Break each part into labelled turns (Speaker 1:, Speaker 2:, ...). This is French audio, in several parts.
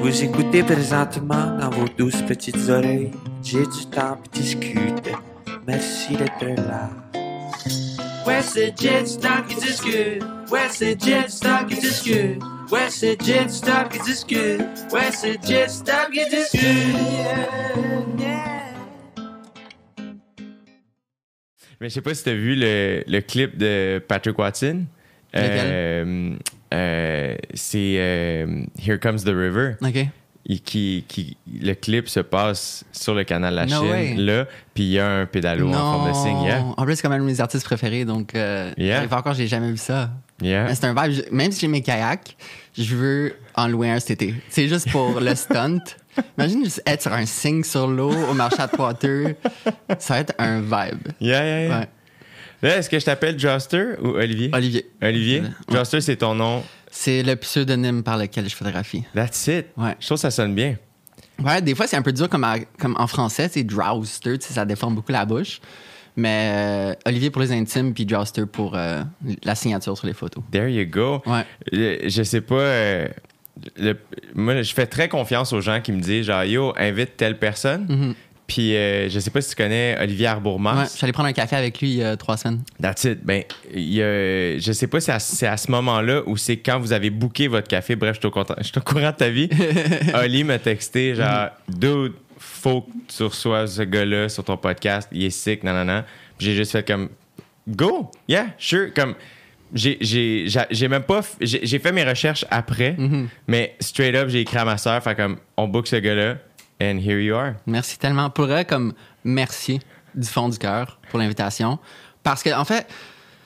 Speaker 1: Vous écoutez présentement dans vos douces petites oreilles. J'ai du temps pour discuter. Merci d'être là. Ouais, c'est Jet Stop qui discute. Ouais, c'est Jet Stop qui discute. Ouais, c'est Jet Stop qui discute. Ouais, c'est Jet Stop qui discute.
Speaker 2: Mais je sais pas si t'as vu le clip de Patrick Watson. C'est Here Comes the River.
Speaker 3: OK.
Speaker 2: Le clip se passe sur le canal La
Speaker 3: No
Speaker 2: Chine,
Speaker 3: way.
Speaker 2: là, puis il y a un pédalo en forme de signe. Yeah.
Speaker 3: En plus, c'est quand même mes artistes préférés, donc encore, j'ai jamais vu ça.
Speaker 2: Yeah.
Speaker 3: Mais c'est un vibe. Même si j'ai mes kayaks, je veux en louer un cet été. C'est juste pour le stunt. Imagine juste être sur un signe sur l'eau au marché à Poiteux. Ça va être un vibe.
Speaker 2: Yeah.
Speaker 3: Ouais.
Speaker 2: Là, est-ce que je t'appelle Joster ou Olivier?
Speaker 3: Olivier.
Speaker 2: Olivier?
Speaker 3: Ouais.
Speaker 2: Joster, c'est ton nom.
Speaker 3: C'est le pseudonyme par lequel je photographie.
Speaker 2: That's it.
Speaker 3: Ouais.
Speaker 2: Je trouve que ça sonne bien.
Speaker 3: Ouais, des fois, c'est un peu dur comme en français. C'est Drowster, ça déforme beaucoup la bouche. Mais Olivier pour les intimes, puis Drowster pour la signature sur les photos.
Speaker 2: There you go.
Speaker 3: Ouais.
Speaker 2: Je sais pas... moi, je fais très confiance aux gens qui me disent genre, yo, invite telle personne.
Speaker 3: Mm-hmm.
Speaker 2: Puis je sais pas si tu connais Olivier Arbourmas.
Speaker 3: Ouais, je suis allé prendre un café avec lui il y a 3 semaines.
Speaker 2: That's it. Ben, je sais pas si c'est à ce moment-là ou c'est quand vous avez booké votre café. Bref, je suis au courant de ta vie. Oli m'a texté genre, dude, faut que tu reçoives ce gars-là sur ton podcast. Il est sick, nanana. Puis j'ai juste fait comme, go, yeah, sure. Comme, j'ai même pas. J'ai fait mes recherches après, mais straight up, j'ai écrit à ma soeur, fait comme, on book ce gars-là. And here you are.
Speaker 3: Merci tellement. Pour eux, comme merci du fond du cœur pour l'invitation. Parce que, en fait,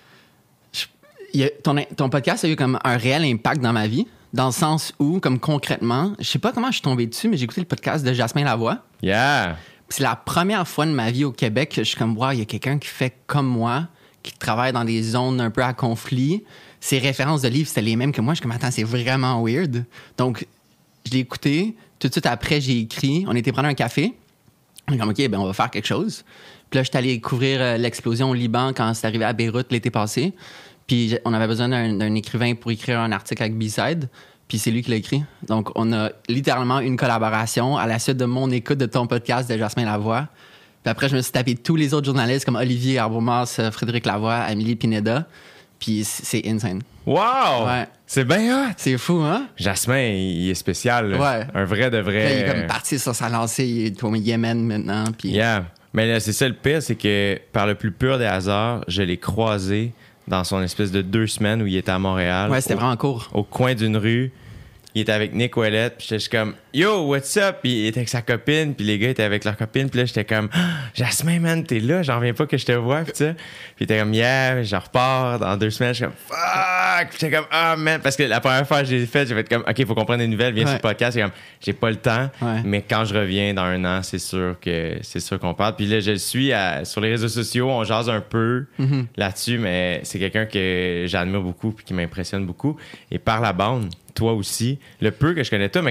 Speaker 3: ton podcast a eu comme un réel impact dans ma vie. Dans le sens où, comme concrètement, je sais pas comment je suis tombé dessus, mais j'ai écouté le podcast de Jasmin Lavoie.
Speaker 2: Yeah.
Speaker 3: C'est la première fois de ma vie au Québec que je suis comme, wow, il y a quelqu'un qui fait comme moi, qui travaille dans des zones un peu à conflit. Ses références de livres, c'était les mêmes que moi. Je suis comme, attends, c'est vraiment weird. Donc, je l'ai écouté. Tout de suite après, j'ai écrit. On était prendre un café. On est comme, OK, ben on va faire quelque chose. Puis là, je suis allé couvrir l'explosion au Liban quand c'est arrivé à Beyrouth l'été passé. Puis on avait besoin d'un écrivain pour écrire un article avec B-Side. Puis c'est lui qui l'a écrit. Donc, on a littéralement une collaboration à la suite de mon écoute de ton podcast de Jasmin Lavoie. Puis après, je me suis tapé tous les autres journalistes comme Olivier Arbourmas, Frédéric Lavoie, Amélie Pineda. Puis c'est insane.
Speaker 2: Wow!
Speaker 3: Ouais.
Speaker 2: C'est bien hot!
Speaker 3: C'est fou, hein?
Speaker 2: Jasmin, il est spécial. Là.
Speaker 3: Ouais.
Speaker 2: Un vrai de vrai.
Speaker 3: Là, il est comme parti sur sa lancée. Il est au Yémen maintenant. Puis...
Speaker 2: Yeah. Mais là, c'est ça le pire, c'est que par le plus pur des hasards, je l'ai croisé dans son espèce de 2 semaines où il était à Montréal.
Speaker 3: Ouais, c'était vraiment court.
Speaker 2: Au coin d'une rue. Il était avec Nick Ouellette, puis j'étais juste comme « Yo, what's up? » Puis il était avec sa copine, puis les gars étaient avec leur copine, puis là, j'étais comme ah, « Jasmin, man, t'es là, j'en reviens pas que je te vois, puis ça. » Puis il était comme « Yeah, je repars dans 2 semaines. » Je suis comme « Fuck! » Puis j'étais comme « Ah, man! » Parce que la première fois que j'ai fait comme « OK, faut qu'on prenne des nouvelles, viens sur le podcast. » J'ai comme « J'ai pas le temps, mais quand je reviens dans 1 an, c'est sûr qu'on parle. » Puis là, je le suis sur les réseaux sociaux, on jase un peu là-dessus, mais c'est quelqu'un que j'admire beaucoup puis qui m'impressionne beaucoup. Et par la bande, toi aussi, le peu que je connais toi, mais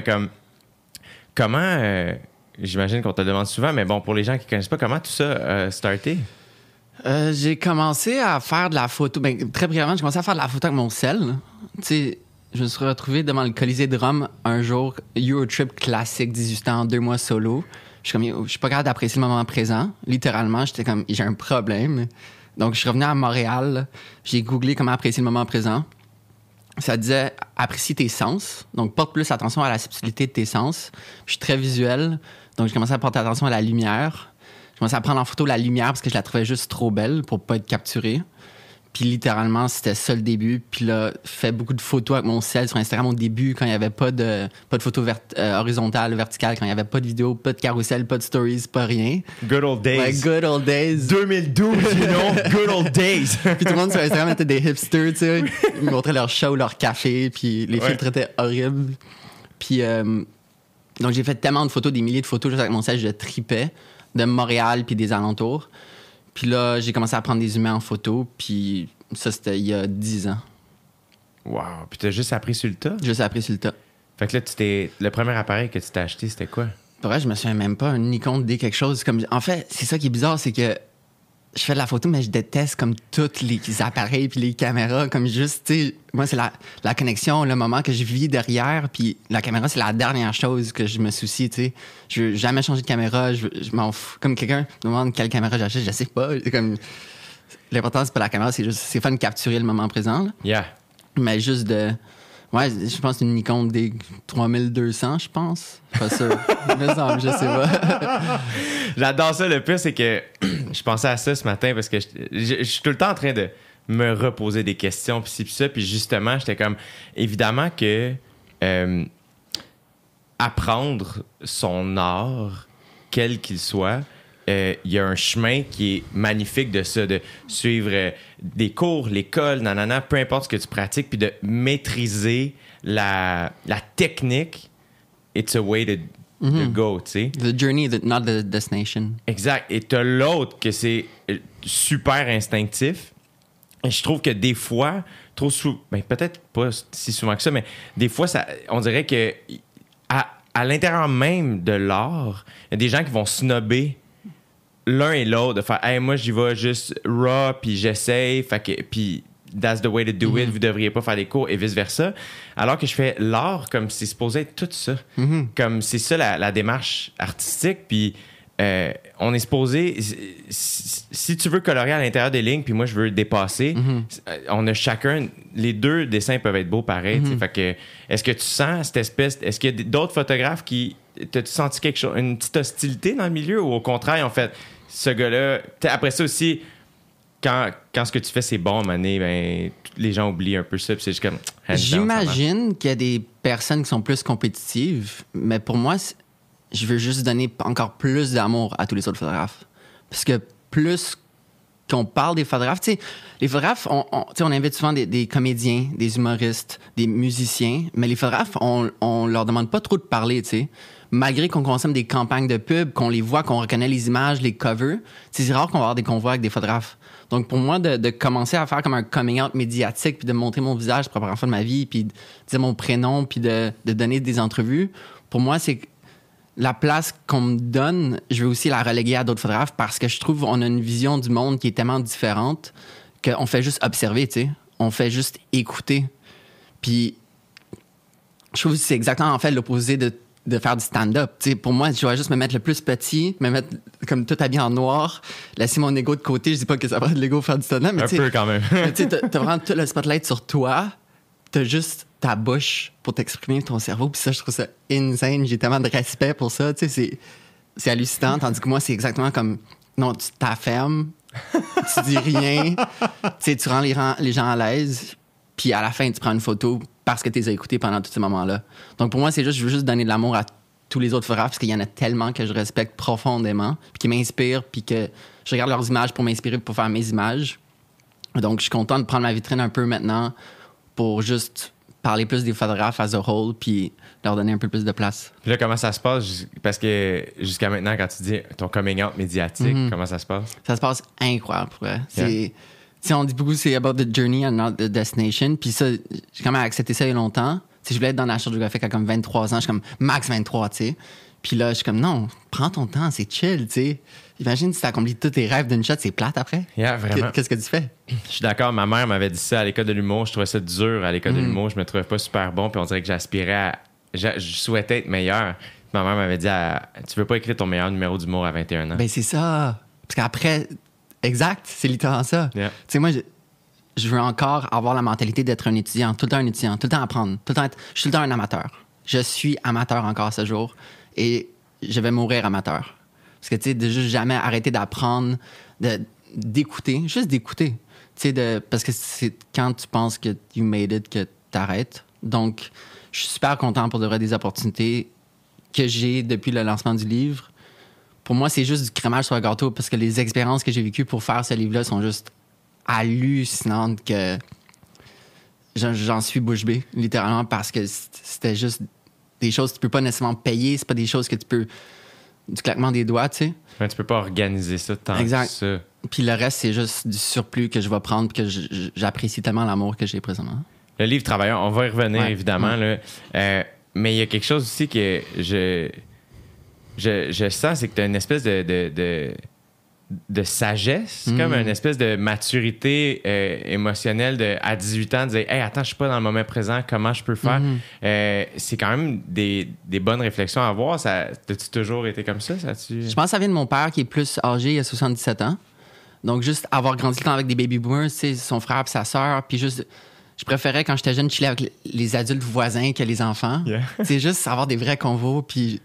Speaker 2: comment, j'imagine qu'on te le demande souvent, mais bon, pour les gens qui connaissent pas, comment tout ça a starté?
Speaker 3: J'ai commencé à faire de la photo. Ben, très brièvement, j'ai commencé à faire de la photo avec mon sel. Tu sais, je me suis retrouvé devant le Colisée de Rome un jour, Eurotrip classique, 18 ans, 2 mois solo. Je suis comme, je suis pas capable d'apprécier le moment présent. Littéralement, j'étais comme, j'ai un problème. Donc, je suis revenu à Montréal. J'ai googlé comment apprécier le moment présent. Ça disait apprécie tes sens. Donc, porte plus attention à la subtilité de tes sens. Je suis très visuel. Donc, j'ai commencé à porter attention à la lumière. J'ai commencé à prendre en photo la lumière parce que je la trouvais juste trop belle pour pas être capturée. Puis, littéralement, c'était ça le début. Puis là, fait beaucoup de photos avec mon cell sur Instagram au début quand il n'y avait pas de photos horizontales, verticales, quand il n'y avait pas de vidéo, pas de carrousel, pas de stories, pas rien.
Speaker 2: Good old days.
Speaker 3: Ouais, good old days.
Speaker 2: 2012, you know? Good old days.
Speaker 3: Puis tout le monde sur Instagram était des hipsters, tu sais. Ils montraient leur chat ou leur café, puis les filtres étaient horribles. Puis, donc j'ai fait tellement de photos, des milliers de photos juste avec mon cell, je tripais de Montréal puis des alentours. Puis là, j'ai commencé à prendre des humains en photo, puis ça, c'était il y a 10 ans.
Speaker 2: Wow. Puis t'as juste appris sur le tas?
Speaker 3: Juste appris sur le tas.
Speaker 2: Fait que là, le premier appareil que tu t'es acheté, c'était quoi?
Speaker 3: Pour vrai, je me souviens même pas, un Nikon D quelque chose. En fait, c'est ça qui est bizarre, c'est que je fais de la photo, mais je déteste comme tous les appareils puis les caméras. Comme juste, tu sais, moi, c'est la connexion, le moment que je vis derrière. Puis la caméra, c'est la dernière chose que je me soucie, tu sais. Je veux jamais changer de caméra. Je m'en fous. Comme quelqu'un me demande quelle caméra j'achète, je sais pas. Comme, l'important, c'est pas la caméra, c'est fun de capturer le moment présent. Là.
Speaker 2: Yeah.
Speaker 3: Mais juste de... Ouais, je pense que c'est une Nikon D3200, je pense. Pas sûr. Il me semble, je sais pas.
Speaker 2: J'adore ça. Le pire, c'est que je pensais à ça ce matin parce que je suis tout le temps en train de me reposer des questions, puis ci, puis ça. Puis justement, j'étais comme... Évidemment que apprendre son art, quel qu'il soit, il y a un chemin qui est magnifique de ça, de suivre des cours, l'école, nanana, peu importe ce que tu pratiques, puis de maîtriser la technique. It's a way to go, tu sais.
Speaker 3: The journey, not the destination.
Speaker 2: Exact. Et t'as l'autre que c'est super instinctif. Et je trouve que des fois, trop souvent, ben peut-être pas si souvent que ça, mais des fois, on dirait que à l'intérieur même de l'art, il y a des gens qui vont snobber l'un et l'autre, de faire hey, moi j'y vais juste raw puis j'essaye, puis that's the way to do it, vous devriez pas faire des cours et vice versa, alors que je fais l'art comme c'est supposé être tout ça, comme c'est ça la démarche artistique, puis on est supposé, si tu veux colorer à l'intérieur des lignes puis moi je veux dépasser, on a chacun, les deux dessins peuvent être beaux pareil, fait que est-ce que tu sens cette espèce, est-ce qu'il y a d'autres photographes qui t'as-tu senti quelque chose, une petite hostilité dans le milieu, ou au contraire en fait ce gars-là, après ça aussi, quand ce que tu fais c'est bon à un moment donné, ben, les gens oublient un peu ça, puis c'est juste comme...
Speaker 3: J'imagine qu'il y a des personnes qui sont plus compétitives, mais pour moi, je veux juste donner encore plus d'amour à tous les autres photographes. Parce que plus qu'on parle des photographes, tu sais, les photographes, on invite souvent des comédiens, des humoristes, des musiciens, mais les photographes, on leur demande pas trop de parler, tu sais. Malgré qu'on consomme des campagnes de pub, qu'on les voit, qu'on reconnaît les images, les covers, c'est rare qu'on va avoir des convois avec des photographes. Donc, pour moi, de commencer à faire comme un coming out médiatique, puis de montrer mon visage pour la première fois de ma vie, puis de dire mon prénom, puis de donner des entrevues, pour moi, c'est la place qu'on me donne, je veux aussi la reléguer à d'autres photographes parce que je trouve qu'on a une vision du monde qui est tellement différente qu'on fait juste observer, tu sais. On fait juste écouter. Puis, je trouve que c'est exactement, en fait, l'opposé de faire du stand-up. Tu sais, pour moi, je dois juste me mettre le plus petit, me mettre comme tout habillé en noir, laisser mon ego de côté. Je dis pas que ça va de l'ego faire du stand-up, mais
Speaker 2: un peu quand même.
Speaker 3: Tu sais, t'as vraiment tout le spotlight sur toi. T'as juste ta bouche pour t'exprimer, ton cerveau. Puis ça, je trouve ça insane. J'ai tellement de respect pour ça. Tu sais, c'est hallucinant. Tandis que moi, c'est exactement comme... Non, tu t'affermes, tu dis rien, tu sais, tu rends les gens à l'aise, puis à la fin, tu prends une photo parce que tu les as écoutés pendant tous ces moments-là. Donc pour moi, c'est juste, je veux juste donner de l'amour à tous les autres photographes parce qu'il y en a tellement que je respecte profondément, puis qui m'inspirent, puis que je regarde leurs images pour m'inspirer, pour faire mes images. Donc je suis content de prendre ma vitrine un peu maintenant pour juste parler plus des photographes as a whole, puis leur donner un peu plus de place.
Speaker 2: Puis là, comment ça se passe? Parce que jusqu'à maintenant, quand tu dis ton coming out médiatique, comment ça se passe?
Speaker 3: Ça se passe incroyable, pour vrai. On dit beaucoup, c'est about the journey and not the destination. Puis ça, j'ai quand même accepté ça il y a longtemps. T'sais, je voulais être dans National Geographic à comme 23 ans. Je suis comme max 23, tu sais. Puis là, je suis comme, non, prends ton temps, c'est chill, tu sais. Imagine si t'accomplis tous tes rêves d'une shot, c'est plate après.
Speaker 2: Yeah, vraiment.
Speaker 3: Qu'est-ce que tu fais?
Speaker 2: Je suis d'accord. Ma mère m'avait dit ça à l'école de l'humour. Je trouvais ça dur à l'école de l'humour. Je me trouvais pas super bon. Puis on dirait que j'aspirais à... Je souhaitais être meilleur. Ma mère m'avait dit, tu veux pas écrire ton meilleur numéro d'humour à 21 ans?
Speaker 3: Ben c'est ça. Parce qu'après... Exact, c'est littéralement ça.
Speaker 2: Yeah.
Speaker 3: Tu sais, moi, je veux encore avoir la mentalité d'être un étudiant, tout le temps un étudiant, tout le temps apprendre, je suis tout le temps un amateur. Je suis amateur encore ce jour et je vais mourir amateur. Parce que, tu sais, de juste jamais arrêter d'apprendre, d'écouter, juste d'écouter. Tu sais, parce que c'est quand tu penses que you made it que t'arrêtes. Donc, je suis super content pour de vrai des opportunités que j'ai depuis le lancement du livre. Pour moi, c'est juste du crémage sur le gâteau parce que les expériences que j'ai vécues pour faire ce livre-là sont juste hallucinantes que j'en suis bouche bée, littéralement, parce que c'était juste des choses que tu peux pas nécessairement payer. C'est pas des choses que tu peux... du claquement des doigts, tu sais.
Speaker 2: Ouais, tu peux pas organiser ça tant
Speaker 3: exact.
Speaker 2: Que ça.
Speaker 3: Puis le reste, c'est juste du surplus que je vais prendre et que j'apprécie tellement l'amour que j'ai présentement.
Speaker 2: Le livre Travailleur, on va y revenir, évidemment.
Speaker 3: Ouais.
Speaker 2: Là. Mais il y a quelque chose aussi que je sens, c'est que tu as une espèce de de sagesse, comme une espèce de maturité émotionnelle à 18 ans, de dire « Hey, attends, je suis pas dans le moment présent, comment je peux faire? C'est quand même des bonnes réflexions à avoir. T'as-tu toujours été comme ça?
Speaker 3: Je pense que ça vient de mon père qui est plus âgé, il a 77 ans. Donc, juste avoir grandi le temps avec des baby boomers, son frère et sa sœur, puis juste... Je préférais, quand j'étais jeune, chiller avec les adultes voisins que les enfants.
Speaker 2: Yeah.
Speaker 3: C'est juste avoir des vrais convos, puis...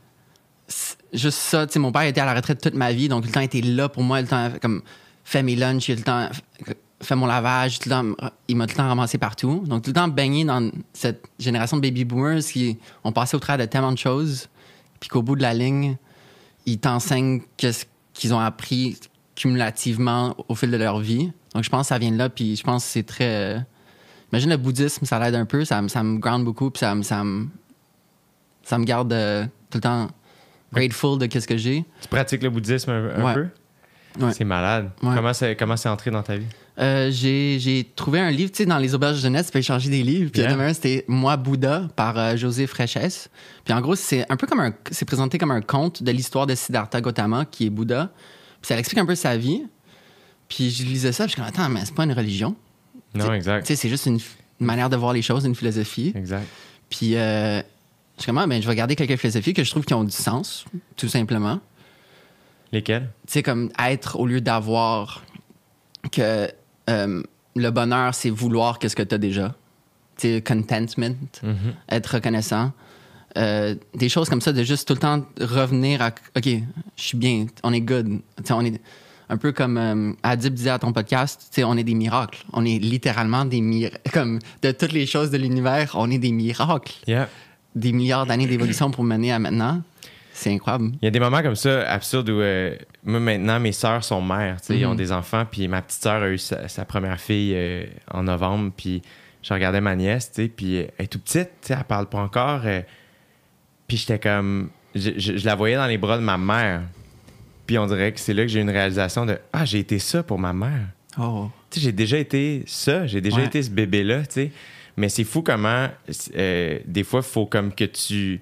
Speaker 3: Juste ça, tu sais, mon père était à la retraite toute ma vie, donc le temps était là pour moi, le temps, comme, fait mes lunchs, le temps, fait mon lavage, tout le temps, il m'a tout le temps ramassé partout. Donc, tout le temps baigné dans cette génération de baby boomers qui ont passé au travers de tellement de choses, puis qu'au bout de la ligne, ils t'enseignent qu'est-ce qu'ils ont appris cumulativement au fil de leur vie. Donc, je pense que ça vient de là, puis je pense que c'est très... Imagine le bouddhisme, ça l'aide un peu, ça me ground beaucoup, puis ça me garde tout le temps... grateful de qu'est-ce que j'ai.
Speaker 2: Tu pratiques le bouddhisme un peu?
Speaker 3: Ouais.
Speaker 2: C'est malade.
Speaker 3: Ouais.
Speaker 2: Comment c'est entré dans ta vie?
Speaker 3: J'ai trouvé un livre, tu sais, dans les auberges de jeunesse, tu peux échanger des livres. Puis il y en avait un, c'était Moi, Bouddha, par José Fréchès. Puis en gros, c'est un peu comme c'est présenté comme un conte de l'histoire de Siddhartha Gautama, qui est Bouddha. Puis ça explique un peu sa vie. Puis je lisais ça, puis je suis comme, attends, mais c'est pas une religion.
Speaker 2: Non, exact.
Speaker 3: Tu sais, c'est juste une manière de voir les choses, une philosophie.
Speaker 2: Exact.
Speaker 3: Puis... je suis comme, je vais garder quelques philosophies que je trouve qui ont du sens, tout simplement.
Speaker 2: Lesquelles?
Speaker 3: Tu sais, comme être au lieu d'avoir, que le bonheur, c'est vouloir qu'est-ce que tu as déjà. Tu sais, contentment, être reconnaissant. Des choses comme ça, de juste tout le temps revenir à, OK, je suis bien, on est good. Tu sais, on est un peu comme Adib disait à ton podcast, tu sais, on est des miracles. On est littéralement des miracles. Comme de toutes les choses de l'univers, on est des miracles.
Speaker 2: Yeah.
Speaker 3: Des milliards d'années d'évolution pour mener à maintenant. C'est incroyable.
Speaker 2: Il y a des moments comme ça absurdes où moi maintenant mes sœurs sont mères, tu sais, ils ont des enfants, puis ma petite sœur a eu sa première fille en novembre, puis je regardais ma nièce, tu sais, puis elle est toute petite, tu sais, elle parle pas encore, puis j'étais comme je la voyais dans les bras de ma mère, puis on dirait que c'est là que j'ai eu une réalisation de j'ai été ça pour ma mère.
Speaker 3: Oh.
Speaker 2: Tu sais, j'ai déjà été ça, j'ai déjà été ce bébé là, tu sais. Mais c'est fou comment, des fois, il faut comme que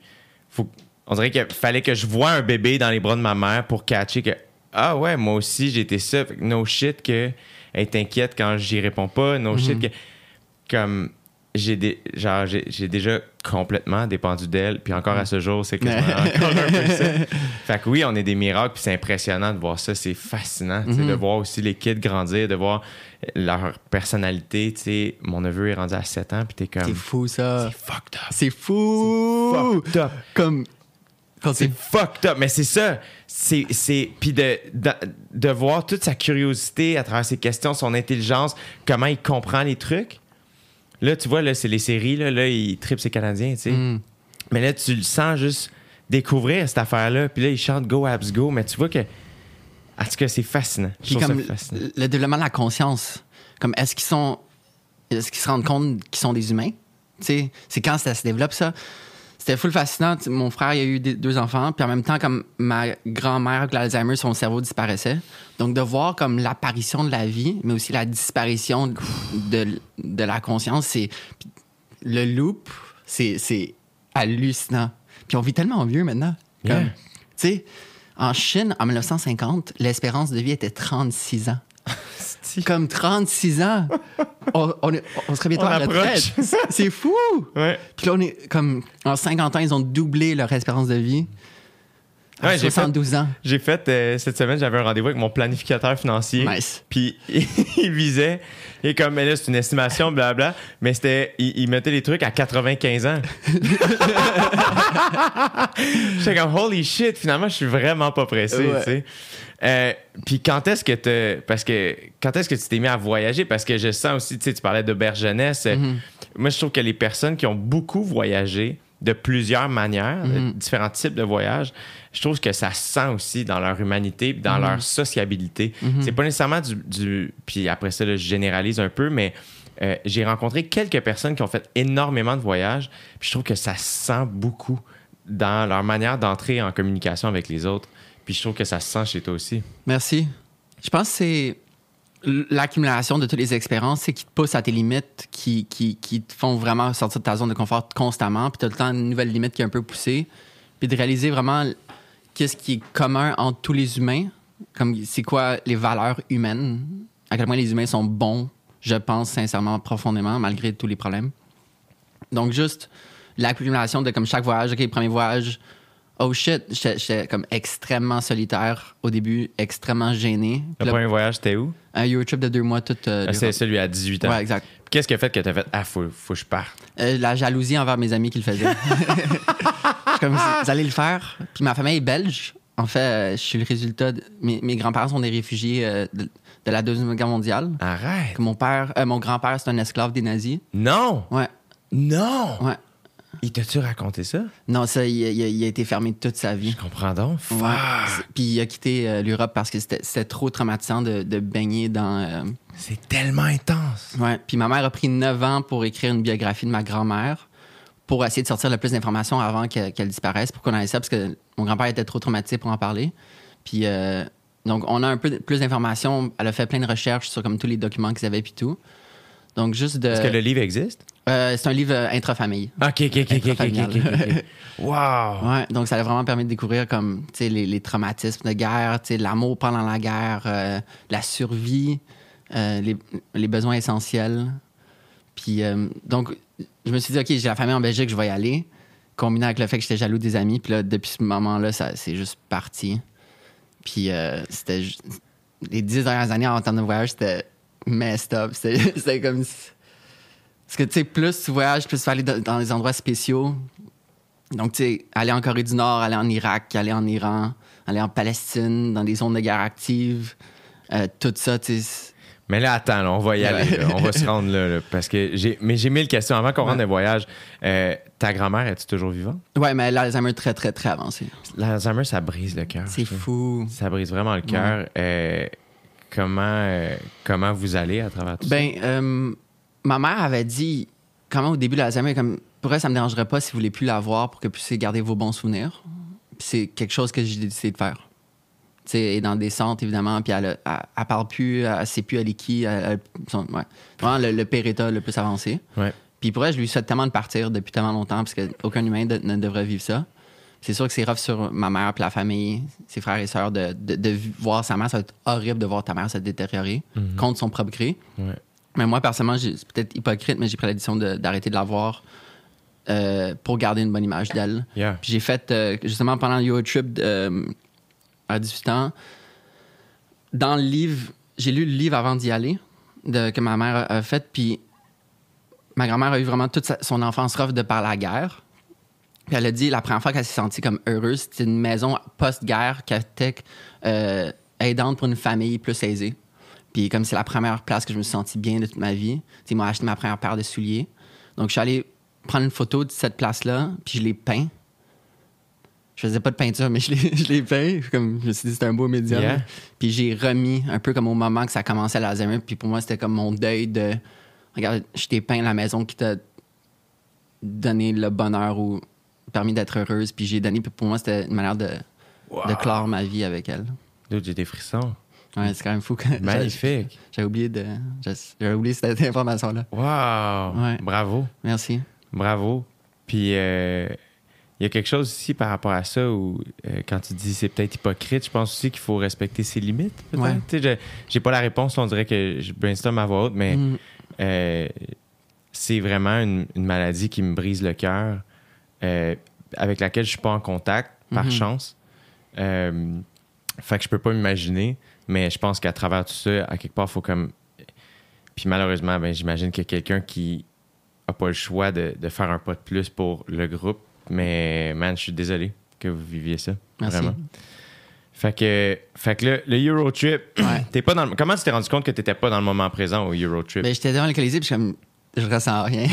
Speaker 2: on dirait qu'il fallait que je voie un bébé dans les bras de ma mère pour catcher que, moi aussi, j'ai été ça. Fait que no shit qu'elle est inquiète quand j'y réponds pas. No shit que, comme, j'ai déjà complètement dépendu d'elle. Puis encore à ce jour, c'est quasiment encore un peu ça. Fait que oui, on est des miracles. Puis c'est impressionnant de voir ça. C'est fascinant, tu sais, de voir aussi les kids grandir, de voir leur personnalité. Tu sais, mon neveu est rendu à 7 ans. Puis t'es comme...
Speaker 3: C'est fou, ça.
Speaker 2: C'est fucked up.
Speaker 3: C'est fou.
Speaker 2: C'est fucked up.
Speaker 3: Comme...
Speaker 2: C'est fucked up. Mais c'est ça. Puis de voir toute sa curiosité à travers ses questions, son intelligence, comment il comprend les trucs. Là, tu vois, là, c'est les séries, là il tripe ses Canadiens, tu sais. Mais là, tu le sens juste découvrir cette affaire-là. Puis là, il chante Go Abs Go. Mais tu vois que... En tout cas, c'est fascinant.
Speaker 3: Puis comme le développement de la conscience. Comme est-ce qu'ils se rendent compte qu'ils sont des humains? Tu sais, c'est quand ça se développe, ça. C'était full fascinant. Mon frère, il a eu 2 enfants. Puis en même temps, comme ma grand-mère avec l'Alzheimer, son cerveau disparaissait. Donc, de voir comme l'apparition de la vie, mais aussi la disparition de la conscience, c'est... Le loop, c'est hallucinant. Puis on vit tellement vieux maintenant.
Speaker 2: Yeah.
Speaker 3: Tu sais, en Chine, en 1950, l'espérance de vie était 36 ans. Comme 36 ans. On serait bientôt à la retraite. C'est fou!
Speaker 2: Ouais.
Speaker 3: Puis là, on est comme... En 50 ans, ils ont doublé leur espérance de vie. À 72 ans.
Speaker 2: J'ai fait... cette semaine, j'avais un rendez-vous avec mon planificateur financier.
Speaker 3: Nice.
Speaker 2: Puis il visait... Et comme, mais là, c'est une estimation, blablabla. Mais c'était... Il mettait les trucs à 95 ans. J'étais comme, holy shit, finalement, je suis vraiment pas pressé, tu sais. Puis quand est-ce que tu t'es mis à voyager? Parce que je sens aussi, tu sais, tu parlais d'auberge jeunesse. Moi, je trouve que les personnes qui ont beaucoup voyagé de plusieurs manières, de différents types de voyages, je trouve que ça se sent aussi dans leur humanité, dans leur sociabilité. C'est pas nécessairement puis après ça, là, je généralise un peu, mais j'ai rencontré quelques personnes qui ont fait énormément de voyages, puis je trouve que ça se sent beaucoup dans leur manière d'entrer en communication avec les autres. Puis je trouve que ça se sent chez toi aussi.
Speaker 3: Merci. Je pense que c'est l'accumulation de toutes les expériences qui te poussent à tes limites, qui te font vraiment sortir de ta zone de confort constamment. Puis tu as le temps une nouvelle limite qui est un peu poussée. Puis de réaliser vraiment qu'est-ce qui est commun entre tous les humains. Comme c'est quoi les valeurs humaines, à quel point les humains sont bons, je pense sincèrement, profondément, malgré tous les problèmes. Donc, juste l'accumulation de comme chaque voyage, OK, premier voyage, oh shit, j'étais comme extrêmement solitaire au début, extrêmement gêné.
Speaker 2: Le premier voyage, c'était où?
Speaker 3: Un Eurotrip de 2 mois, tout.
Speaker 2: C'est celui à 18 ans.
Speaker 3: Ouais, exact.
Speaker 2: Puis qu'est-ce qui a fait que t'as fait, faut que je parte?
Speaker 3: La jalousie envers mes amis qui le faisaient. Comme, vous allez le faire. Puis ma famille est belge. En fait, je suis le résultat. Mes grands-parents sont des réfugiés de la Deuxième Guerre mondiale.
Speaker 2: Arrête!
Speaker 3: Que mon grand-père, c'est un esclave des nazis.
Speaker 2: Non!
Speaker 3: Ouais.
Speaker 2: Non!
Speaker 3: Ouais.
Speaker 2: Il t'a-tu raconté ça?
Speaker 3: Non, ça, il a été fermé toute sa vie.
Speaker 2: Je comprends donc. Fuck.
Speaker 3: Ouais. Puis il a quitté l'Europe parce que c'était trop traumatisant de baigner dans...
Speaker 2: C'est tellement intense.
Speaker 3: Ouais. Puis ma mère a pris 9 ans pour écrire une biographie de ma grand-mère pour essayer de sortir le plus d'informations avant qu'elle disparaisse, pour qu'on ait ça, parce que mon grand-père était trop traumatisé pour en parler. Puis donc, on a un peu plus d'informations. Elle a fait plein de recherches sur comme tous les documents qu'ils avaient puis tout. Donc, juste de...
Speaker 2: Est-ce que le livre existe?
Speaker 3: C'est un livre intrafamille.
Speaker 2: OK. Wow!
Speaker 3: Ouais, donc ça a vraiment permis de découvrir comme, tu sais, les traumatismes de guerre, tu sais, l'amour pendant la guerre, la survie, les besoins essentiels. Puis, donc, je me suis dit, OK, j'ai la famille en Belgique, je vais y aller. Combiné avec le fait que j'étais jaloux des amis. Puis là, depuis ce moment-là, c'est juste parti. Puis, c'était... Les 10 dernières années en termes de voyage, c'était messed up. C'était comme... Parce que, tu sais, plus tu voyages, plus tu vas aller dans des endroits spéciaux. Donc, tu sais, aller en Corée du Nord, aller en Irak, aller en Iran, aller en Palestine, dans des zones de guerre actives, tout ça, tu sais...
Speaker 2: Mais là, attends, là, on va y aller. Là. On va se rendre là, parce que j'ai 1000 questions. Avant qu'on rentre dans le voyage, ta grand-mère, est-tu toujours vivante?
Speaker 3: Ouais, mais l'Alzheimer très, très, très avancé.
Speaker 2: L'Alzheimer, ça brise le cœur.
Speaker 3: C'est fou.
Speaker 2: Ça brise vraiment le cœur. Comment vous allez à travers tout ça?
Speaker 3: Ma mère avait dit, comment au début de l'Alzheimer, comme, pour elle, ça me dérangerait pas si vous voulez plus la voir pour que vous puissiez garder vos bons souvenirs. Puis c'est quelque chose que j'ai décidé de faire. Elle est dans des centres, évidemment, puis elle parle plus, elle sait plus elle est qui. Vraiment le pire état le plus avancé.
Speaker 2: Ouais.
Speaker 3: Puis pour elle, je lui souhaite tellement de partir depuis tellement longtemps, parce qu'aucun humain ne devrait vivre ça. C'est sûr que c'est rough sur ma mère puis la famille, ses frères et sœurs, de voir sa mère. Ça va être horrible de voir ta mère se détériorer contre son propre gré.
Speaker 2: Ouais.
Speaker 3: Mais moi, personnellement, c'est peut-être hypocrite, mais j'ai pris la décision d'arrêter de la voir pour garder une bonne image d'elle.
Speaker 2: Yeah.
Speaker 3: Puis j'ai fait, justement, pendant le Eurotrip à 18 ans, dans le livre, j'ai lu le livre avant d'y aller, que ma mère a fait, puis ma grand-mère a eu vraiment toute son enfance rough de par la guerre. Puis elle a dit, la première fois qu'elle s'est sentie comme heureuse, c'était une maison post-guerre qui était aidante pour une famille plus aisée. Puis comme c'est la première place que je me suis senti bien de toute ma vie, ils m'ont acheté ma première paire de souliers. Donc je suis allé prendre une photo de cette place-là, puis je l'ai peint. Je faisais pas de peinture, mais je l'ai peint. Comme, je me suis dit, c'était un beau médium.
Speaker 2: Yeah.
Speaker 3: Puis j'ai remis un peu comme au moment que ça commençait l'Alzheimer. Puis pour moi, c'était comme mon deuil de... Regarde, je t'ai peint la maison qui t'a donné le bonheur ou permis d'être heureuse. Puis j'ai donné... Puis pour moi, c'était une manière de clore ma vie avec elle.
Speaker 2: Dude, j'ai des frissons.
Speaker 3: Ouais, c'est quand même fou.
Speaker 2: Magnifique.
Speaker 3: J'avais oublié cette information-là.
Speaker 2: Wow.
Speaker 3: Ouais.
Speaker 2: Bravo.
Speaker 3: Merci.
Speaker 2: Bravo. Puis... il y a quelque chose aussi par rapport à ça où, quand tu dis c'est peut-être hypocrite, je pense aussi qu'il faut respecter ses limites.
Speaker 3: Ouais.
Speaker 2: Tu sais, j'ai pas la réponse, là, on dirait que je brainstorm à voix haute, mais c'est vraiment une maladie qui me brise le cœur, avec laquelle je suis pas en contact, par chance. Fait que je peux pas m'imaginer, mais je pense qu'à travers tout ça, à quelque part, il faut comme... Puis malheureusement, j'imagine qu'il y a quelqu'un qui a pas le choix de faire un pas de plus pour le groupe. Mais, man, je suis désolé que vous viviez ça.
Speaker 3: Merci.
Speaker 2: Vraiment. Fait que là, le Eurotrip, t'es pas dans comment tu t'es rendu compte que t'étais pas dans le moment présent au Eurotrip?
Speaker 3: J'étais devant le Colisée, puis je ressens rien.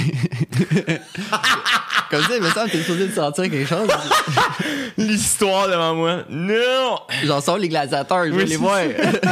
Speaker 3: Comme ça, il me semble que t'es supposé de sentir quelque chose.
Speaker 2: L'histoire devant moi. Non!
Speaker 3: J'en sors les gladiateurs, je veux les voir.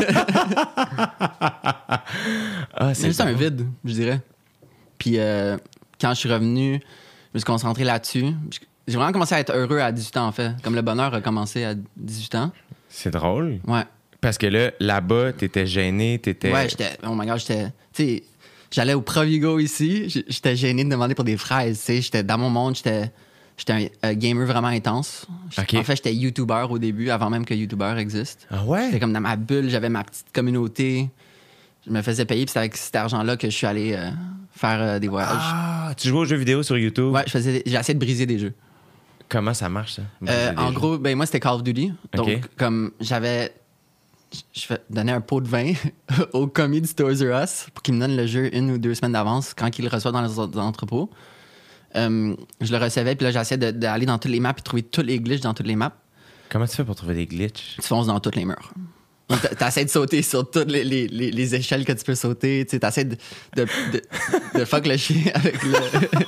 Speaker 3: C'est juste un vide, je dirais. Puis quand je suis revenu, je me suis concentré là-dessus. J'ai vraiment commencé à être heureux à 18 ans, en fait. Comme le bonheur a commencé à 18 ans.
Speaker 2: C'est drôle.
Speaker 3: Ouais.
Speaker 2: Parce que là-bas, t'étais gêné,
Speaker 3: Ouais, oh my God, tu sais, j'allais au Provigo ici, j'étais gêné de demander pour des fraises, tu sais. J'étais dans mon monde, j'étais un gamer vraiment intense.
Speaker 2: OK.
Speaker 3: En fait, j'étais YouTuber au début, avant même que YouTuber existe.
Speaker 2: Ah ouais?
Speaker 3: C'était comme dans ma bulle, j'avais ma petite communauté. Je me faisais payer, puis c'est avec cet argent-là que je suis allé faire des voyages.
Speaker 2: Ah, tu joues aux jeux vidéo sur YouTube?
Speaker 3: Ouais, j'ai essayé de briser des jeux.
Speaker 2: Comment ça marche, ça?
Speaker 3: En gros, ben moi, c'était Call of Duty. Donc,
Speaker 2: OK.
Speaker 3: comme j'avais... Je donnais un pot de vin au commis du Toys R Us pour qu'il me donne le jeu 1 ou 2 semaines d'avance quand il le reçoit dans les entrepôts. Je le recevais, puis là, j'essayais d'aller dans toutes les maps et trouver tous les glitches dans toutes les maps.
Speaker 2: Comment tu fais pour trouver des glitches?
Speaker 3: Tu fonces dans tous les murs. T'essaies de sauter sur toutes les échelles que tu peux sauter. T'essaies de fuck le chien avec le...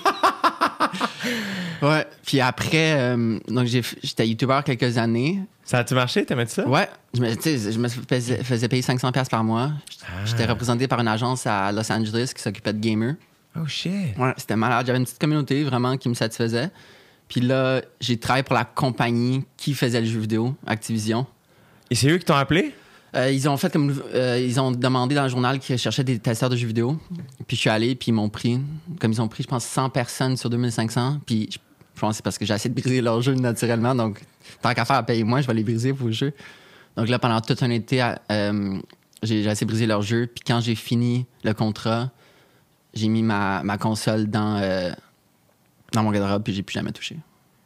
Speaker 3: Ouais. Puis après, donc j'étais YouTuber quelques années.
Speaker 2: Ça a-tu marché? T'aimais ça?
Speaker 3: Ouais. Je me faisais payer 500$ par mois. J'étais représenté par une agence à Los Angeles qui s'occupait de gamers.
Speaker 2: Oh shit!
Speaker 3: Ouais, c'était malade. J'avais une petite communauté vraiment qui me satisfaisait. Puis là, j'ai travaillé pour la compagnie qui faisait le jeu vidéo, Activision.
Speaker 2: Et c'est eux qui t'ont appelé?
Speaker 3: Ils ont fait comme ils ont demandé dans le journal qu'ils cherchaient des testeurs de jeux vidéo. Puis je suis allé, puis ils m'ont pris. Comme ils ont pris, je pense, 100 personnes sur 2500. Puis je pense que c'est parce que j'ai essayé de briser leur jeu naturellement. Donc, tant qu'à faire à payer moi, je vais les briser pour le jeu. Donc là, pendant tout un été, j'ai essayé de briser leur jeu. Puis quand j'ai fini le contrat, j'ai mis ma console dans mon garde-robe, puis j'ai plus jamais touché.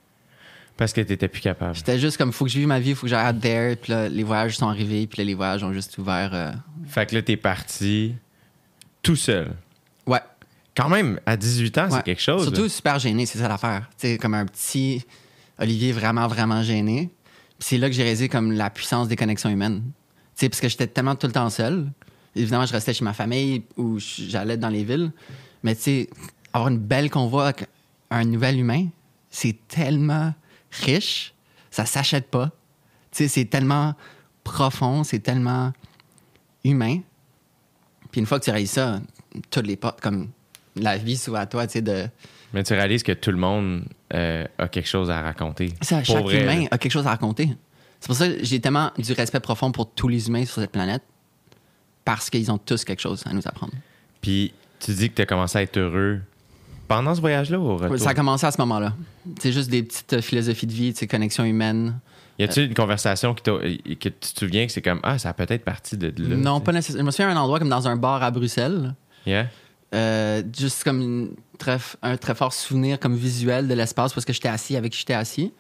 Speaker 2: Parce que t'étais plus capable.
Speaker 3: J'étais juste comme, faut que je vive ma vie, faut que j'arrête there. Puis là, les voyages sont arrivés, puis là, les voyages ont juste ouvert.
Speaker 2: Fait que là, t'es parti tout seul.
Speaker 3: Ouais.
Speaker 2: Quand même, à 18 ans,
Speaker 3: Ouais.
Speaker 2: c'est quelque chose.
Speaker 3: Surtout
Speaker 2: là.
Speaker 3: super gêné, c'est ça l'affaire. Tu sais, comme un petit Olivier vraiment, vraiment gêné. Puis c'est là que j'ai réalisé comme la puissance des connexions humaines. Tu sais, parce que j'étais tellement tout le temps seul. Évidemment, je restais chez ma famille ou j'allais dans les villes. Mais tu sais, avoir une belle convoi avec un nouvel humain, c'est tellement riche, ça s'achète pas. Tu sais, c'est tellement profond, c'est tellement humain. Puis une fois que tu réalises ça, toutes les portes, comme la vie s'ouvre à toi, tu sais, de...
Speaker 2: Mais tu réalises que tout le monde a quelque chose à raconter.
Speaker 3: Ça,
Speaker 2: Pour
Speaker 3: chaque
Speaker 2: vrai,
Speaker 3: humain
Speaker 2: là.
Speaker 3: a quelque chose à raconter. C'est pour ça que j'ai tellement du respect profond pour tous les humains sur cette planète, parce qu'ils ont tous quelque chose à nous apprendre.
Speaker 2: Puis tu dis que tu as commencé à être heureux pendant ce voyage-là ou au retour?
Speaker 3: Ça a commencé à ce moment-là. C'est juste des petites philosophies de vie, connexions humaines.
Speaker 2: Y a-tu une conversation que tu te souviens que c'est comme ah, ça a peut-être parti de là?
Speaker 3: Non,
Speaker 2: t'sais?
Speaker 3: pas nécessairement. Je me souviens d'un endroit comme dans un bar à Bruxelles.
Speaker 2: Yeah?
Speaker 3: Juste comme un très fort souvenir comme visuel de l'espace parce que j'étais assis avec qui j'étais assis.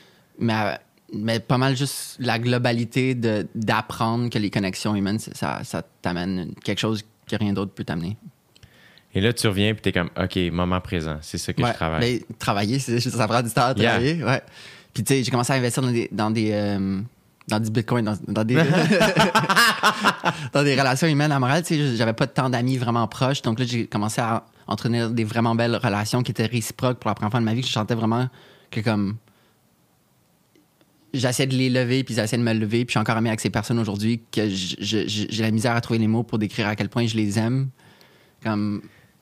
Speaker 3: Mais pas mal juste la globalité d'apprendre que les connexions humaines, ça t'amène quelque chose que rien d'autre peut t'amener.
Speaker 2: Et là, tu reviens puis t'es comme OK, moment présent, c'est ça que je travaille.
Speaker 3: Mais travailler, ça prend du temps à travailler. Ouais. Puis tu sais, j'ai commencé à investir dans du bitcoin, dans des dans des relations humaines à Montréal. Tu sais, j'avais pas de tant d'amis vraiment proches, donc là j'ai commencé à entretenir des vraiment belles relations qui étaient réciproques pour la première fois de ma vie. Je sentais vraiment que comme j'essayais de les lever, puis ils essayaient de me lever, puis je suis encore ami avec ces personnes aujourd'hui que j'ai la misère à trouver les mots pour décrire à quel point je les aime. Comme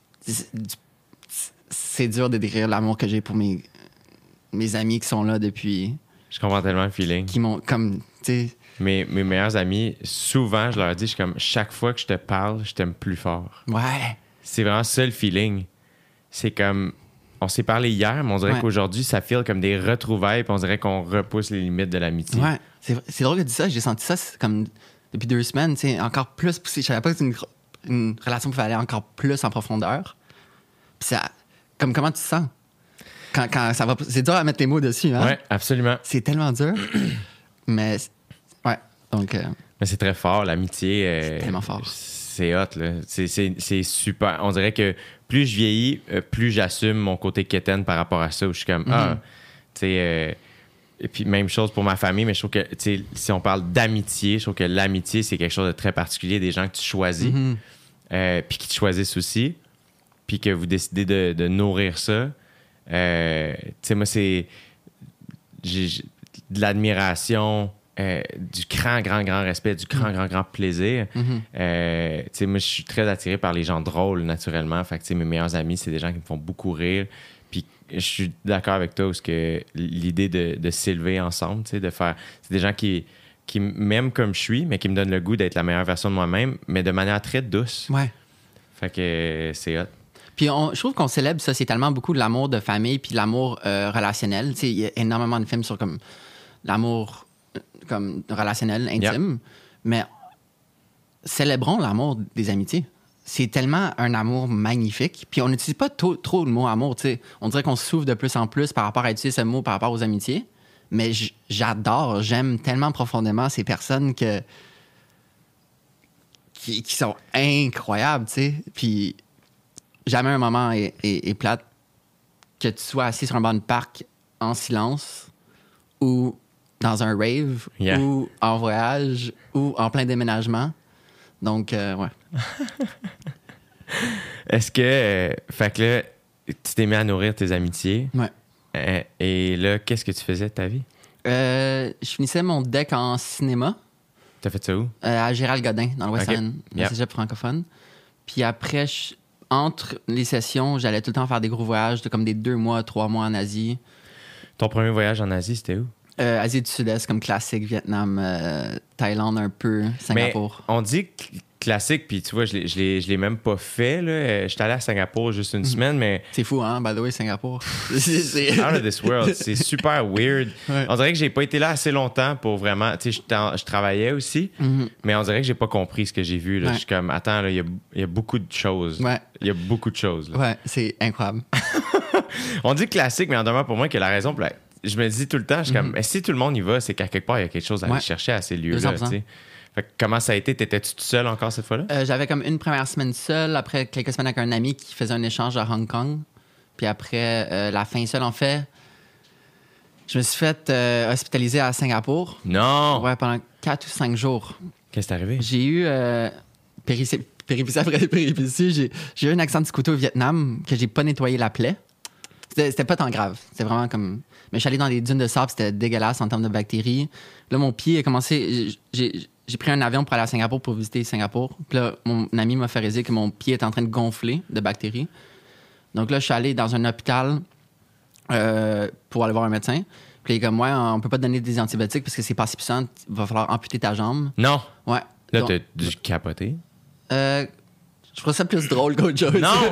Speaker 3: c'est dur de décrire l'amour que j'ai pour mes amis qui sont là depuis.
Speaker 2: Je comprends tellement le feeling.
Speaker 3: Qui m'ont comme, tu sais.
Speaker 2: Mes meilleurs amis, souvent, je leur dis, je suis comme chaque fois que je te parle, je t'aime plus fort.
Speaker 3: Ouais.
Speaker 2: C'est vraiment ça le feeling. C'est comme on s'est parlé hier, mais on dirait qu'aujourd'hui, ça file comme des retrouvailles, puis on dirait qu'on repousse les limites de l'amitié.
Speaker 3: Ouais. C'est drôle que tu dis ça. J'ai senti ça comme depuis 2 semaines, tu sais, encore plus poussé. Je savais pas que c'était une relation pouvait aller encore plus en profondeur. Puis ça, comme comment tu te sens? Quand ça va, c'est dur à mettre les mots dessus, hein?
Speaker 2: Oui, absolument.
Speaker 3: C'est tellement dur. Mais, ouais. Donc.
Speaker 2: Mais c'est très fort, l'amitié.
Speaker 3: C'est tellement fort.
Speaker 2: C'est hot, là. C'est super. On dirait que plus je vieillis, plus j'assume mon côté quétaine par rapport à ça, où je suis comme, tu sais. Et puis, même chose pour ma famille, mais je trouve que, tu sais, si on parle d'amitié, je trouve que l'amitié, c'est quelque chose de très particulier, des gens que tu choisis, puis qui te choisissent aussi, puis que vous décidez de nourrir ça. Tu sais, moi, c'est j'ai de l'admiration, du grand respect, du grand plaisir. Tu sais, moi, je suis très attiré par les gens drôles, naturellement. Fait que, tu sais, mes meilleurs amis, c'est des gens qui me font beaucoup rire. Puis je suis d'accord avec toi, parce que l'idée de s'élever ensemble, tu sais, de faire... C'est des gens qui m'aiment comme je suis, mais qui me donnent le goût d'être la meilleure version de moi-même, mais de manière très douce.
Speaker 3: Ouais.
Speaker 2: Fait que c'est hot.
Speaker 3: Puis je trouve qu'on célèbre sociétalement beaucoup de l'amour de famille puis l'amour relationnel. Tu sais, il y a énormément de films sur comme l'amour comme relationnel, intime. Mais célébrons l'amour des amitiés. C'est tellement un amour magnifique. Puis on n'utilise pas trop le mot amour. Tu sais. On dirait qu'on souffre de plus en plus par rapport à utiliser ce mot par rapport aux amitiés. Mais j'aime tellement profondément ces personnes qui sont incroyables, tu sais. Puis jamais un moment est plate que tu sois assis sur un banc de parc en silence ou dans un rave ou en voyage ou en plein déménagement. Donc, ouais.
Speaker 2: Est-ce que... fait que là, tu t'es mis à nourrir tes amitiés.
Speaker 3: Ouais.
Speaker 2: Et là, qu'est-ce que tu faisais de ta vie?
Speaker 3: Je finissais mon deck en cinéma.
Speaker 2: T'as fait ça où?
Speaker 3: À Gérald Godin, dans le West End,
Speaker 2: le
Speaker 3: cégep francophone. Puis après, entre les sessions, j'allais tout le temps faire des gros voyages de comme des 2 mois, 3 mois en Asie.
Speaker 2: Ton premier voyage en Asie, c'était où?
Speaker 3: Asie du Sud-Est, comme classique, Vietnam, Thaïlande un peu, Singapour.
Speaker 2: Mais on dit classique, puis tu vois, je l'ai même pas fait. Là. J'étais allé à Singapour juste une semaine, mais...
Speaker 3: C'est fou, hein, by the way, Singapour.
Speaker 2: C'est out of this world. C'est super weird.
Speaker 3: Ouais.
Speaker 2: On dirait que j'ai pas été là assez longtemps pour vraiment... Tu sais, je travaillais aussi, mais on dirait que j'ai pas compris ce que j'ai vu. Là.
Speaker 3: Ouais.
Speaker 2: Je suis comme, attends, là, il y a beaucoup de choses.
Speaker 3: Ouais.
Speaker 2: Il y a beaucoup de choses. Là.
Speaker 3: Ouais, c'est incroyable.
Speaker 2: On dit classique, mais en demeure pour moi que la raison... Pour je me dis tout le temps, je suis comme, mais si tout le monde y va, c'est qu'à quelque part, il y a quelque chose à aller chercher à ces lieux-là. Tu sais. Fait que comment ça a été? T'étais-tu tout seul encore cette fois-là?
Speaker 3: J'avais comme une première semaine seule, après quelques semaines avec un ami qui faisait un échange à Hong Kong. Puis après, la fin seule, en fait, je me suis fait hospitaliser à Singapour.
Speaker 2: Non!
Speaker 3: Ouais, pendant 4 ou 5 jours.
Speaker 2: Qu'est-ce qui t'est arrivé?
Speaker 3: J'ai eu... péripétie après péripétie, j'ai eu un accident de scooter au Vietnam que j'ai pas nettoyé la plaie. C'était pas tant grave. C'était vraiment comme... Mais je suis allé dans des dunes de sable, c'était dégueulasse en termes de bactéries. Là, mon pied a commencé... J'ai pris un avion pour aller à Singapour pour visiter Singapour. Puis là, mon ami m'a fait réaliser que mon pied était en train de gonfler de bactéries. Donc là, je suis allé dans un hôpital pour aller voir un médecin. Puis il est comme, ouais, on peut pas te donner des antibiotiques parce que c'est pas assez puissant. Il va falloir amputer ta jambe.
Speaker 2: Non!
Speaker 3: Ouais.
Speaker 2: Là,
Speaker 3: donc,
Speaker 2: t'as dû capoter.
Speaker 3: je trouve ça plus drôle qu'autre chose.
Speaker 2: Non!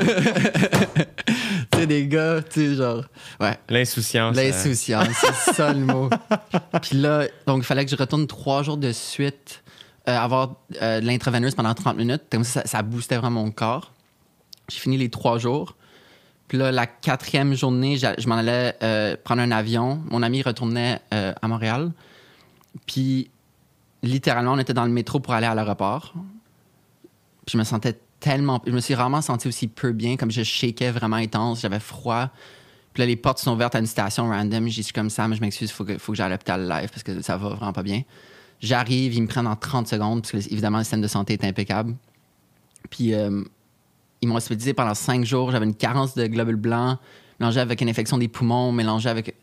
Speaker 3: Tu sais, des gars, tu sais, genre... Ouais.
Speaker 2: L'insouciance.
Speaker 3: L'insouciance, c'est ça le mot. Puis là, donc, il fallait que je retourne 3 jours de suite, avoir de l'intraveineuse pendant 30 minutes. Comme ça boostait vraiment mon corps. J'ai fini les 3 jours. Puis là, la 4e journée, je m'en allais prendre un avion. Mon ami retournait à Montréal. Puis, littéralement, on était dans le métro pour aller à l'aéroport. Puis je me sentais je me suis rarement senti aussi peu bien, comme je shakeais vraiment intense, j'avais froid. Puis là, les portes sont ouvertes à une station random. J'ai dit comme ça, mais je m'excuse, faut que j'aille à l'hôpital live parce que ça va vraiment pas bien. J'arrive, ils me prennent en 30 secondes parce que, évidemment, le système de santé est impeccable. Puis ils m'ont hospitalisé pendant 5 jours. J'avais une carence de globules blancs, mélangée avec une infection des poumons, mélangée avec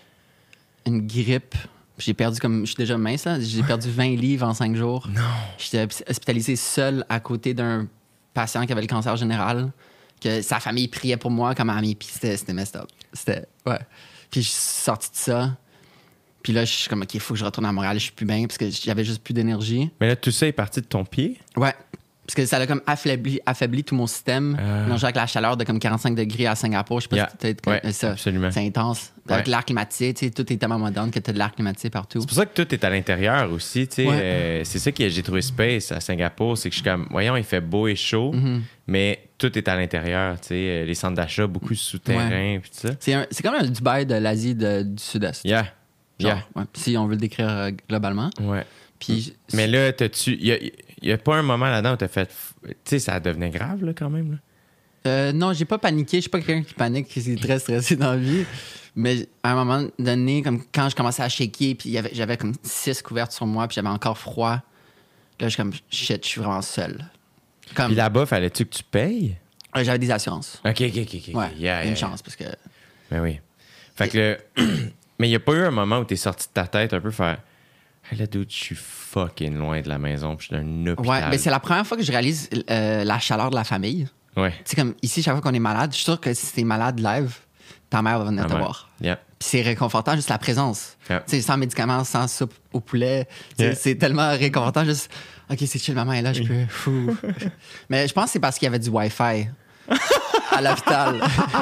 Speaker 3: une grippe. Puis j'ai perdu je suis déjà mince, là. J'ai perdu 20 livres en 5 jours.
Speaker 2: Non!
Speaker 3: J'étais hospitalisé seul à côté d'un patient qui avait le cancer général, que sa famille priait pour moi comme ami, puis c'était messed up. Ouais. Puis je suis sorti de ça. Puis là, je suis comme, OK, il faut que je retourne à Montréal, je suis plus bien, parce que j'avais juste plus d'énergie.
Speaker 2: Mais là, tout ça est parti de ton pied?
Speaker 3: Ouais. Parce que ça a comme affaibli tout mon système. Mélangé avec la chaleur de comme 45 degrés à Singapour. Je sais pas si peut-être ça.
Speaker 2: Absolument.
Speaker 3: C'est intense. Avec l'air climatisé, tu sais, tout est tellement moderne que tu as de l'air climatisé partout.
Speaker 2: C'est pour ça que tout est à l'intérieur aussi. Tu sais, c'est ça que j'ai trouvé space à Singapour. C'est que je suis comme, voyons, il fait beau et chaud, mais tout est à l'intérieur. Tu sais, les centres d'achat, beaucoup souterrains. Puis tout ça.
Speaker 3: C'est comme un Dubaï de l'Asie du Sud-Est.
Speaker 2: Yeah.
Speaker 3: Ouais. Si on veut le décrire globalement.
Speaker 2: Ouais.
Speaker 3: Puis,
Speaker 2: mais là, il y a pas un moment là-dedans où t'as fait... Tu sais, ça devenait grave, là, quand même. Là.
Speaker 3: Non, j'ai pas paniqué. Je suis pas quelqu'un qui panique, qui est très stressé dans la vie. Mais à un moment donné, comme quand je commençais à shaker, puis j'avais comme 6 couvertes sur moi, puis j'avais encore froid. Là, je suis comme, shit, je suis vraiment seul.
Speaker 2: Puis là-bas, fallait-tu que tu payes?
Speaker 3: J'avais des assurances.
Speaker 2: OK.
Speaker 3: Ouais, une chance, parce que...
Speaker 2: Ben oui. Fait que mais il n'y a pas eu un moment où t'es sorti de ta tête un peu faire... Hey, là, dude, je suis fucking loin de la maison, puis je suis dans un hôpital.
Speaker 3: Ouais, mais c'est la première fois que je réalise la chaleur de la famille.
Speaker 2: Ouais.
Speaker 3: Tu sais, comme ici, chaque fois qu'on est malade, je suis sûr que si t'es malade live, ta mère va venir te voir.
Speaker 2: Yeah.
Speaker 3: Puis c'est réconfortant, juste la présence.
Speaker 2: Yeah.
Speaker 3: Tu sais, sans médicaments, sans soupe au poulet. C'est tellement réconfortant, juste, OK, c'est chill, maman est là, je peux... Fou. Mais je pense que c'est parce qu'il y avait du Wi-Fi. à l'hôpital.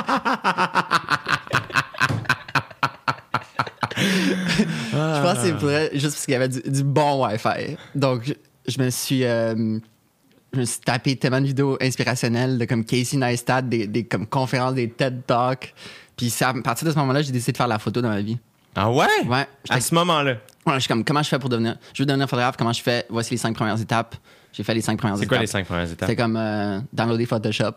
Speaker 3: Je pense que c'est pour elle, juste parce qu'il y avait du bon Wi-Fi. Donc, je me suis tapé tellement de vidéos inspirationnelles de comme Casey Neistat, des comme conférences, des TED Talks. Puis c'est à partir de ce moment-là, j'ai décidé de faire de la photo dans ma vie.
Speaker 2: Ah ouais?
Speaker 3: Ouais.
Speaker 2: À ce moment-là.
Speaker 3: Ouais, je suis comme, comment je fais pour devenir... Je veux devenir photographe, comment je fais? Voici les 5 premières étapes. J'ai fait les 5 premières étapes.
Speaker 2: C'est quoi les 5 premières étapes?
Speaker 3: C'est comme downloader Photoshop.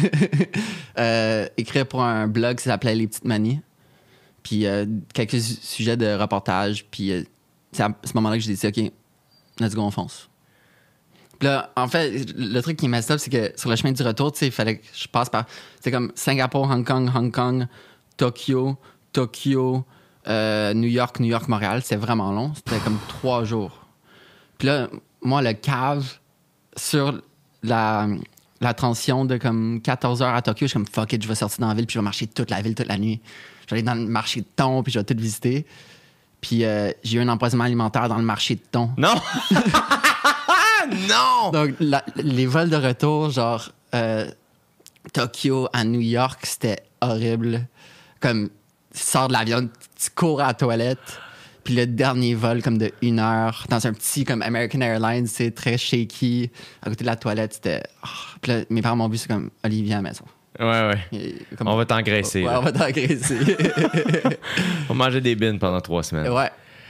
Speaker 3: Écrire pour un blog qui s'appelait Les Petites Manies. Puis quelques sujets de reportage. Puis c'est à ce moment-là que j'ai dit, OK, let's go, on fonce. Puis là, en fait, le truc qui est messed up, c'est que sur le chemin du retour, tu sais, il fallait que je passe par... C'était comme Singapour, Hong Kong, Tokyo, New York, Montréal. C'était vraiment long. C'était comme 3 jours. Puis là, moi, le cave sur la transition de comme 14 heures à Tokyo, je suis comme fuck it, je vais sortir dans la ville puis je vais marcher toute la ville, toute la nuit. Je vais aller dans le marché de thon puis je vais tout visiter. Puis j'ai eu un empoisonnement alimentaire dans le marché de thon.
Speaker 2: Non! Non!
Speaker 3: Donc, les vols de retour, genre Tokyo à New York, c'était horrible. Comme, tu sors de l'avion, tu cours à la toilette. Puis le dernier vol, comme de 1 heure, dans un petit, comme American Airlines, c'est très shaky. À côté de la toilette, c'était... Oh. Puis là, mes parents m'ont vu, c'est comme, Olivier à la maison.
Speaker 2: Ouais.
Speaker 3: Comme,
Speaker 2: on va t'engraisser.
Speaker 3: Ouais, on va t'engraisser.
Speaker 2: On va manger des bines pendant 3 semaines.
Speaker 3: Ouais.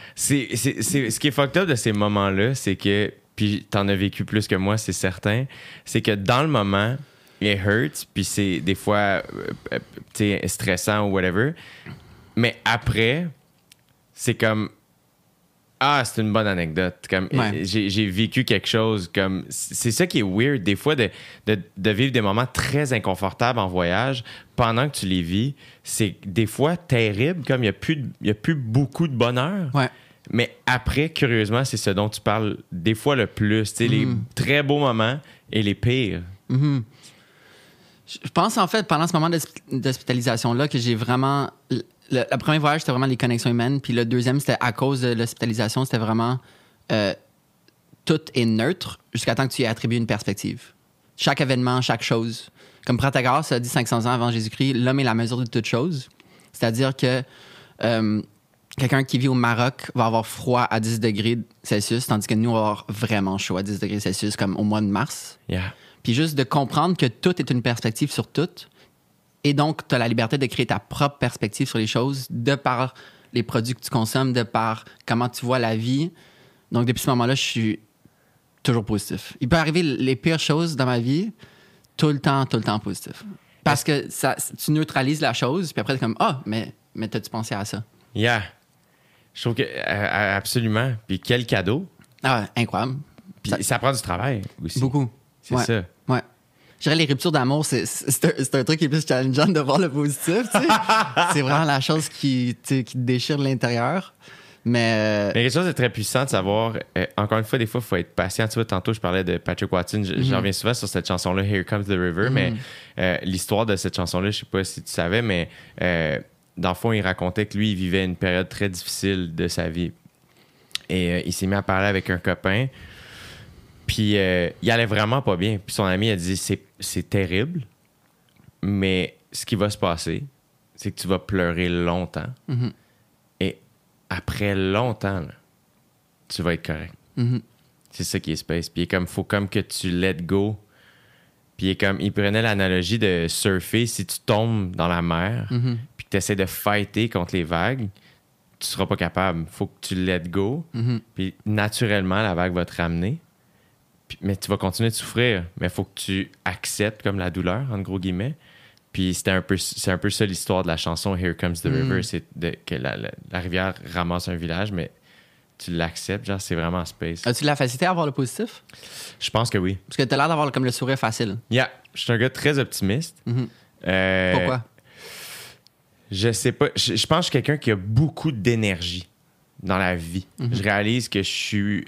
Speaker 2: Ce qui est fucked up de ces moments-là, c'est que... Puis t'en as vécu plus que moi, c'est certain. C'est que dans le moment, it hurts, puis c'est des fois, tu sais, stressant ou whatever. Mais après... C'est comme c'est une bonne anecdote. Comme j'ai vécu quelque chose comme c'est ça qui est weird des fois de vivre des moments très inconfortables en voyage pendant que tu les vis. C'est des fois terrible, comme il y a plus beaucoup de bonheur.
Speaker 3: Ouais.
Speaker 2: Mais après, curieusement, c'est ce dont tu parles des fois le plus. Tu sais, les très beaux moments et les pires.
Speaker 3: Mm-hmm. Je pense en fait pendant ce moment d'hospitalisation-là que j'ai vraiment... Le premier voyage, c'était vraiment les connexions humaines. Puis le deuxième, c'était à cause de l'hospitalisation, c'était vraiment tout est neutre jusqu'à temps que tu y attribues une perspective. Chaque événement, chaque chose. Comme Protagoras a dit 500 ans avant Jésus-Christ, l'homme est la mesure de toute chose. C'est-à-dire que quelqu'un qui vit au Maroc va avoir froid à 10 degrés Celsius, tandis que nous, on va avoir vraiment chaud à 10 degrés Celsius, comme au mois de mars.
Speaker 2: Yeah.
Speaker 3: Puis juste de comprendre que tout est une perspective sur tout. Et donc, tu as la liberté de créer ta propre perspective sur les choses de par les produits que tu consommes, de par comment tu vois la vie. Donc, depuis ce moment-là, je suis toujours positif. Il peut arriver les pires choses dans ma vie, tout le temps positif. Parce que tu neutralises la chose, puis après, tu es comme, mais t'as-tu pensé à ça?
Speaker 2: Yeah. Je trouve que, absolument. Puis quel cadeau.
Speaker 3: Ah, incroyable.
Speaker 2: Puis ça prend du travail aussi.
Speaker 3: Beaucoup.
Speaker 2: C'est ça.
Speaker 3: Ouais. Je dirais les ruptures d'amour, c'est un truc qui est plus challengeant de voir le positif, tu sais. C'est vraiment la chose qui te déchire de l'intérieur. Mais
Speaker 2: quelque chose de très puissant de savoir, encore une fois, des fois, il faut être patient. Tu vois, tantôt, je parlais de Patrick Watson. J'en reviens souvent sur cette chanson-là, Here Comes the River. Mais l'histoire de cette chanson-là, je sais pas si tu savais, mais dans le fond, il racontait que lui, il vivait une période très difficile de sa vie. Et il s'est mis à parler avec un copain. Puis il allait vraiment pas bien. Puis son ami a dit, c'est terrible, mais ce qui va se passer, c'est que tu vas pleurer longtemps.
Speaker 3: Mm-hmm.
Speaker 2: Et après longtemps, là, tu vas être correct.
Speaker 3: Mm-hmm.
Speaker 2: C'est ça qui est space. Puis il faut comme que tu let go. Puis il prenait l'analogie de surfer. Si tu tombes dans la mer, puis que tu essaies de fighter contre les vagues, tu seras pas capable. Faut que tu let go. Puis naturellement, la vague va te ramener. Mais tu vas continuer de souffrir. Mais il faut que tu acceptes comme la douleur, entre gros guillemets. Puis c'est un peu ça l'histoire de la chanson Here Comes the River. C'est que la rivière ramasse un village, mais tu l'acceptes. Genre, c'est vraiment space.
Speaker 3: As-tu de la facilité à avoir le positif?
Speaker 2: Je pense que oui.
Speaker 3: Parce que t'as l'air d'avoir comme le sourire facile.
Speaker 2: Yeah. Je suis un gars très optimiste.
Speaker 3: Pourquoi?
Speaker 2: Je sais pas. Je pense que je suis quelqu'un qui a beaucoup d'énergie dans la vie. Je réalise que je suis...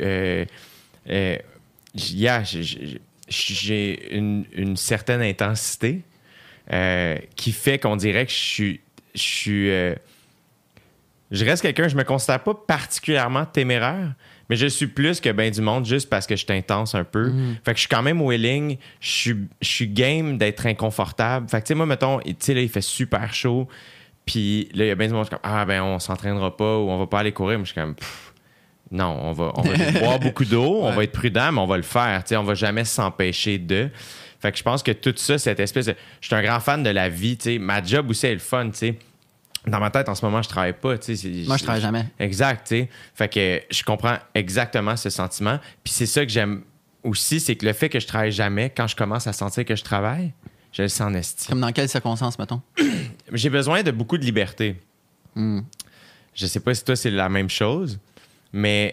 Speaker 2: j'ai une certaine intensité qui fait qu'on dirait que je suis je reste quelqu'un, je me considère pas particulièrement téméraire, mais je suis plus que ben du monde juste parce que je suis intense un peu. Fait que je suis quand même willing, je suis game d'être inconfortable. Fait que tu sais, moi, mettons, tu sais, là, il fait super chaud, puis là, il y a bien du monde qui est comme, ah ben, on s'entraînera pas ou on va pas aller courir. Moi, je suis comme, non, on va boire beaucoup d'eau, on va être prudent, mais on va le faire. Tu sais, on va jamais s'empêcher de. Fait que je pense que tout ça, cette espèce de... Je suis un grand fan de la vie, tu sais. Ma job aussi est le fun, tu sais. Dans ma tête, en ce moment, je travaille pas, tu sais.
Speaker 3: Moi, je travaille jamais.
Speaker 2: Exact, tu sais. Fait que je comprends exactement ce sentiment. Puis c'est ça que j'aime aussi, c'est que le fait que je travaille jamais, quand je commence à sentir que je travaille, je le sens en esti.
Speaker 3: Comme dans quelles circonstances, mettons?
Speaker 2: J'ai besoin de beaucoup de liberté. Je sais pas si toi, c'est la même chose, mais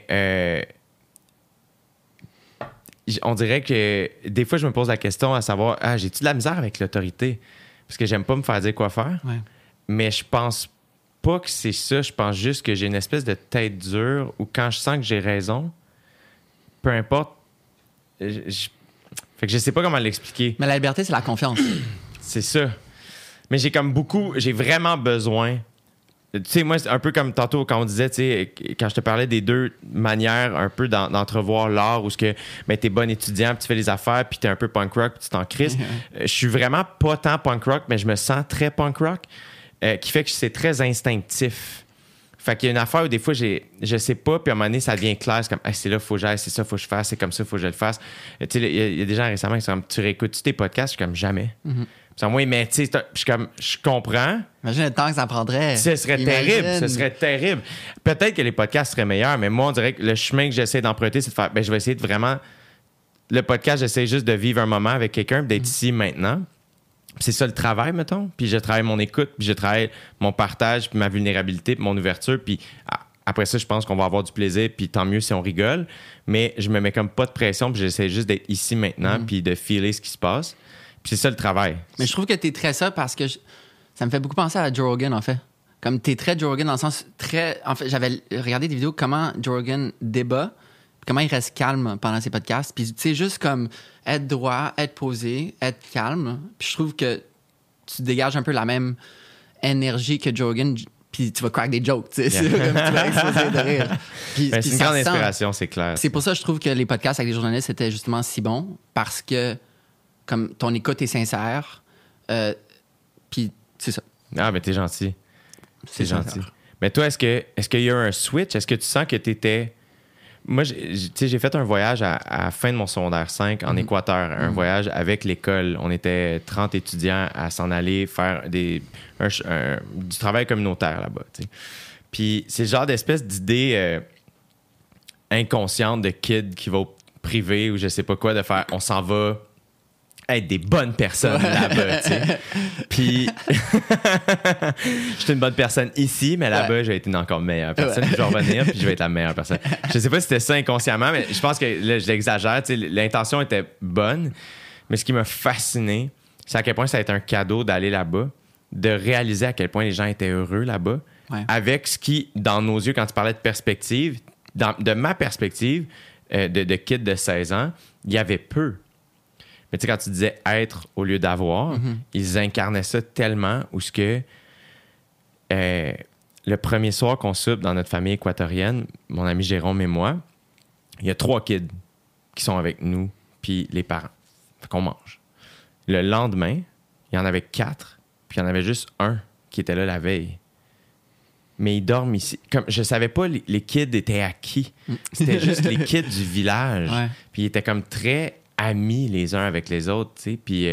Speaker 2: on dirait que des fois, je me pose la question à savoir, j'ai-tu de la misère avec l'autorité? Parce que j'aime pas me faire dire quoi faire.
Speaker 3: Ouais.
Speaker 2: Mais je pense pas que c'est ça. Je pense juste que j'ai une espèce de tête dure où quand je sens que j'ai raison, peu importe. Fait que je sais pas comment l'expliquer.
Speaker 3: Mais la liberté, c'est la confiance.
Speaker 2: C'est ça. Mais j'ai vraiment besoin. Tu sais, moi, c'est un peu comme tantôt quand on disait, tu sais, quand je te parlais des deux manières un peu d'entrevoir l'art où t'es bon étudiant, puis tu fais les affaires, puis t'es un peu punk rock, puis tu t'en crises. Je suis vraiment pas tant punk rock, mais je me sens très punk rock, qui fait que c'est très instinctif. Fait qu'il y a une affaire où des fois, je sais pas, puis à un moment donné, ça devient clair. C'est comme, hey, c'est là, faut que j'aille, c'est ça, faut que je fasse, c'est comme ça, faut que je le fasse. Tu sais, il y a des gens récemment qui sont comme, tu réécoutes tes podcasts? Je suis comme, jamais. Puis moi, mais tu sais, je comprends.
Speaker 3: Imagine le temps que ça prendrait.
Speaker 2: Ce serait terrible. Peut-être que les podcasts seraient meilleurs, mais moi, on dirait que le chemin que j'essaie d'emprunter, c'est de faire, je vais essayer de vraiment... Le podcast, j'essaie juste de vivre un moment avec quelqu'un, d'être ici maintenant. Puis c'est ça le travail, mettons. Puis je travaille mon écoute, puis je travaille mon partage, puis ma vulnérabilité, puis mon ouverture. Puis après ça, je pense qu'on va avoir du plaisir, puis tant mieux si on rigole. Mais je me mets comme pas de pression, puis j'essaie juste d'être ici maintenant, puis de filer ce qui se passe. Puis c'est ça le travail.
Speaker 3: Mais je trouve que t'es très ça parce que ça me fait beaucoup penser à Joe Rogan, en fait. Comme t'es très Joe Rogan dans le sens très... En fait, j'avais regardé des vidéos comment Joe Rogan débat, comment il reste calme pendant ses podcasts. Puis tu sais, juste comme être droit, être posé, être calme. Puis je trouve que tu dégages un peu la même énergie que Joe Rogan, puis tu vas crack des jokes, tu sais. C'est comme tu vas exploser de rire. Puis
Speaker 2: c'est une grande inspiration, c'est clair.
Speaker 3: C'est pour ça que je trouve que les podcasts avec les journalistes étaient justement si bons, parce que comme ton écoute est sincère, puis c'est ça.
Speaker 2: Ah, mais t'es gentil. C'est gentil.
Speaker 3: Sincère.
Speaker 2: Mais toi, est-ce qu'il y a eu un switch? Est-ce que tu sens que t'étais... Moi, j'ai fait un voyage à la fin de mon secondaire 5 en Équateur, un voyage avec l'école. On était 30 étudiants à s'en aller faire du travail communautaire là-bas. T'sais. Puis c'est le genre d'espèce d'idée inconsciente de kid qui va au privé ou je sais pas quoi, de faire on s'en va être des bonnes personnes là-bas, tu sais. Puis, j'étais une bonne personne ici, mais là-bas, j'ai été une encore meilleure personne. Puis je vais revenir, puis je vais être la meilleure personne. Je sais pas si c'était ça inconsciemment, mais je pense que là, je l'exagère. Tu sais, l'intention était bonne, mais ce qui m'a fasciné, c'est à quel point ça a été un cadeau d'aller là-bas, de réaliser à quel point les gens étaient heureux là-bas, avec ce qui, dans nos yeux, quand tu parlais de perspective, de ma perspective de kid de 16 ans, il y avait peu. Mais tu sais, quand tu disais être au lieu d'avoir, ils incarnaient ça tellement où ce que le premier soir qu'on soupe dans notre famille équatorienne, mon ami Jérôme et moi, il y a 3 kids qui sont avec nous, puis les parents. Fait qu'on mange. Le lendemain, il y en avait 4, puis il y en avait juste un qui était là la veille. Mais ils dorment ici. Comme, je savais pas les kids étaient à qui. C'était juste les kids du village.
Speaker 3: Ouais.
Speaker 2: Puis ils étaient comme très amis les uns avec les autres, tu sais. Puis,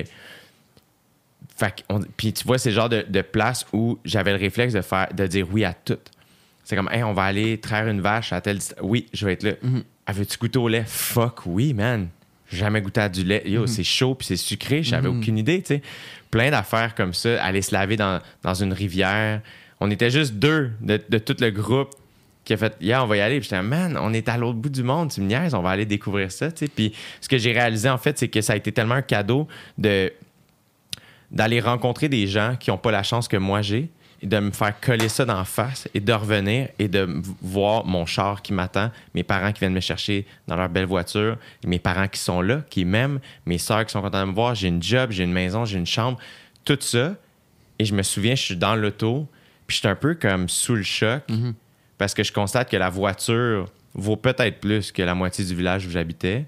Speaker 2: puis tu vois, c'est le genre de place où j'avais le réflexe de dire oui à tout. C'est comme, hey, on va aller traire une vache à telle distance. Oui, je vais être là. Veux-tu goûter au lait? Fuck, oui, man. J'ai jamais goûté à du lait. Yo, c'est chaud puis c'est sucré. J'avais aucune idée, tu sais. Plein d'affaires comme ça. Aller se laver dans une rivière. On était juste 2 de tout le groupe qui a fait on va y aller. Puis j'étais man, on est à l'autre bout du monde, tu me niaises, on va aller découvrir ça, tu sais. Puis ce que j'ai réalisé en fait, c'est que ça a été tellement un cadeau d'aller rencontrer des gens qui n'ont pas la chance que moi j'ai et de me faire coller ça d'en face et de revenir et de voir mon char qui m'attend, mes parents qui viennent me chercher dans leur belle voiture, mes parents qui sont là, qui m'aiment, mes sœurs qui sont contentes de me voir, j'ai une job, j'ai une maison, j'ai une chambre, tout ça. Et je me souviens, je suis dans l'auto, Puis je suis un peu comme sous le choc parce que je constate que la voiture vaut peut-être plus que la moitié du village où j'habitais.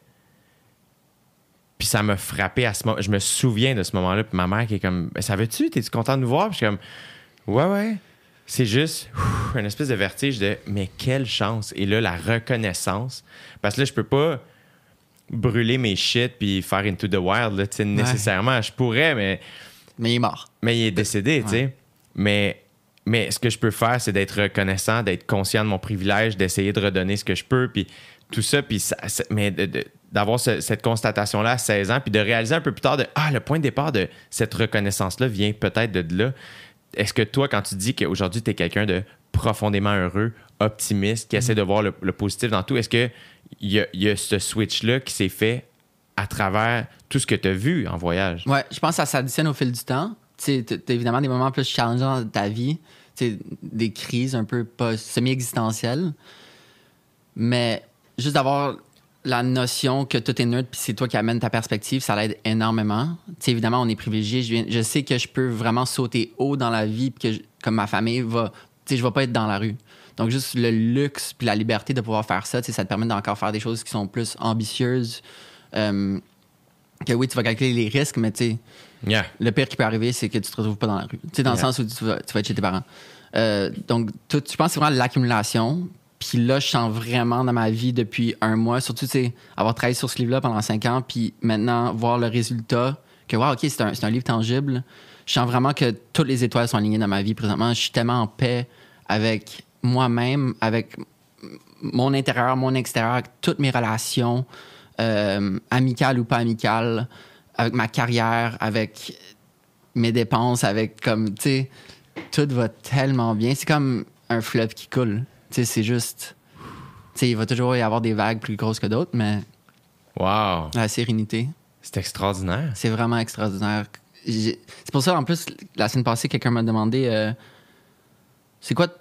Speaker 2: Puis ça m'a frappé à ce moment. Je me souviens de ce moment-là. Puis ma mère qui est comme, savais-tu, t'es-tu content de nous voir? Puis je suis comme, ouais. C'est juste une espèce de vertige de, mais quelle chance. Et là, la reconnaissance. Parce que là, je peux pas brûler mes shit puis faire Into the Wild, là, nécessairement. Je pourrais, mais...
Speaker 3: Mais il est mort.
Speaker 2: Mais il est décédé, tu sais. Mais ce que je peux faire, c'est d'être reconnaissant, d'être conscient de mon privilège, d'essayer de redonner ce que je peux, puis tout ça, puis mais d'avoir cette constatation-là à 16 ans, puis de réaliser un peu plus tard le point de départ de cette reconnaissance-là vient peut-être de là. Est-ce que toi, quand tu dis qu'aujourd'hui, tu es quelqu'un de profondément heureux, optimiste, qui essaie de voir le positif dans tout, est-ce qu'il y a ce switch-là qui s'est fait à travers tout ce que tu as vu en voyage?
Speaker 3: Ouais, je pense que ça s'additionne au fil du temps. Tu sais, t'as évidemment des moments plus challengeants dans ta vie, tu sais, des crises un peu pas semi-existentielles, mais juste d'avoir la notion que tout est neutre puis c'est toi qui amène ta perspective, ça l'aide énormément. Tu sais, évidemment, on est privilégié. Je sais que je peux vraiment sauter haut dans la vie puis que comme ma famille va... Tu sais, je vais pas être dans la rue. Donc, juste le luxe puis la liberté de pouvoir faire ça, tu sais, ça te permet d'encore faire des choses qui sont plus ambitieuses. Que oui, tu vas calculer les risques, mais tu sais, le pire qui peut arriver, c'est que tu te retrouves pas dans la rue. Tu sais, dans le sens où tu vas être chez tes parents. Donc, je pense que c'est vraiment l'accumulation. Puis là, je sens vraiment dans ma vie depuis un mois, surtout, tu sais, avoir travaillé sur ce livre-là pendant 5 ans, puis maintenant, voir le résultat, que, wow, OK, c'est un livre tangible. Je sens vraiment que toutes les étoiles sont alignées dans ma vie présentement. Je suis tellement en paix avec moi-même, avec mon intérieur, mon extérieur, avec toutes mes relations, amicales ou pas amicales, avec ma carrière, avec mes dépenses, avec comme, tu sais, tout va tellement bien. C'est comme un fleuve qui coule. Tu sais, c'est juste... Tu sais, il va toujours y avoir des vagues plus grosses que d'autres, mais...
Speaker 2: Wow!
Speaker 3: La sérénité.
Speaker 2: C'est extraordinaire.
Speaker 3: C'est vraiment extraordinaire. C'est pour ça, en plus, la semaine passée, quelqu'un m'a demandé c'est quoi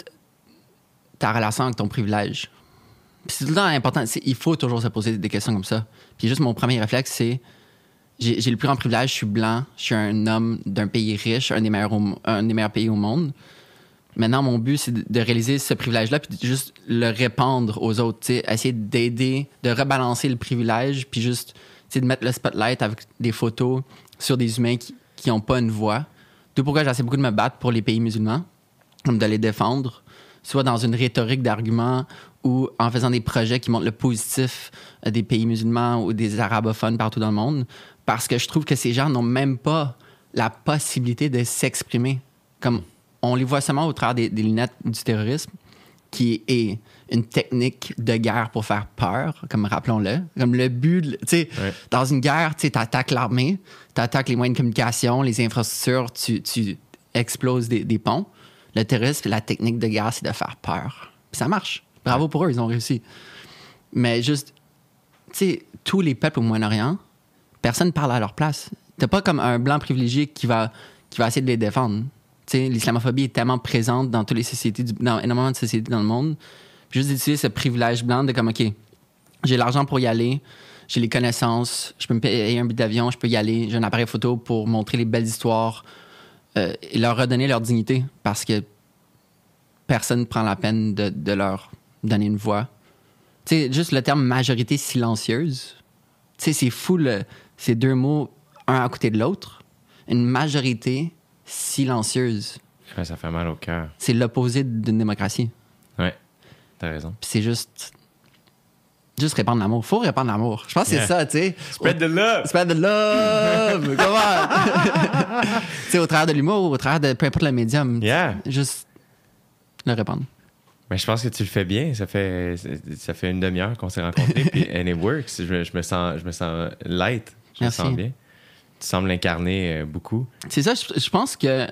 Speaker 3: ta relation avec ton privilège? Puis c'est tout le temps important. Il faut toujours se poser des questions comme ça. Puis juste mon premier réflexe, c'est j'ai le plus grand privilège, je suis blanc, je suis un homme d'un pays riche, un des meilleurs pays au monde. Maintenant, mon but, c'est de réaliser ce privilège-là puis de juste le répandre aux autres. T'sais, essayer d'aider, de rebalancer le privilège puis juste de mettre le spotlight avec des photos sur des humains qui n'ont pas une voix. D'où pourquoi j'essaie beaucoup de me battre pour les pays musulmans, comme de les défendre, soit dans une rhétorique d'arguments ou en faisant des projets qui montrent le positif des pays musulmans ou des arabophones partout dans le monde, parce que je trouve que ces gens n'ont même pas la possibilité de s'exprimer. Comme on les voit seulement au travers des lunettes du terrorisme, qui est une technique de guerre pour faire peur, comme rappelons-le. Comme le but, tu sais, dans une guerre, tu attaques l'armée, tu attaques les moyens de communication, les infrastructures, tu exploses des ponts. Le terrorisme, la technique de guerre, c'est de faire peur. Puis ça marche. Bravo pour eux, ils ont réussi. Mais juste, tu sais, tous les peuples au Moyen-Orient, personne ne parle à leur place. T'as pas comme un blanc privilégié qui va essayer de les défendre. Tu sais, l'islamophobie est tellement présente dans toutes les sociétés, dans énormément de sociétés dans le monde. Puis juste d'utiliser ce privilège blanc de comme, OK, j'ai l'argent pour y aller, j'ai les connaissances, je peux me payer un billet d'avion, je peux y aller, j'ai un appareil photo pour montrer les belles histoires et leur redonner leur dignité parce que personne ne prend la peine de leur donner une voix. Tu sais, juste le terme majorité silencieuse, tu sais, c'est fou, ces deux mots, un à côté de l'autre. Une majorité silencieuse.
Speaker 2: Ouais, ça fait mal au cœur.
Speaker 3: C'est l'opposé d'une démocratie.
Speaker 2: Ouais, t'as raison.
Speaker 3: Puis c'est juste répandre l'amour. Faut répandre l'amour. Je pense que c'est ça, tu sais.
Speaker 2: Spread the love!
Speaker 3: Spread the love! Comment? Tu sais, au travers de l'humour, au travers de peu importe le médium.
Speaker 2: Yeah.
Speaker 3: Juste le répandre.
Speaker 2: Mais je pense que tu le fais bien. Ça fait une demi-heure qu'on s'est rencontrés. Puis and it works. Je me sens light. Je
Speaker 3: Merci.
Speaker 2: me sens bien. Tu sembles l'incarner beaucoup.
Speaker 3: C'est ça, je pense que...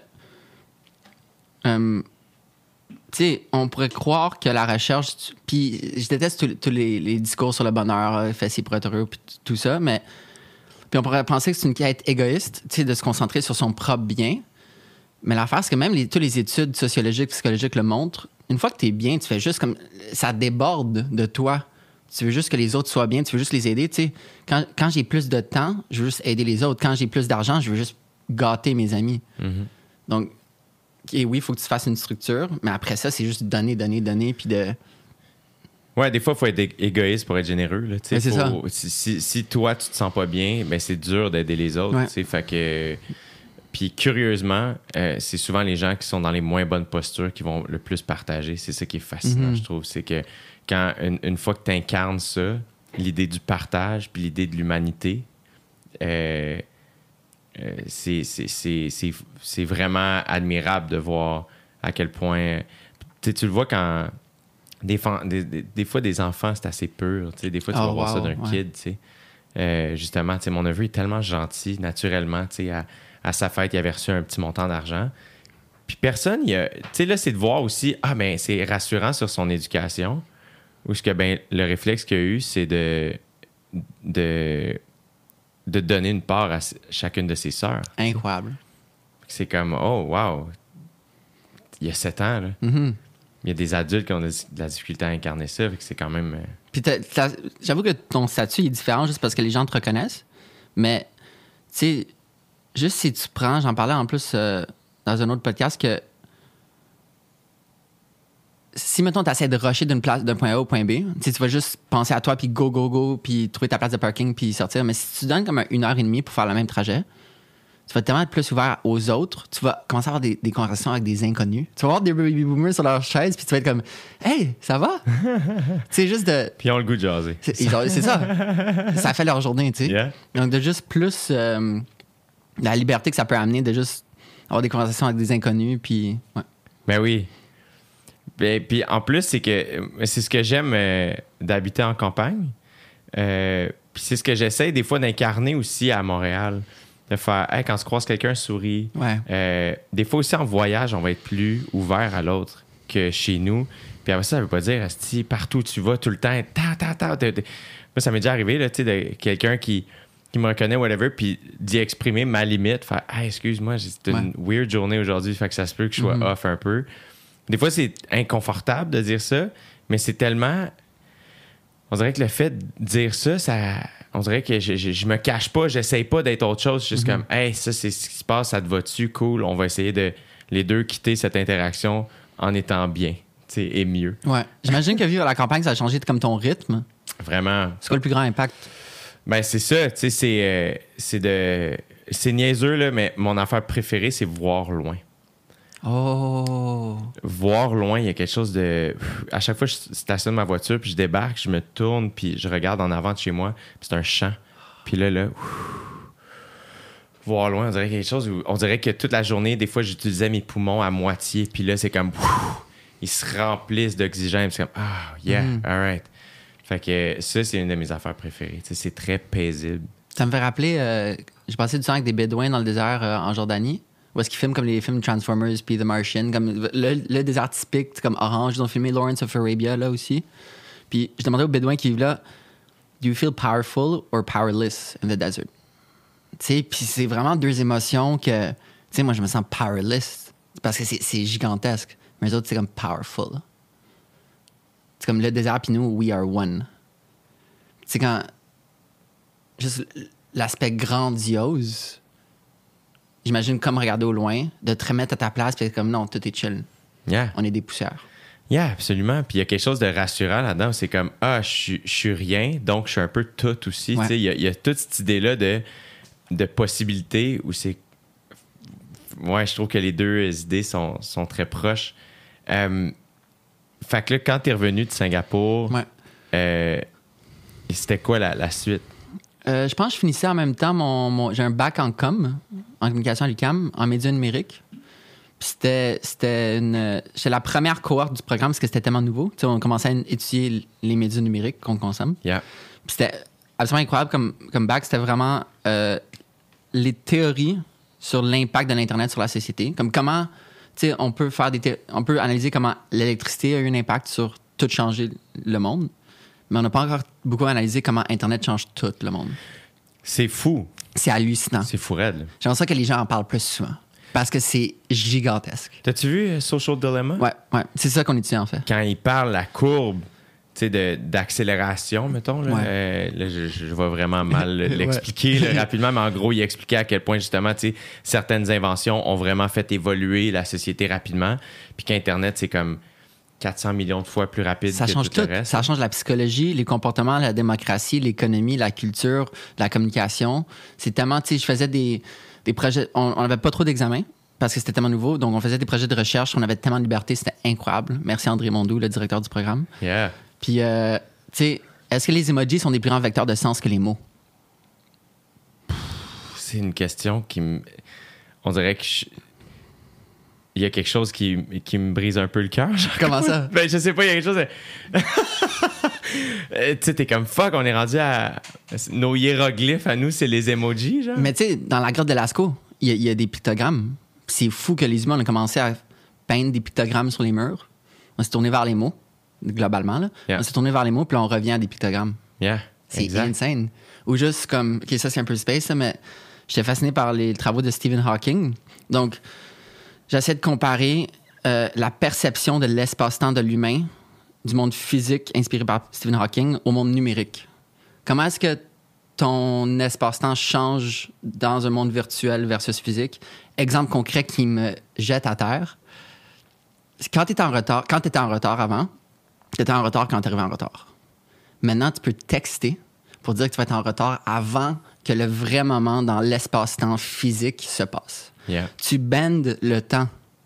Speaker 3: tu sais, on pourrait croire que la recherche... Puis je déteste tous les discours sur le bonheur, faire ci pour être heureux, puis tout ça, mais... Puis on pourrait penser que c'est une quête égoïste, tu sais, de se concentrer sur son propre bien. Mais l'affaire, c'est que même toutes les études sociologiques, psychologiques le montrent. Une fois que t'es bien, tu fais juste comme... Ça déborde de toi. Tu veux juste que les autres soient bien, tu veux juste les aider, tu sais. Quand j'ai plus de temps, je veux juste aider les autres. Quand j'ai plus d'argent, je veux juste gâter mes amis. Mm-hmm. Donc, oui, il faut que tu fasses une structure, mais après ça, c'est juste donner, puis de...
Speaker 2: Ouais, des fois, il faut être égoïste pour être généreux. Là,
Speaker 3: c'est ça.
Speaker 2: Si toi, tu te sens pas bien, ben, c'est dur d'aider les autres.
Speaker 3: Ouais.
Speaker 2: Fait que... Puis curieusement, c'est souvent les gens qui sont dans les moins bonnes postures qui vont le plus partager. C'est ça qui est fascinant, je trouve. C'est que quand une fois que tu incarnes ça, l'idée du partage puis l'idée de l'humanité, c'est vraiment admirable de voir à quel point... Tu le vois quand... Des fois, des enfants, c'est assez pur. Des fois, tu vas voir ça d'un kid. Justement, mon neveu est tellement gentil, naturellement. À sa fête, il avait reçu un petit montant d'argent. Puis personne, là, c'est de voir aussi, ben, c'est rassurant sur son éducation. Ou ce que, ben, le réflexe qu'il a eu, c'est de donner une part à chacune de ses sœurs.
Speaker 3: Incroyable.
Speaker 2: C'est comme, oh, wow. Il y a 7 ans, là.
Speaker 3: Mm-hmm.
Speaker 2: Il y a des adultes qui ont de la difficulté à incarner ça, fait que c'est quand même...
Speaker 3: Puis j'avoue que ton statut est différent juste parce que les gens te reconnaissent, mais, tu sais, juste si tu prends... J'en parlais en plus dans un autre podcast que si, mettons, tu essaies de rusher d'un point A au point B, tu vas juste penser à toi, puis go, puis trouver ta place de parking, puis sortir. Mais si tu donnes comme 1h30 pour faire le même trajet, tu vas tellement être plus ouvert aux autres. Tu vas commencer à avoir des conversations avec des inconnus. Tu vas voir des baby boomers sur leur chaise, puis tu vas être comme « Hey, ça va? » C'est juste de...
Speaker 2: Puis ils ont le goût de jaser.
Speaker 3: C'est ça. Ça fait leur journée, tu sais.
Speaker 2: Yeah.
Speaker 3: Donc, de juste plus... la liberté que ça peut amener de juste avoir des conversations avec des inconnus, puis... Ouais.
Speaker 2: Ben oui. Puis en plus, c'est ce que j'aime d'habiter en campagne. Puis c'est ce que j'essaie des fois d'incarner aussi à Montréal. De faire, hey, quand tu croises quelqu'un, souris.
Speaker 3: Ouais.
Speaker 2: Des fois aussi en voyage, on va être plus ouvert à l'autre que chez nous. Puis après ça veut pas dire, asti, partout où tu vas, tout le temps, Moi, ça m'est déjà arrivé, là, tu sais, de quelqu'un qui me reconnaît, whatever, puis d'y exprimer ma limite. Faire, hey, excuse-moi, c'est une weird journée aujourd'hui, fait que ça se peut que je sois off un peu. Des fois, c'est inconfortable de dire ça, mais c'est tellement... On dirait que le fait de dire ça, on dirait que je me cache pas, j'essaye pas d'être autre chose. Juste comme, hey, ça, c'est ce qui se passe, ça te va-tu? Cool, on va essayer de les deux quitter cette interaction en étant bien, tu sais, et mieux.
Speaker 3: Ouais. J'imagine que vivre à la campagne, ça a changé comme ton rythme.
Speaker 2: Vraiment.
Speaker 3: C'est quoi le plus grand impact?
Speaker 2: Ben, c'est ça, tu sais, c'est niaiseux, là, mais mon affaire préférée, c'est voir loin.
Speaker 3: Oh!
Speaker 2: Voir loin, il y a quelque chose de... À chaque fois que je stationne ma voiture, puis je débarque, je me tourne, puis je regarde en avant de chez moi, puis c'est un champ. Puis là, voir loin, on dirait quelque chose où... On dirait que toute la journée, des fois, j'utilisais mes poumons à moitié, puis là, c'est comme... Ils se remplissent d'oxygène, puis c'est comme... Ah, yeah, all right. Fait que ça, c'est une de mes affaires préférées. Tu sais, c'est très paisible.
Speaker 3: Ça me fait rappeler... j'ai passé du temps avec des Bédouins dans le désert en Jordanie. Où est-ce qu'ils filment comme les films Transformers puis The Martian, comme le désert typique, comme Orange. Ils ont filmé Lawrence of Arabia là aussi. Puis je demandais aux Bédouins qui vivent là, do you feel powerful or powerless in the desert? Tu sais, puis c'est vraiment deux émotions que, tu sais, moi je me sens powerless parce que c'est gigantesque. Mais les autres, c'est comme powerful. C'est comme le désert puis nous, we are one. Tu sais, quand juste l'aspect grandiose. J'imagine comme regarder au loin, de te remettre à ta place, puis être comme non, tout est chill.
Speaker 2: Yeah.
Speaker 3: On est des poussières.
Speaker 2: Yeah, absolument. Puis il y a quelque chose de rassurant là-dedans. C'est comme, je suis rien, donc je suis un peu tout aussi.
Speaker 3: Ouais.
Speaker 2: Il y a toute cette idée-là de possibilité où c'est... Ouais, je trouve que les deux idées sont très proches. Fait que là, quand t'es revenu de Singapour, c'était quoi la suite?
Speaker 3: Je pense que je finissais en même temps j'ai un bac en communication à l'UQAM, en médias numériques. Puis c'était la première cohorte du programme parce que c'était tellement nouveau. Tu sais, on commençait à étudier les médias numériques qu'on consomme.
Speaker 2: Yeah.
Speaker 3: Puis c'était absolument incroyable comme bac. C'était vraiment les théories sur l'impact de l'Internet sur la société. Comme comment, tu sais, on peut analyser comment l'électricité a eu un impact sur tout changer le monde. Mais on n'a pas encore beaucoup analysé comment Internet change tout le monde.
Speaker 2: C'est fou.
Speaker 3: C'est hallucinant.
Speaker 2: C'est fou raide.
Speaker 3: J'aimerais ça que les gens en parlent plus souvent. Parce que c'est gigantesque.
Speaker 2: T'as-tu vu Social Dilemma?
Speaker 3: Ouais. C'est ça qu'on étudie, en fait.
Speaker 2: Quand il parle la courbe, tu sais, d'accélération, mettons. Là, là je vais vraiment mal l'expliquer là, rapidement, mais en gros, il expliquait à quel point, justement, tu sais, certaines inventions ont vraiment fait évoluer la société rapidement, puis qu'Internet, c'est comme 400 millions de fois plus rapide
Speaker 3: ça
Speaker 2: que
Speaker 3: change
Speaker 2: tout le reste.
Speaker 3: Ça change la psychologie, les comportements, la démocratie, l'économie, la culture, la communication. C'est tellement, tu sais, je faisais des projets, on n'avait pas trop d'examens parce que c'était tellement nouveau, donc on faisait des projets de recherche, on avait tellement de liberté, c'était incroyable. Merci André Mondou, le directeur du programme.
Speaker 2: Yeah.
Speaker 3: Puis, tu sais, est-ce que les emojis sont des plus grands vecteurs de sens que les mots?
Speaker 2: C'est une question qui me... On dirait que il y a quelque chose qui me brise un peu le cœur.
Speaker 3: Comment ça?
Speaker 2: Ben, je sais pas, il y a quelque chose... Tu sais, t'es comme fuck, on est rendu à... Nos hiéroglyphes à nous, c'est les emojis, genre.
Speaker 3: Mais tu sais, dans la grotte de Lascaux, il y a des pictogrammes. C'est fou que les humains ont commencé à peindre des pictogrammes sur les murs. On s'est tourné vers les mots, globalement, là.
Speaker 2: Yeah.
Speaker 3: On s'est tourné vers les mots, puis là, on revient à des pictogrammes.
Speaker 2: Yeah,
Speaker 3: C'est
Speaker 2: exact.
Speaker 3: insane. Ou juste comme... OK, ça, c'est un peu space, là, mais j'étais fasciné par les travaux de Stephen Hawking. Donc, j'essaie de comparer la perception de l'espace-temps de l'humain, du monde physique inspiré par Stephen Hawking, au monde numérique. Comment est-ce que ton espace-temps change dans un monde virtuel versus physique? Exemple concret qui me jette à terre. Quand tu étais en retard avant, tu étais en retard quand tu arrivais en retard. Maintenant, tu peux texter pour dire que tu vas être en retard avant que le vrai moment dans l'espace-temps physique se passe.
Speaker 2: Yeah.
Speaker 3: Tu bendes le temps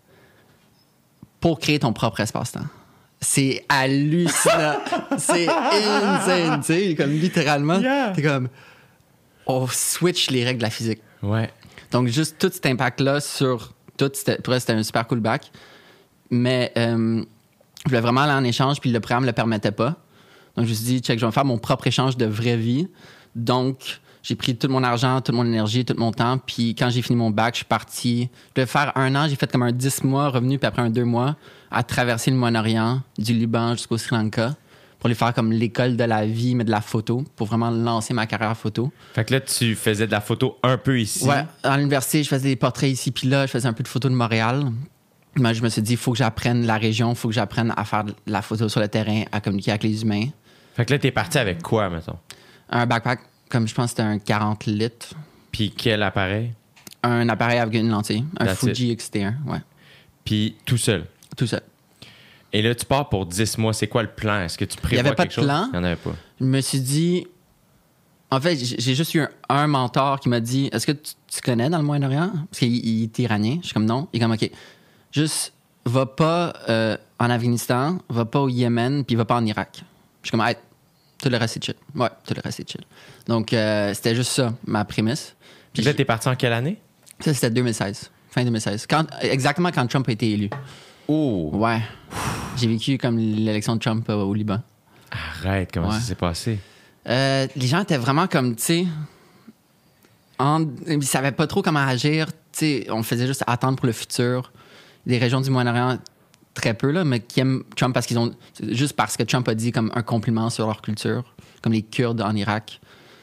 Speaker 3: pour créer ton propre espace-temps. C'est hallucinant. C'est insane, tu sais, comme littéralement.
Speaker 2: Yeah.
Speaker 3: T'es comme, on switch les règles de la physique.
Speaker 2: Ouais.
Speaker 3: Donc, juste tout cet impact-là sur tout, pour elle, c'était un super cool bac. Mais je voulais vraiment aller en échange, puis le programme ne le permettait pas. Donc, je me suis dit, check, je vais faire mon propre échange de vraie vie. Donc, j'ai pris tout mon argent, toute mon énergie, tout mon temps. Puis quand j'ai fini mon bac, je suis parti. Je devais faire 1 an. J'ai fait comme un 10 mois revenu, puis après un 2 mois, à traverser le Moyen-Orient, du Liban jusqu'au Sri Lanka, pour aller faire comme l'école de la vie, mais de la photo, pour vraiment lancer ma carrière photo.
Speaker 2: Fait que là, tu faisais de la photo un peu ici.
Speaker 3: Ouais, à l'université, je faisais des portraits ici, puis là, je faisais un peu de photos de Montréal. Mais je me suis dit, il faut que j'apprenne la région, il faut que j'apprenne à faire de la photo sur le terrain, à communiquer avec les humains.
Speaker 2: Fait que là, t'es parti avec quoi, mettons?
Speaker 3: Un backpack, comme je pense que c'était un 40 litres.
Speaker 2: Puis quel appareil?
Speaker 3: Un appareil avec une lentille. Un
Speaker 2: That's
Speaker 3: Fuji X-T1, ouais.
Speaker 2: Puis tout seul?
Speaker 3: Tout seul.
Speaker 2: Et là, tu pars pour 10 mois. C'est quoi le plan? Est-ce que tu prévois
Speaker 3: Il y avait pas
Speaker 2: quelque
Speaker 3: de plan.
Speaker 2: chose? Il n'y en avait pas.
Speaker 3: Je me suis dit... En fait, j'ai juste eu un mentor qui m'a dit, est-ce que tu connais dans le Moyen-Orient? Parce qu'il est iranien. Je suis comme, non. Il est comme, OK, juste va pas en Afghanistan, va pas au Yémen, puis va pas en Irak. Je suis comme, hey, tout le reste, c'est chill. Ouais, tout le reste, c'est chill. Donc, c'était juste ça, ma prémisse.
Speaker 2: Puis là, t'es parti en quelle année?
Speaker 3: Ça, c'était 2016. Fin 2016. Exactement quand Trump a été élu.
Speaker 2: Oh!
Speaker 3: Ouais. J'ai vécu comme l'élection de Trump au Liban.
Speaker 2: Arrête, comment ça s'est passé?
Speaker 3: Les gens étaient vraiment comme, tu sais... Ils savaient pas trop comment agir. Tu sais, on faisait juste attendre pour le futur. Des régions du Moyen-Orient, très peu, là, mais qui aiment Trump parce qu'ils ont... Juste parce que Trump a dit comme un compliment sur leur culture, comme les Kurdes en Irak.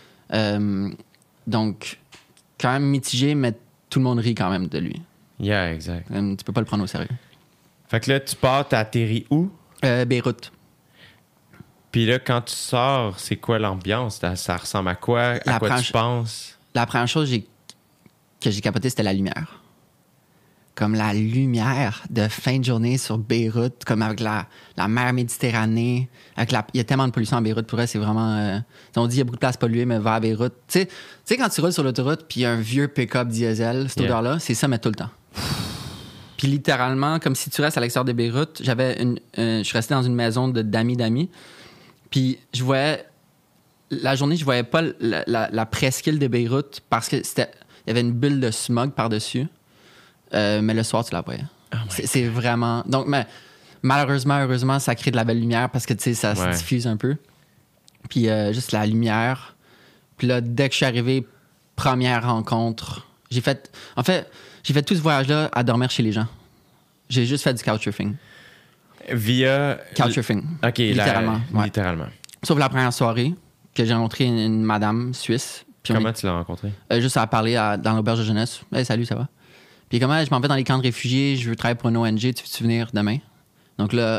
Speaker 3: Donc, quand même mitigé, mais tout le monde rit quand même de lui.
Speaker 2: Yeah, exact.
Speaker 3: Tu peux pas le prendre au sérieux.
Speaker 2: Fait que là, tu pars, t'atterris où?
Speaker 3: Beyrouth.
Speaker 2: Puis là, quand tu sors, c'est quoi l'ambiance? Ça ressemble à quoi? À quoi tu penses?
Speaker 3: La première chose que j'ai capoté, c'était la lumière. Comme la lumière de fin de journée sur Beyrouth, comme avec la mer Méditerranée. Il y a tellement de pollution à Beyrouth. Pour elle, c'est vraiment... on dit qu'il y a beaucoup de places polluées, mais va à Beyrouth. Tu sais, quand tu roules sur l'autoroute, puis il y a un vieux pick-up diesel, cette odeur-là, c'est ça, mais tout le temps. Puis littéralement, comme si tu restes à l'extérieur de Beyrouth, je suis resté dans une maison d'amis. Puis je voyais... La journée, je voyais pas la presqu'île de Beyrouth parce que il y avait une bulle de smog par-dessus. Mais le soir, tu la voyais. Oh c'est vraiment... Donc, mais, malheureusement, heureusement, ça crée de la belle lumière parce que, tu sais, ça se diffuse un peu. Puis juste la lumière. Puis là, dès que je suis arrivé, première rencontre, j'ai fait tout ce voyage-là à dormir chez les gens. J'ai juste fait du couchsurfing.
Speaker 2: Via...
Speaker 3: Couchsurfing.
Speaker 2: OK,
Speaker 3: littéralement.
Speaker 2: Littéralement.
Speaker 3: Sauf la première soirée, que j'ai rencontré une madame suisse. Puis
Speaker 2: Comment tu l'as rencontrée?
Speaker 3: Juste à parler dans l'auberge de jeunesse. Hey, salut, ça va? Puis comment je m'en vais dans les camps de réfugiés, je veux travailler pour une ONG, tu veux venir demain? Donc là,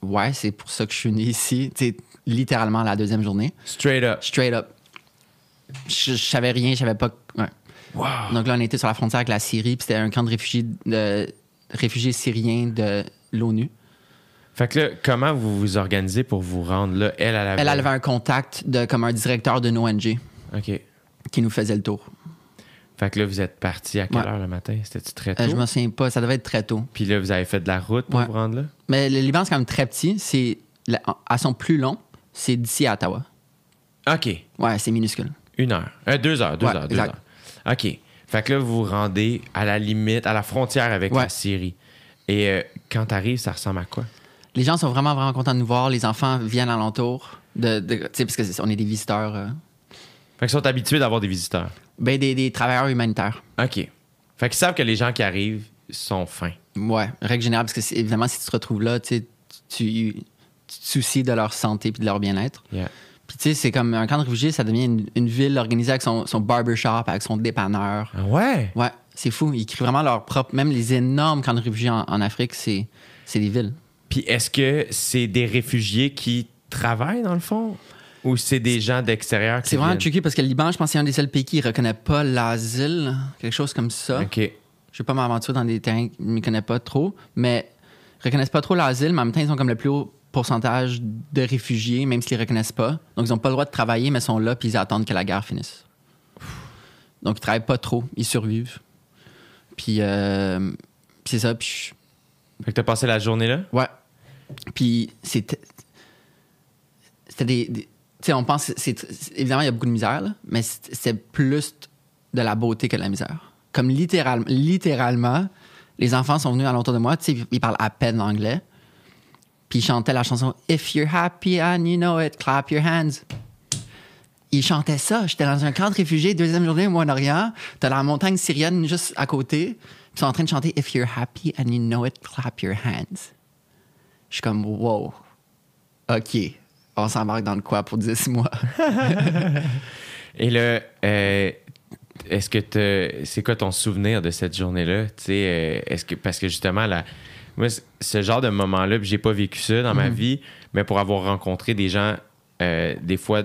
Speaker 3: ouais, c'est pour ça que je suis né ici. Tu sais, littéralement la deuxième journée.
Speaker 2: Straight up.
Speaker 3: Straight up. Je savais rien, je savais pas. Ouais.
Speaker 2: Wow.
Speaker 3: Donc là, on était sur la frontière avec la Syrie, puis c'était un camp de réfugiés syriens de l'ONU.
Speaker 2: Fait que là, comment vous vous organisez pour vous rendre là? Elle
Speaker 3: avait un contact comme un directeur d'une ONG
Speaker 2: OK.
Speaker 3: qui nous faisait le tour.
Speaker 2: Fait que là, vous êtes parti à quelle heure le matin? C'était-tu très tôt?
Speaker 3: Je me souviens pas, ça devait être très tôt.
Speaker 2: Puis là, vous avez fait de la route pour vous rendre là?
Speaker 3: Mais le Liban, c'est quand même très petit. À son plus long, c'est d'ici à Ottawa.
Speaker 2: OK.
Speaker 3: Ouais, c'est minuscule.
Speaker 2: 1 heure. 2 heures. 2 heures. OK. Fait que là, vous vous rendez à la limite, à la frontière avec la Syrie. Et quand t'arrives, ça ressemble à quoi?
Speaker 3: Les gens sont vraiment, vraiment contents de nous voir. Les enfants viennent alentour. Tu sais, parce qu'on est des visiteurs.
Speaker 2: Fait qu'ils sont habitués d'avoir des visiteurs.
Speaker 3: Ben, des travailleurs humanitaires.
Speaker 2: OK. Fait qu'ils savent que les gens qui arrivent sont fins.
Speaker 3: Ouais, règle générale, parce que évidemment, si tu te retrouves là, tu te soucies de leur santé et de leur bien-être.
Speaker 2: Yeah.
Speaker 3: Puis tu sais, c'est comme un camp de réfugiés, ça devient une ville organisée avec son barbershop, avec son dépanneur.
Speaker 2: Ah ouais?
Speaker 3: Ouais, c'est fou. Ils créent vraiment leur propre... Même les énormes camps de réfugiés en Afrique, c'est des villes.
Speaker 2: Puis est-ce que c'est des réfugiés qui travaillent, dans le fond? Ou c'est des gens d'extérieur qui
Speaker 3: C'est vraiment
Speaker 2: viennent?
Speaker 3: tricky parce que le Liban, je pense que c'est un des seuls pays qui ne reconnaît pas l'asile, quelque chose comme ça.
Speaker 2: OK.
Speaker 3: Je ne vais pas m'aventurer dans des terrains qu'ils ne connaissent pas trop, mais ils ne reconnaissent pas trop l'asile, mais en même temps, ils ont comme le plus haut pourcentage de réfugiés, même s'ils ne les reconnaissent pas. Donc, ils n'ont pas le droit de travailler, mais ils sont là puis ils attendent que la guerre finisse. Donc, ils ne travaillent pas trop, ils survivent. Puis c'est ça. Puis
Speaker 2: Fait que t'as passé la journée là?
Speaker 3: ouais. Puis c'était des tu sais, on pense... évidemment, il y a beaucoup de misère, là, mais c'est plus de la beauté que de la misère. Comme littéralement, les enfants sont venus alentour de moi. Tu sais, ils parlent à peine anglais. Puis ils chantaient la chanson « If you're happy and you know it, clap your hands ». Ils chantaient ça. J'étais dans un camp de réfugiés, deuxième journée au Moyen-Orient. T'as la montagne syrienne juste à côté. Ils sont en train de chanter « If you're happy and you know it, clap your hands ». Je suis comme « Wow, OK, on s'embarque dans le quoi pour 10 mois? »
Speaker 2: Et là, est-ce que c'est quoi ton souvenir de cette journée-là? Tu sais, est-ce que parce que justement moi, ce genre de moment-là, puis j'ai pas vécu ça dans ma vie, mais pour avoir rencontré des gens des fois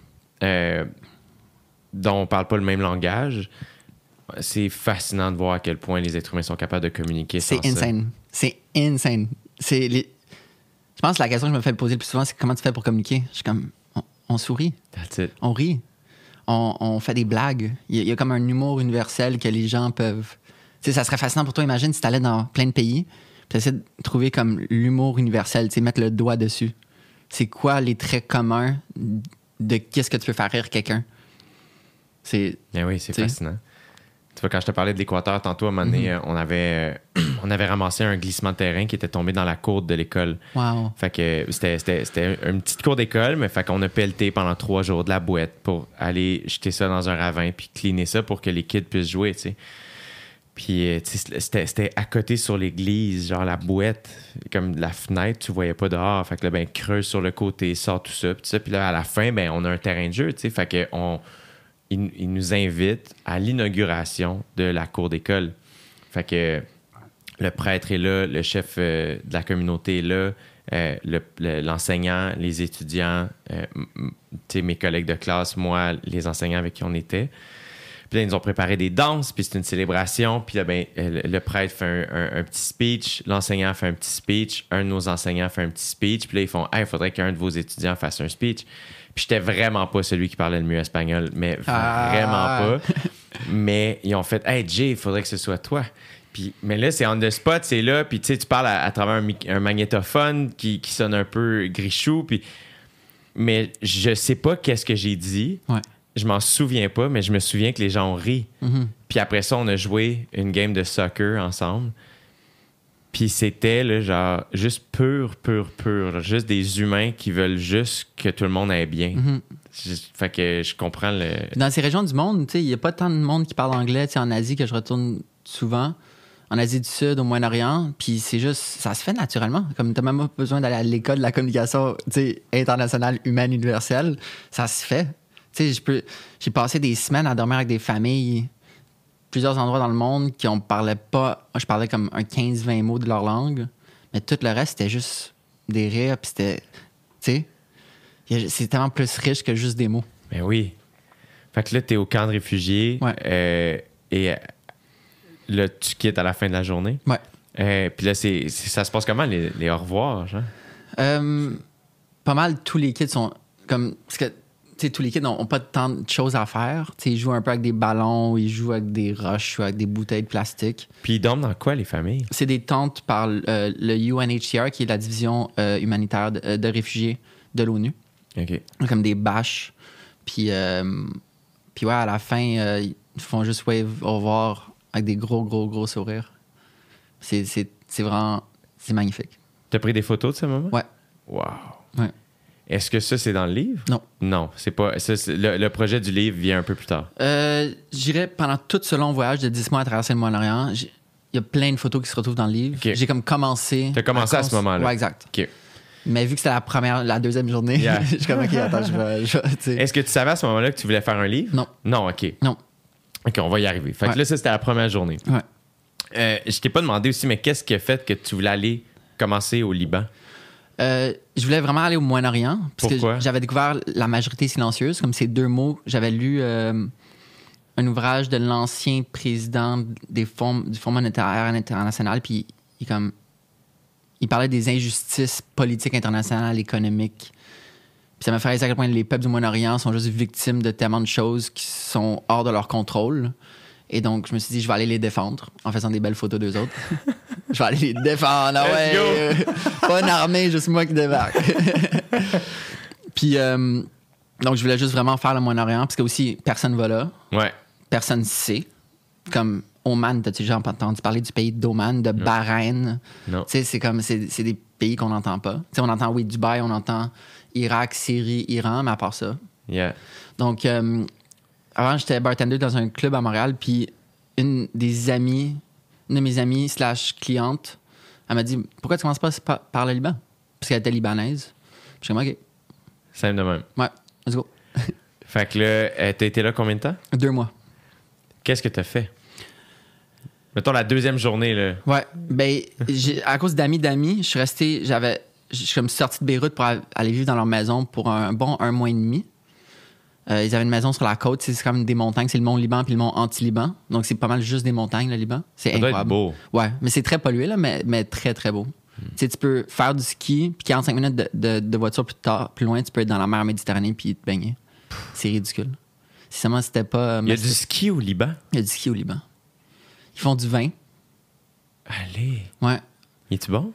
Speaker 2: dont on parle pas le même langage, c'est fascinant de voir à quel point les êtres humains sont capables de communiquer.
Speaker 3: C'est insane. C'est insane. Je pense que la question que je me fais poser le plus souvent, c'est comment tu fais pour communiquer? Je suis comme, on sourit.
Speaker 2: That's it.
Speaker 3: On rit. On fait des blagues. Il y a comme un humour universel que les gens peuvent... Tu sais, ça serait fascinant pour toi. Imagine si tu allais dans plein de pays, puis tu essaies de trouver comme l'humour universel, tu sais, mettre le doigt dessus. C'est quoi les traits communs de qu'est-ce que tu peux faire rire quelqu'un?
Speaker 2: Oui, c'est fascinant. Tu vois, quand je te parlais de l'Équateur, tantôt, à un moment donné, on avait ramassé un glissement de terrain qui était tombé dans la cour de l'école.
Speaker 3: Wow.
Speaker 2: Fait que c'était une petite cour d'école, mais fait qu'on a pelleté pendant 3 jours de la boîte pour aller jeter ça dans un ravin puis cleaner ça pour que les kids puissent jouer, tu sais. Puis, tu sais, c'était à côté sur l'église, genre la boîte, comme la fenêtre, tu voyais pas dehors. Fait que là, ben, creuse sur le côté, sort tout ça, puis là, à la fin, ben, on a un terrain de jeu, tu sais. Fait que il nous invite à l'inauguration de la cour d'école. Fait que le prêtre est là, le chef de la communauté est là, l'enseignant, les étudiants, mes collègues de classe, moi, les enseignants avec qui on était. Puis là, ils nous ont préparé des danses, puis c'est une célébration. Puis là, ben, le prêtre fait un petit speech, l'enseignant fait un petit speech, un de nos enseignants fait un petit speech. Puis là, ils font « Hey, il faudrait qu'un de vos étudiants fasse un speech ». Puis j'étais vraiment pas celui qui parlait le mieux espagnol, mais vraiment pas. Mais ils ont fait « Hey, Jay, il faudrait que ce soit toi ». Mais là, c'est on the spot, c'est là, puis tu sais, tu parles à travers un magnétophone qui sonne un peu grichou, mais je sais pas qu'est-ce que j'ai dit.
Speaker 3: Ouais.
Speaker 2: Je m'en souviens pas, mais je me souviens que les gens ont ri.
Speaker 3: Mm-hmm.
Speaker 2: Puis après ça, on a joué une game de soccer ensemble. Puis c'était là, genre juste pur, genre, juste des humains qui veulent juste que tout le monde aille bien.
Speaker 3: Mm-hmm.
Speaker 2: Fait que je comprends le...
Speaker 3: Dans ces régions du monde, il n'y a pas tant de monde qui parle anglais. En Asie, que je retourne souvent, en Asie du Sud, au Moyen-Orient, puis c'est juste... Ça se fait naturellement. Comme tu n'as même pas besoin d'aller à l'école de la communication internationale, humaine, universelle. Ça se fait. J'ai passé des semaines à dormir avec des familles, plusieurs endroits dans le monde qui on parlait pas. Moi, je parlais comme un 15-20 mots de leur langue, mais tout le reste, c'était juste des rires, puis c'était... Tu sais, c'est tellement plus riche que juste des mots.
Speaker 2: Ben oui. Fait que là, t'es au camp de réfugiés.
Speaker 3: Ouais.
Speaker 2: Et là, tu quittes à la fin de la journée.
Speaker 3: Ouais.
Speaker 2: Puis là, ça se passe comment, les au revoir, genre?
Speaker 3: Pas mal, tous les kids sont comme... Parce que, tu sais, tous les kids n'ont pas tant de choses à faire. Tu sais, ils jouent un peu avec des ballons, ils jouent avec des roches ou avec des bouteilles de plastique.
Speaker 2: Puis ils dorment dans quoi, les familles?
Speaker 3: C'est des tentes par le UNHCR, qui est la division humanitaire de réfugiés de l'ONU.
Speaker 2: OK.
Speaker 3: Comme des bâches. Puis ouais, à la fin, ils font juste wave au revoir avec des gros sourires. C'est vraiment... C'est magnifique.
Speaker 2: T'as pris des photos de ce moment?
Speaker 3: Ouais.
Speaker 2: Wow.
Speaker 3: Ouais.
Speaker 2: Est-ce que ça, c'est dans le livre?
Speaker 3: Non.
Speaker 2: Non, c'est pas... Ça, le projet du livre vient un peu plus tard.
Speaker 3: J'irais pendant tout ce long voyage de 10 mois à traverser le Moyen-Orient, il y a plein de photos qui se retrouvent dans le livre.
Speaker 2: Okay.
Speaker 3: J'ai comme commencé...
Speaker 2: T'as commencé à ce moment-là?
Speaker 3: Ouais, exact.
Speaker 2: OK.
Speaker 3: Mais vu que c'était la deuxième journée,
Speaker 2: Yeah.
Speaker 3: je suis comme, OK, attends, je vais
Speaker 2: Est-ce que tu savais à ce moment-là que tu voulais faire un livre?
Speaker 3: Non.
Speaker 2: Non, OK.
Speaker 3: Non.
Speaker 2: OK, on va y arriver. Fait que
Speaker 3: Ouais.
Speaker 2: là, ça, c'était la première journée.
Speaker 3: Ouais.
Speaker 2: Je t'ai pas demandé aussi, mais qu'est-ce qui a fait que tu voulais aller commencer au Liban?
Speaker 3: Je voulais vraiment aller au Moyen-Orient. Parce
Speaker 2: Pourquoi?
Speaker 3: que j'avais découvert la majorité silencieuse, comme ces deux mots. J'avais lu un ouvrage de l'ancien président du Fonds monétaire international, puis il parlait des injustices politiques internationales, économiques. Puis ça m'a fait réaliser à quel point les peuples du Moyen-Orient sont juste victimes de tellement de choses qui sont hors de leur contrôle. Et donc, je me suis dit, je vais aller les défendre en faisant des belles photos d'eux autres. Je vais aller les défendre. Ah ouais, pas une armée, juste moi qui débarque. Puis, donc, je voulais juste vraiment faire le Moyen-Orient, parce que aussi, personne va là.
Speaker 2: Ouais.
Speaker 3: Personne sait. Comme Oman, t'as-tu déjà entendu parler du pays d'Oman, de Bahreïn?
Speaker 2: Non.
Speaker 3: Tu sais, c'est des pays qu'on n'entend pas. Tu sais, on entend, oui, Dubaï, on entend Irak, Syrie, Iran, mais à part ça.
Speaker 2: Yeah.
Speaker 3: Donc, avant, j'étais bartender dans un club à Montréal, puis une de mes amies / clientes, elle m'a dit, pourquoi tu commences pas par le Liban? Parce qu'elle était libanaise. Je suis comme, OK.
Speaker 2: Simple de même.
Speaker 3: Ouais, let's go.
Speaker 2: Fait que là, t'as été là combien de temps?
Speaker 3: 2 mois.
Speaker 2: Qu'est-ce que t'as fait? Mettons la deuxième journée, là.
Speaker 3: Ouais, ben, à cause d'amis, je suis resté, je suis comme sorti de Beyrouth pour aller vivre dans leur maison pour un bon 1 mois et demi. Ils avaient une maison sur la côte, c'est comme des montagnes, c'est le mont Liban puis le mont Anti-Liban. Donc c'est pas mal juste des montagnes, le Liban. C'est
Speaker 2: Ça doit
Speaker 3: incroyable.
Speaker 2: être beau.
Speaker 3: Ouais, mais c'est très pollué, là, mais très, très beau. Tu sais, tu peux faire du ski, puis 45 minutes de voiture plus loin, tu peux être dans la mer Méditerranée puis te baigner. C'est ridicule. Si seulement c'était pas...
Speaker 2: Il y a du ski au Liban?
Speaker 3: Il y a du ski au Liban. Ils font du vin.
Speaker 2: Allez.
Speaker 3: Ouais.
Speaker 2: Es-tu bon?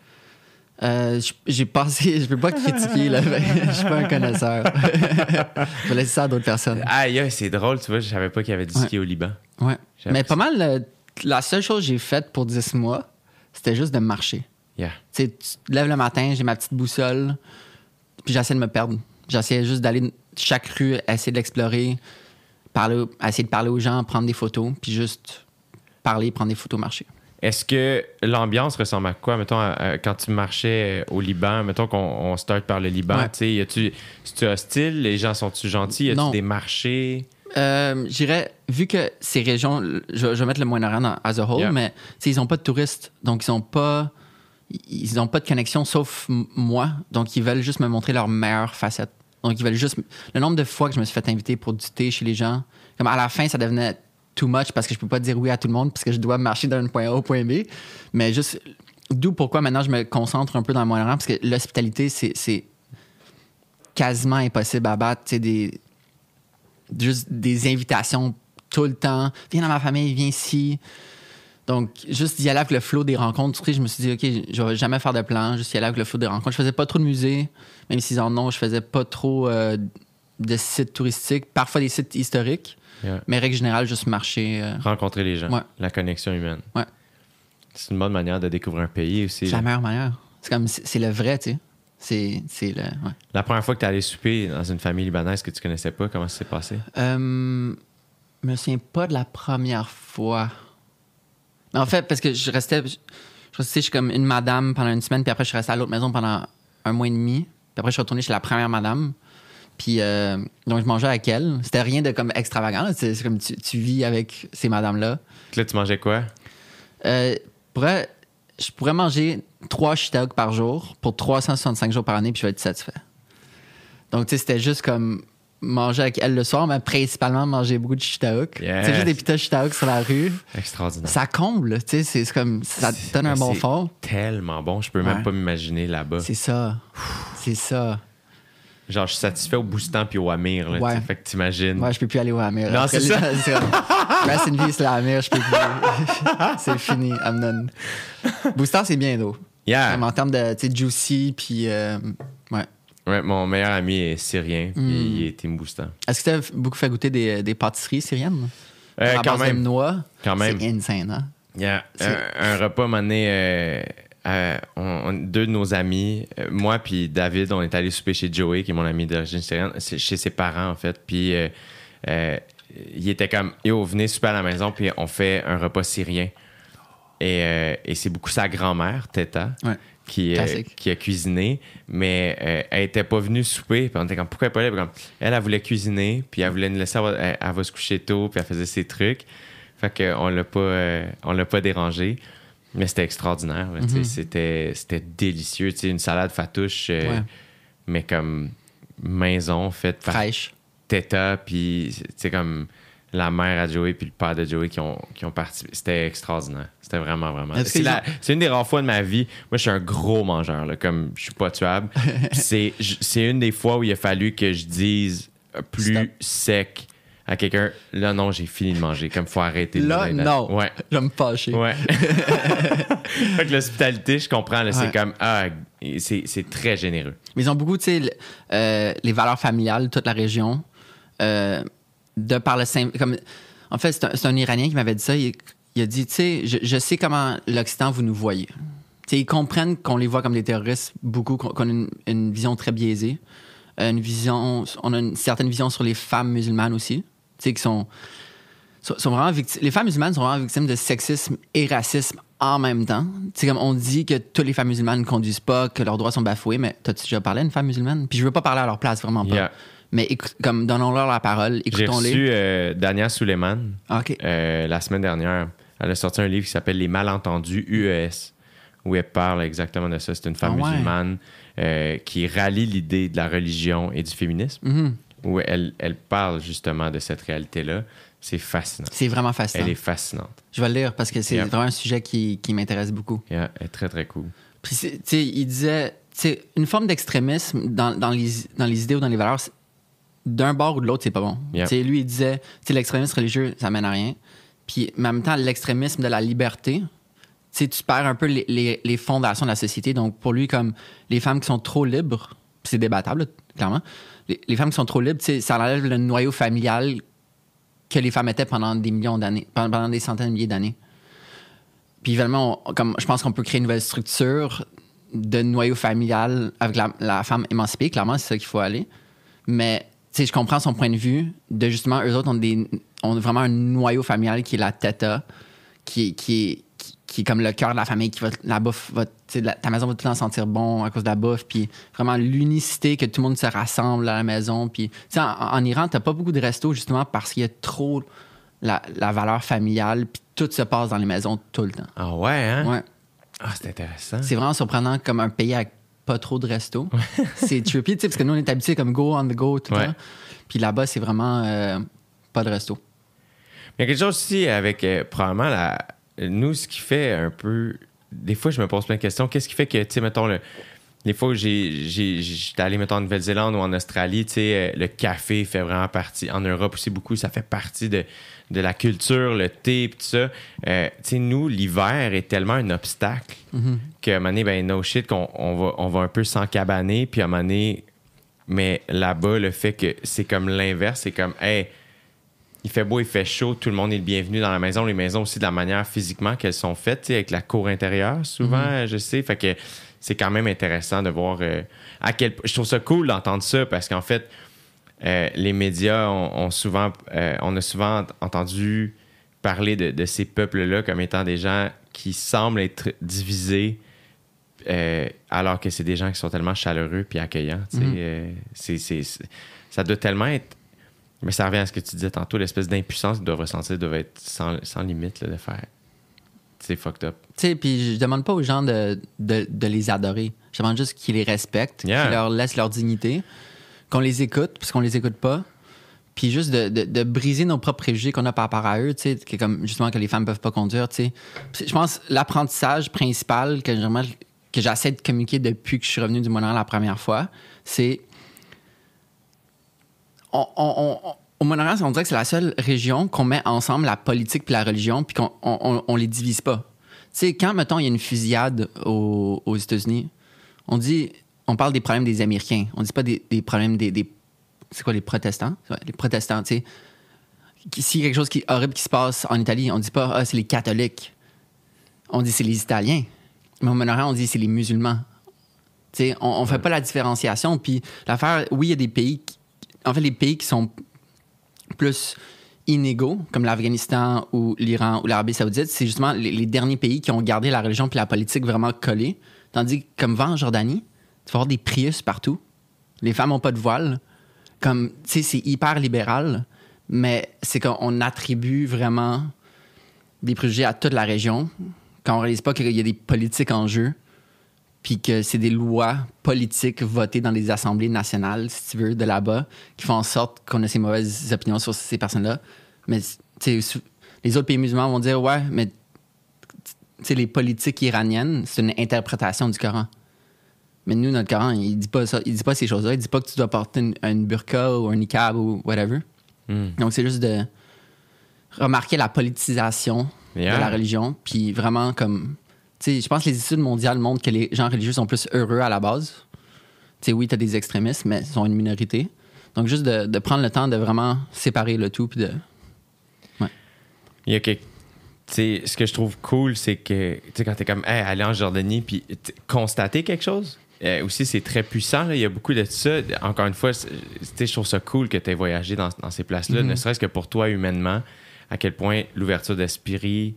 Speaker 3: J'ai passé... Je peux pas critiquer le vin. Je suis pas un connaisseur. Je vais laisser ça à d'autres personnes.
Speaker 2: Aïe, c'est drôle, tu vois, je savais pas qu'il y avait du ski au Liban.
Speaker 3: Ouais.
Speaker 2: J'ai
Speaker 3: Mais
Speaker 2: appris
Speaker 3: pas mal... la seule chose que j'ai faite pour 10 mois, c'était juste de marcher.
Speaker 2: Yeah.
Speaker 3: Tu sais, tu te lèves le matin, j'ai ma petite boussole, puis j'essaie de me perdre. J'essaie juste d'aller chaque rue, essayer de l'explorer, essayer de parler aux gens, prendre des photos, puis juste parler, prendre des photos, marcher.
Speaker 2: Est-ce que l'ambiance ressemble à quoi, mettons, quand tu marchais au Liban? Mettons qu'on start par le Liban,
Speaker 3: Ouais.
Speaker 2: tu sais, c'est-tu hostile? Les gens sont-tu gentils? Y a-tu
Speaker 3: Non.
Speaker 2: des marchés?
Speaker 3: J'irais, vu que ces régions, je vais mettre le Moyen-Orient as a whole,
Speaker 2: Yeah.
Speaker 3: mais tu sais, ils n'ont pas de touristes, donc ils n'ont pas de connexion sauf moi, donc ils veulent juste me montrer leur meilleure facette. Donc ils veulent juste... Le nombre de fois que je me suis fait inviter pour du thé chez les gens, comme à la fin, ça devenait too much parce que je peux pas dire oui à tout le monde parce que je dois marcher d'un point A au point B, mais juste... D'où pourquoi maintenant je me concentre un peu dans le Moyen-Orient, parce que l'hospitalité, c'est quasiment impossible à battre, tu sais, juste des invitations tout le temps. Viens dans ma famille, viens ici. Donc, juste d'y aller avec le flow des rencontres. Tu sais, je me suis dit, OK, je vais jamais faire de plan, juste y aller avec le flow des rencontres. Je faisais pas trop de musées, même s'ils en ont. Je faisais pas trop de sites touristiques, parfois des sites historiques.
Speaker 2: Yeah.
Speaker 3: Mais règle générale, juste marcher.
Speaker 2: Rencontrer les gens.
Speaker 3: Ouais.
Speaker 2: La connexion humaine.
Speaker 3: Ouais.
Speaker 2: C'est une bonne manière de découvrir un pays aussi.
Speaker 3: C'est la meilleure manière. C'est comme, c'est le vrai, tu sais. C'est le... Ouais.
Speaker 2: La première fois que tu es allé souper dans une famille libanaise que tu connaissais pas, comment ça s'est passé?
Speaker 3: Je me souviens pas de la première fois. Mais en fait, parce que je restais chez comme une madame pendant une semaine, puis après, je suis resté à l'autre maison pendant 1 mois et demi. Puis après, je suis retourné chez la première madame. Puis, donc, je mangeais avec elle. C'était rien de comme extravagant. Là. C'est comme tu vis avec ces madames-là.
Speaker 2: Là, tu mangeais quoi?
Speaker 3: Pour elle, je pourrais manger 3 Chittaouk par jour pour 365 jours par année, puis je vais être satisfait. Donc, tu sais, c'était juste comme manger avec elle le soir, mais principalement manger beaucoup de Chittaouk.
Speaker 2: Yes.
Speaker 3: C'est juste des pitas Chittaouk sur la rue.
Speaker 2: Extraordinaire.
Speaker 3: Ça comble, tu sais, c'est comme, ça te donne un bon fond.
Speaker 2: Tellement bon, je peux même pas m'imaginer là-bas.
Speaker 3: C'est ça. C'est ça.
Speaker 2: Genre, je suis satisfait au Boostan puis au Amir, là.
Speaker 3: Ouais.
Speaker 2: Fait que t'imagines.
Speaker 3: Moi, je peux plus aller au Amir.
Speaker 2: Non, c'est ça.
Speaker 3: Rest in peace, la Amir, je peux plus. C'est fini, I'm done. Booster, c'est bien, though.
Speaker 2: Yeah.
Speaker 3: En termes de, tu sais, juicy, puis ouais.
Speaker 2: Ouais, mon meilleur ami est syrien, puis il est Team Boostan.
Speaker 3: Est-ce que tu as beaucoup fait goûter des pâtisseries syriennes? À
Speaker 2: Quand
Speaker 3: base
Speaker 2: même.
Speaker 3: de noix.
Speaker 2: Quand même.
Speaker 3: C'est insane, hein?
Speaker 2: Yeah. Un repas, m'a donné, deux de nos amis, moi puis David, on est allé souper chez Joey, qui est mon ami d'origine syrienne, chez ses parents, en fait. Puis il était comme, yo, venez souper à la maison, puis on fait un repas syrien. Et c'est beaucoup sa grand-mère, Teta,
Speaker 3: Ouais.
Speaker 2: qui a cuisiné, mais elle était pas venue souper. Puis on était comme, pourquoi elle est pas là? Puis comme, elle voulait cuisiner, puis elle voulait nous laisser, elle va se coucher tôt, puis elle faisait ses trucs. Fait qu'on l'a pas dérangé. Mais c'était extraordinaire. Là, c'était délicieux. Une salade fatouche, mais comme maison, faite par
Speaker 3: Fraîche.
Speaker 2: Teta, puis c'est comme la mère à Joey puis le père de Joey qui ont participé. C'était extraordinaire. C'était vraiment, vraiment... C'est une des rares fois de ma vie. Moi, je suis un gros mangeur, là, comme je suis pas tuable. c'est une des fois où il a fallu que je dise plus
Speaker 3: Stop.
Speaker 2: Sec à quelqu'un, là, non, j'ai fini de manger. Comme, faut arrêter.
Speaker 3: Là, non.
Speaker 2: Ouais.
Speaker 3: Je vais me fâcher.
Speaker 2: Ouais. Fait que l'hospitalité, je comprends. Là,
Speaker 3: Ouais.
Speaker 2: c'est comme, c'est très généreux.
Speaker 3: Mais ils ont beaucoup, tu sais, les valeurs familiales de toute la région. De par le simple. Comme, en fait, c'est un Iranien qui m'avait dit ça. Il a dit, tu sais, je sais comment l'Occident vous nous voyez. Tu sais, ils comprennent qu'on les voit comme des terroristes, beaucoup, qu'on a une vision très biaisée. On a une certaine vision sur les femmes musulmanes aussi. Tu sais, qui sont vraiment victimes. Les femmes musulmanes sont vraiment victimes de sexisme et racisme en même temps. Tu sais, comme on dit que toutes les femmes musulmanes ne conduisent pas, que leurs droits sont bafoués, mais t'as-tu déjà parlé à une femme musulmane? Puis je veux pas parler à leur place, vraiment pas.
Speaker 2: Yeah.
Speaker 3: Mais comme donnons-leur la parole,
Speaker 2: J'ai
Speaker 3: écoutons-les.
Speaker 2: reçu Dania Suleiman
Speaker 3: OK.
Speaker 2: la semaine dernière. Elle a sorti un livre qui s'appelle Les Malentendus UES, où elle parle exactement de ça. C'est une femme musulmane qui rallie l'idée de la religion et du féminisme, où elle parle justement de cette réalité-là. C'est fascinant.
Speaker 3: C'est vraiment fascinant.
Speaker 2: Elle est fascinante.
Speaker 3: Je vais le lire parce que c'est vraiment un sujet qui m'intéresse beaucoup.
Speaker 2: Yeah, elle est très, très cool.
Speaker 3: Puis, tu sais, il disait, tu sais, une forme d'extrémisme dans les idées ou dans les valeurs, d'un bord ou de l'autre, c'est pas bon.
Speaker 2: Yep.
Speaker 3: Tu sais, lui, il disait, tu sais, l'extrémisme religieux, ça mène à rien. Puis, mais en même temps, l'extrémisme de la liberté, tu sais, tu perds un peu les fondations de la société. Donc, pour lui, comme les femmes qui sont trop libres, puis c'est débattable, là, clairement, les femmes qui sont trop libres, tu sais, ça enlève le noyau familial que les femmes étaient pendant des millions d'années, pendant des centaines de milliers d'années. Puis, évidemment, comme je pense qu'on peut créer une nouvelle structure de noyau familial avec la femme émancipée. Clairement, c'est ça qu'il faut aller. Mais, tu sais, je comprends son point de vue de justement, eux autres ont vraiment un noyau familial qui est la teta, qui est comme le cœur de la famille, qui va, la bouffe, ta maison va tout le temps sentir bon à cause de la bouffe, puis vraiment l'unicité que tout le monde se rassemble à la maison. Puis, tu sais, en Iran, t'as pas beaucoup de restos justement parce qu'il y a trop la valeur familiale, puis tout se passe dans les maisons tout le temps.
Speaker 2: Ah ouais, hein?
Speaker 3: Ouais.
Speaker 2: Ah, c'est intéressant.
Speaker 3: C'est vraiment surprenant comme un pays avec pas trop de restos. C'est trippy, tu sais, parce que nous, on est habitués comme go on the go tout le temps. Puis là-bas, c'est vraiment pas de resto.
Speaker 2: Il y a quelque chose aussi avec, probablement, nous, ce qui fait un peu... Des fois, je me pose plein de questions. Qu'est-ce qui fait que, tu sais, mettons, des fois où j'étais allé, mettons, en Nouvelle-Zélande ou en Australie, tu sais, le café fait vraiment partie... En Europe aussi, beaucoup, ça fait partie de la culture, le thé, tout ça. Tu sais, nous, l'hiver est tellement un obstacle qu'à un moment donné, ben, no shit, on va un peu s'encabaner, puis à un moment donné... Mais là-bas, le fait que c'est comme l'inverse, c'est comme, hey, il fait beau, il fait chaud, tout le monde est le bienvenu dans la maison. Les maisons aussi, de la manière physiquement qu'elles sont faites, avec la cour intérieure, souvent, je sais. Fait que c'est quand même intéressant de voir à quel point. Je trouve ça cool d'entendre ça parce qu'en fait, les médias on a souvent entendu parler de ces peuples-là comme étant des gens qui semblent être divisés. Alors que c'est des gens qui sont tellement chaleureux puis accueillants. Ça doit tellement être... Mais ça revient à ce que tu disais tantôt, l'espèce d'impuissance qu'ils doivent ressentir doit être sans limite là, de faire... c'est fucked up.
Speaker 3: Tu sais, puis je demande pas aux gens de les adorer. Je demande juste qu'ils les respectent, qu'ils leur laissent leur dignité, qu'on les écoute, parce qu'on les écoute pas. Puis juste de briser nos propres préjugés qu'on a par rapport à eux, tu sais, comme justement que les femmes peuvent pas conduire, tu sais. Je pense l'apprentissage principal que j'essaie de communiquer depuis que je suis revenu du Moyen-Orient la première fois, c'est... Au Moyen-Orient, on dirait que c'est la seule région qu'on met ensemble la politique puis la religion, puis qu'on les divise pas. Tu sais, quand, mettons, il y a une fusillade aux États-Unis, on parle des problèmes des Américains. On dit pas des problèmes des c'est quoi, les protestants? Ouais, les protestants, tu sais. S'il y a quelque chose qui est horrible qui se passe en Italie, on dit pas, c'est les catholiques. On dit c'est les Italiens. Mais au Moyen-Orient, on dit c'est les musulmans. Tu sais, on fait pas la différenciation. Puis l'affaire, oui, il y a des pays... les pays qui sont plus inégaux, comme l'Afghanistan ou l'Iran ou l'Arabie Saoudite, c'est justement les derniers pays qui ont gardé la religion puis la politique vraiment collée. Tandis que, comme va en Jordanie, tu vas avoir des Prius partout. Les femmes n'ont pas de voile. Comme, tu sais, c'est hyper libéral, mais c'est qu'on attribue vraiment des préjugés à toute la région, quand on réalise pas qu'il y a des politiques en jeu, puis que c'est des lois politiques votées dans les assemblées nationales, si tu veux, de là-bas, qui font en sorte qu'on a ces mauvaises opinions sur ces personnes-là. Mais, tu sais, les autres pays musulmans vont dire, ouais, mais, tu sais, les politiques iraniennes, c'est une interprétation du Coran. Mais nous, notre Coran, il dit pas ça. Il dit pas ces choses-là. Il dit pas que tu dois porter une burqa ou un niqab ou whatever. Donc, c'est juste de remarquer la politisation de la religion. Puis vraiment, comme... Tu sais, je pense que les études mondiales montrent que les gens religieux sont plus heureux à la base. Tu sais, oui, t'as des extrémistes, mais ils sont une minorité. Donc, juste de prendre le temps de vraiment séparer le tout. Puis de... Ouais.
Speaker 2: Il y a quelque... T'sais, ce que je trouve cool, c'est que quand t'es comme aller en Jordanie puis constater quelque chose, aussi c'est très puissant. Là. Il y a beaucoup de ça. Encore une fois, je trouve ça cool que tu aies voyagé dans ces places-là, ne serait-ce que pour toi humainement, à quel point l'ouverture d'esprit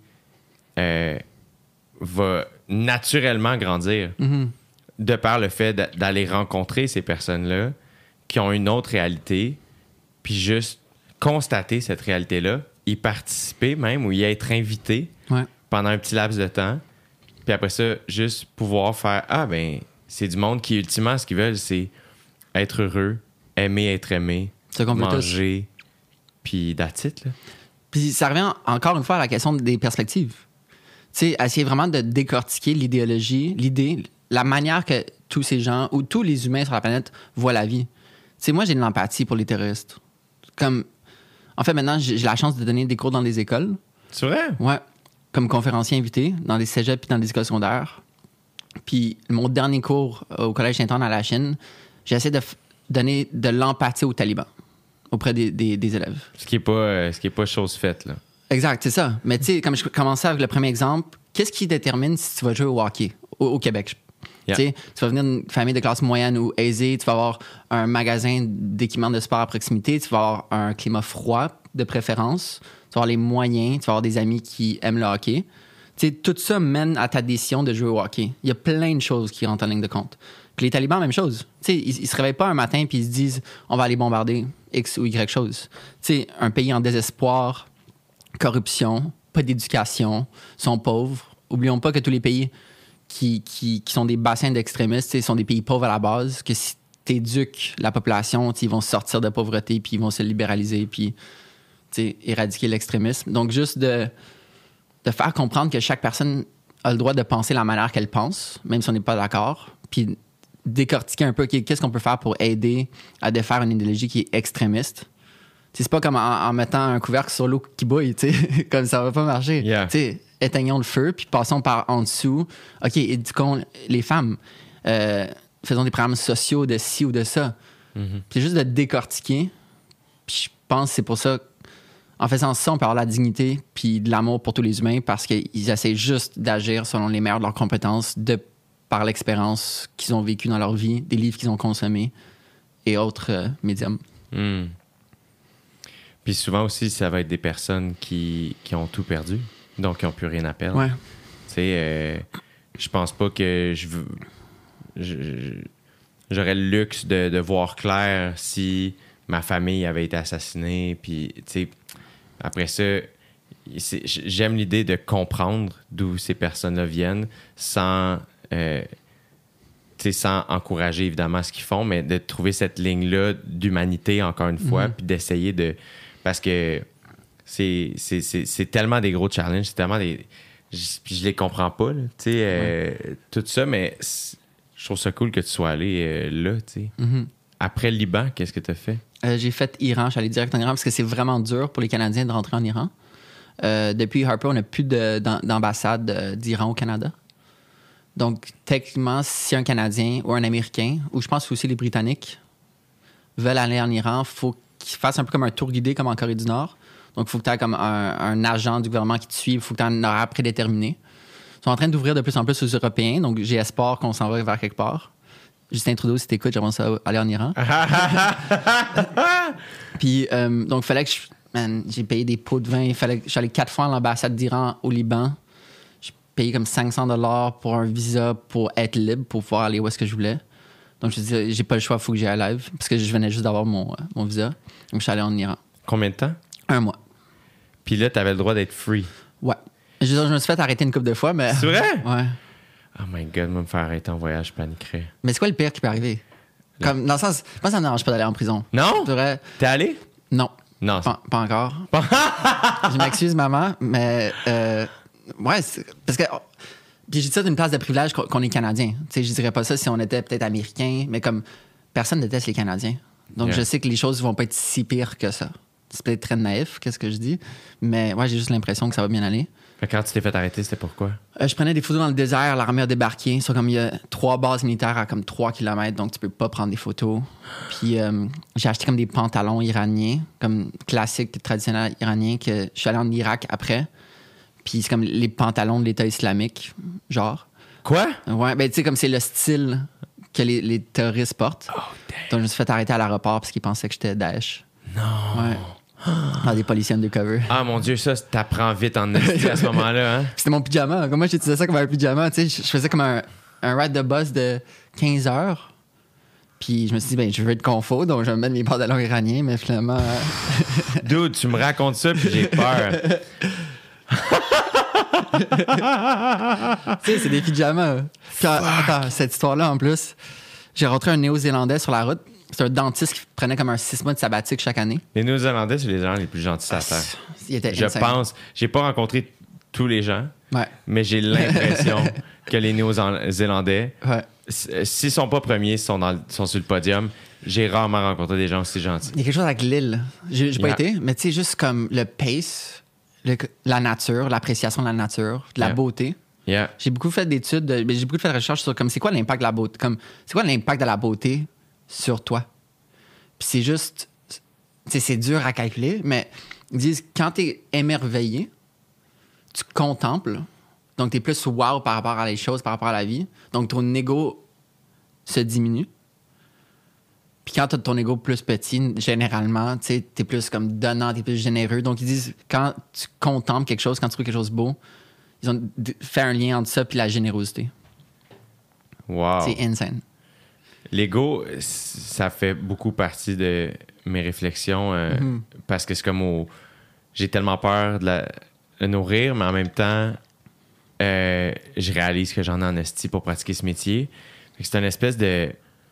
Speaker 2: va naturellement grandir de par le fait d'aller rencontrer ces personnes-là qui ont une autre réalité, puis juste constater cette réalité-là, y participer même ou y être invité pendant un petit laps de temps. Puis après ça, juste pouvoir faire c'est du monde qui, ultimement, ce qu'ils veulent, c'est être heureux, aimer être aimé, manger, puis that's it, là.
Speaker 3: Puis ça revient encore une fois à la question des perspectives. Tu sais, essayer vraiment de décortiquer l'idéologie, l'idée, la manière que tous ces gens ou tous les humains sur la planète voient la vie. Tu sais, moi, j'ai de l'empathie pour les terroristes. Comme... En fait, maintenant, j'ai la chance de donner des cours dans des écoles.
Speaker 2: C'est vrai?
Speaker 3: Ouais. Comme conférencier invité dans des cégeps puis dans des écoles secondaires. Puis mon dernier cours au Collège Sainte-Anne à la Chine, j'ai essayé de donner de l'empathie aux talibans auprès des élèves. Ce qui
Speaker 2: est pas chose faite, là.
Speaker 3: Exact, c'est ça. Mais tu sais, comme je commençais avec le premier exemple, qu'est-ce qui détermine si tu vas jouer au hockey au Québec? Tu vas venir d'une famille de classe moyenne ou aisée, tu vas avoir un magasin d'équipements de sport à proximité, tu vas avoir un climat froid de préférence, tu vas avoir les moyens, tu vas avoir des amis qui aiment le hockey. Tu sais, tout ça mène à ta décision de jouer au hockey. Il y a plein de choses qui rentrent en ligne de compte. Puis les talibans, même chose. Tu sais, ils se réveillent pas un matin puis ils se disent on va aller bombarder X ou Y chose. Tu sais, un pays en désespoir, corruption, pas d'éducation, sont pauvres. Oublions pas que tous les pays qui sont des bassins d'extrémistes, sont des pays pauvres à la base, que si tu éduques la population, ils vont sortir de pauvreté, puis ils vont se libéraliser, puis éradiquer l'extrémisme. Donc, juste de faire comprendre que chaque personne a le droit de penser la manière qu'elle pense, même si on n'est pas d'accord, puis décortiquer un peu qu'est-ce qu'on peut faire pour aider à défaire une idéologie qui est extrémiste. C'est pas comme en mettant un couvercle sur l'eau qui bouille, comme ça va pas marcher.
Speaker 2: Yeah.
Speaker 3: Éteignons le feu, puis passons par en dessous. OK, éduquons les femmes. Faisons des programmes sociaux de ci ou de ça. C'est juste de décortiquer. Puis je pense que c'est pour ça, en faisant ça, on peut avoir la dignité puis de l'amour pour tous les humains parce qu'ils essaient juste d'agir selon les meilleures de leurs compétences, par l'expérience qu'ils ont vécue dans leur vie, des livres qu'ils ont consommés et autres médiums.
Speaker 2: Puis souvent aussi, ça va être des personnes qui ont tout perdu, donc qui n'ont plus rien à perdre.
Speaker 3: Ouais.
Speaker 2: Tu sais, je pense pas que j'aurais le luxe de voir clair si ma famille avait été assassinée. Puis, tu sais, après ça, j'aime l'idée de comprendre d'où ces personnes-là viennent sans encourager évidemment ce qu'ils font, mais de trouver cette ligne-là d'humanité encore une fois, puis d'essayer de... Parce que c'est tellement des gros challenges, c'est tellement des... Puis je les comprends pas, là, tout ça, mais je trouve ça cool que tu sois allé là, tu sais. Après le Liban, qu'est-ce que tu as fait?
Speaker 3: J'ai fait Iran, je suis allé direct en Iran parce que c'est vraiment dur pour les Canadiens de rentrer en Iran. Depuis Harper, on n'a plus d'ambassade d'Iran au Canada. Donc, techniquement, si un Canadien ou un Américain, ou je pense aussi les Britanniques, veulent aller en Iran, il faut qu'ils fassent un peu comme un tour guidé comme en Corée du Nord. Donc, il faut que tu aies comme un agent du gouvernement qui te suive, il faut que tu aies un horaire prédéterminé. Ils sont en train d'ouvrir de plus en plus aux Européens, donc j'ai espoir qu'on s'en va vers quelque part. Justin Trudeau, si t'écoutes, j'aimerais ça aller en Iran. Puis, donc, il fallait que j'ai payé des pots de vin. Je suis allé 4 fois à l'ambassade d'Iran au Liban. J'ai payé comme $500 pour un visa pour être libre, pour pouvoir aller où est-ce que je voulais. Donc, je me suis dit, j'ai pas le choix, il faut que j'aille à live, parce que je venais juste d'avoir mon visa. Donc, je suis allé en Iran.
Speaker 2: Combien de temps?
Speaker 3: 1 mois.
Speaker 2: Puis là, t'avais le droit d'être free.
Speaker 3: Ouais. Je me suis fait arrêter une couple de fois, mais...
Speaker 2: C'est vrai?
Speaker 3: Ouais.
Speaker 2: Oh my God, me faire arrêter en voyage, je paniquerais.
Speaker 3: Mais c'est quoi le pire qui peut arriver? Comme, dans le sens, moi, ça ne me dérange pas d'aller en prison.
Speaker 2: Non? T'es allé?
Speaker 3: Non.
Speaker 2: Non.
Speaker 3: Pas encore. Je m'excuse, maman, mais... ouais, parce que... Puis je dis ça d'une place de privilège qu'on est Canadien. Tu sais, je dirais pas ça si on était peut-être Américain, mais comme personne déteste les Canadiens. Donc, je sais que les choses vont pas être si pires que ça. C'est peut-être très naïf, qu'est-ce que je dis, mais ouais, j'ai juste l'impression que ça va bien aller.
Speaker 2: Quand tu t'es fait arrêter, c'était pourquoi?
Speaker 3: Je prenais des photos dans le désert, l'armée a débarqué. Comme il y a 3 bases militaires à comme 3 km, donc tu peux pas prendre des photos. Puis j'ai acheté comme des pantalons iraniens, comme classiques, traditionnels iraniens, que je suis allé en Irak après. Puis c'est comme les pantalons de l'État islamique, genre.
Speaker 2: Quoi?
Speaker 3: Ouais, ben tu sais, comme c'est le style que les terroristes portent.
Speaker 2: Oh,
Speaker 3: donc je me suis fait arrêter à l'aéroport parce qu'ils pensaient que j'étais Daesh.
Speaker 2: Non!
Speaker 3: Ouais. Dans des policiers undercover.
Speaker 2: Ah mon Dieu, ça, t'apprends vite en esti à ce moment-là, hein?
Speaker 3: C'était mon pyjama. Comme moi, j'utilisais ça comme un pyjama. Tu sais, je faisais comme un ride de bus de 15 heures. Puis je me suis dit, ben, je veux être confort, donc je vais me mettre mes pantalons iraniens, mais finalement.
Speaker 2: Dude, tu me racontes ça, puis j'ai peur.
Speaker 3: Tu sais, c'est des pyjamas. Puis, attends, cette histoire-là, en plus, j'ai rencontré un Néo-Zélandais sur la route. C'est un dentiste qui prenait comme un 6 mois de sabbatique chaque année.
Speaker 2: Les Néo-Zélandais, c'est les gens les plus gentils à terre.
Speaker 3: Il était
Speaker 2: Je
Speaker 3: insane.
Speaker 2: pense. J'ai pas rencontré tous les gens,
Speaker 3: Ouais.
Speaker 2: mais j'ai l'impression que les Néo-Zélandais,
Speaker 3: Ouais.
Speaker 2: s'ils sont pas premiers, sont sur le podium. J'ai rarement rencontré des gens aussi gentils.
Speaker 3: Il y a quelque chose avec l'île. J'ai pas
Speaker 2: Yeah.
Speaker 3: été, mais tu sais, juste comme le pace, la nature, l'appréciation de la nature, de la
Speaker 2: Yeah.
Speaker 3: beauté.
Speaker 2: Yeah.
Speaker 3: J'ai beaucoup fait d'études, j'ai beaucoup fait de recherches sur comme c'est quoi l'impact de la beauté, comme c'est quoi l'impact de la beauté sur toi. Puis c'est juste, tu sais, c'est dur à calculer, mais ils disent quand t'es émerveillé, tu contemples, donc t'es plus wow par rapport à les choses, par rapport à la vie, donc ton ego se diminue. Puis quand t'as ton ego plus petit, généralement, tu sais, t'es plus comme donnant, t'es plus généreux. Donc ils disent quand tu contemples quelque chose, quand tu trouves quelque chose de beau, ils ont fait un lien entre ça puis la générosité.
Speaker 2: Wow.
Speaker 3: C'est insane.
Speaker 2: L'ego, ça fait beaucoup partie de mes réflexions parce que c'est comme j'ai tellement peur de le nourrir, mais en même temps, je réalise que j'en ai en esti pour pratiquer ce métier. Fait que c'est une espèce de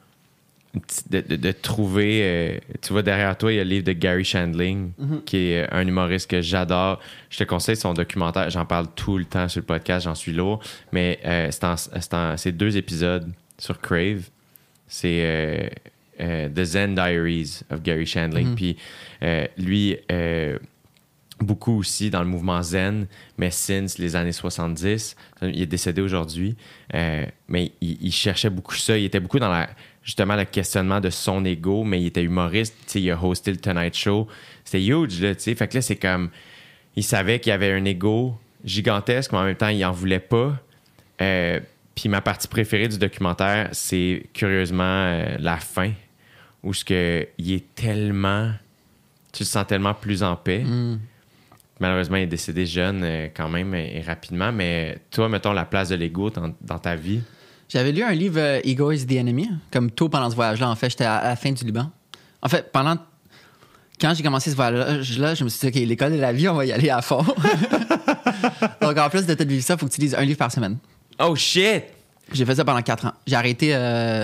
Speaker 2: trouver... tu vois, derrière toi, il y a le livre de Gary Shandling, qui est un humoriste que j'adore. Je te conseille son documentaire. J'en parle tout le temps sur le podcast, j'en suis lourd. Mais c'est 2 épisodes sur Crave. C'est The Zen Diaries of Gary Shandling. Puis lui, beaucoup aussi dans le mouvement Zen, mais since les années 70. Il est décédé aujourd'hui. Mais il cherchait beaucoup ça. Il était beaucoup dans justement le questionnement de son ego, mais il était humoriste. Tu sais, il a hosté le Tonight Show. C'était huge, là, tu sais. Fait que là, c'est comme... Il savait qu'il avait un ego gigantesque, mais en même temps, il en voulait pas. Puis ma partie préférée du documentaire, c'est curieusement la fin, où il est tellement... Tu le sens tellement plus en paix. Malheureusement, il est décédé jeune quand même et rapidement. Mais toi, mettons la place de l'ego dans ta vie.
Speaker 3: J'avais lu un livre Ego is the Enemy, comme tôt pendant ce voyage-là. En fait, j'étais à la fin du Liban. En fait, pendant quand j'ai commencé ce voyage-là, je me suis dit, OK, l'école de la vie, on va y aller à fond. Donc, en plus de te vivre ça, il faut que tu lises un livre par semaine.
Speaker 2: Oh, shit!
Speaker 3: J'ai fait ça pendant 4 ans. J'ai arrêté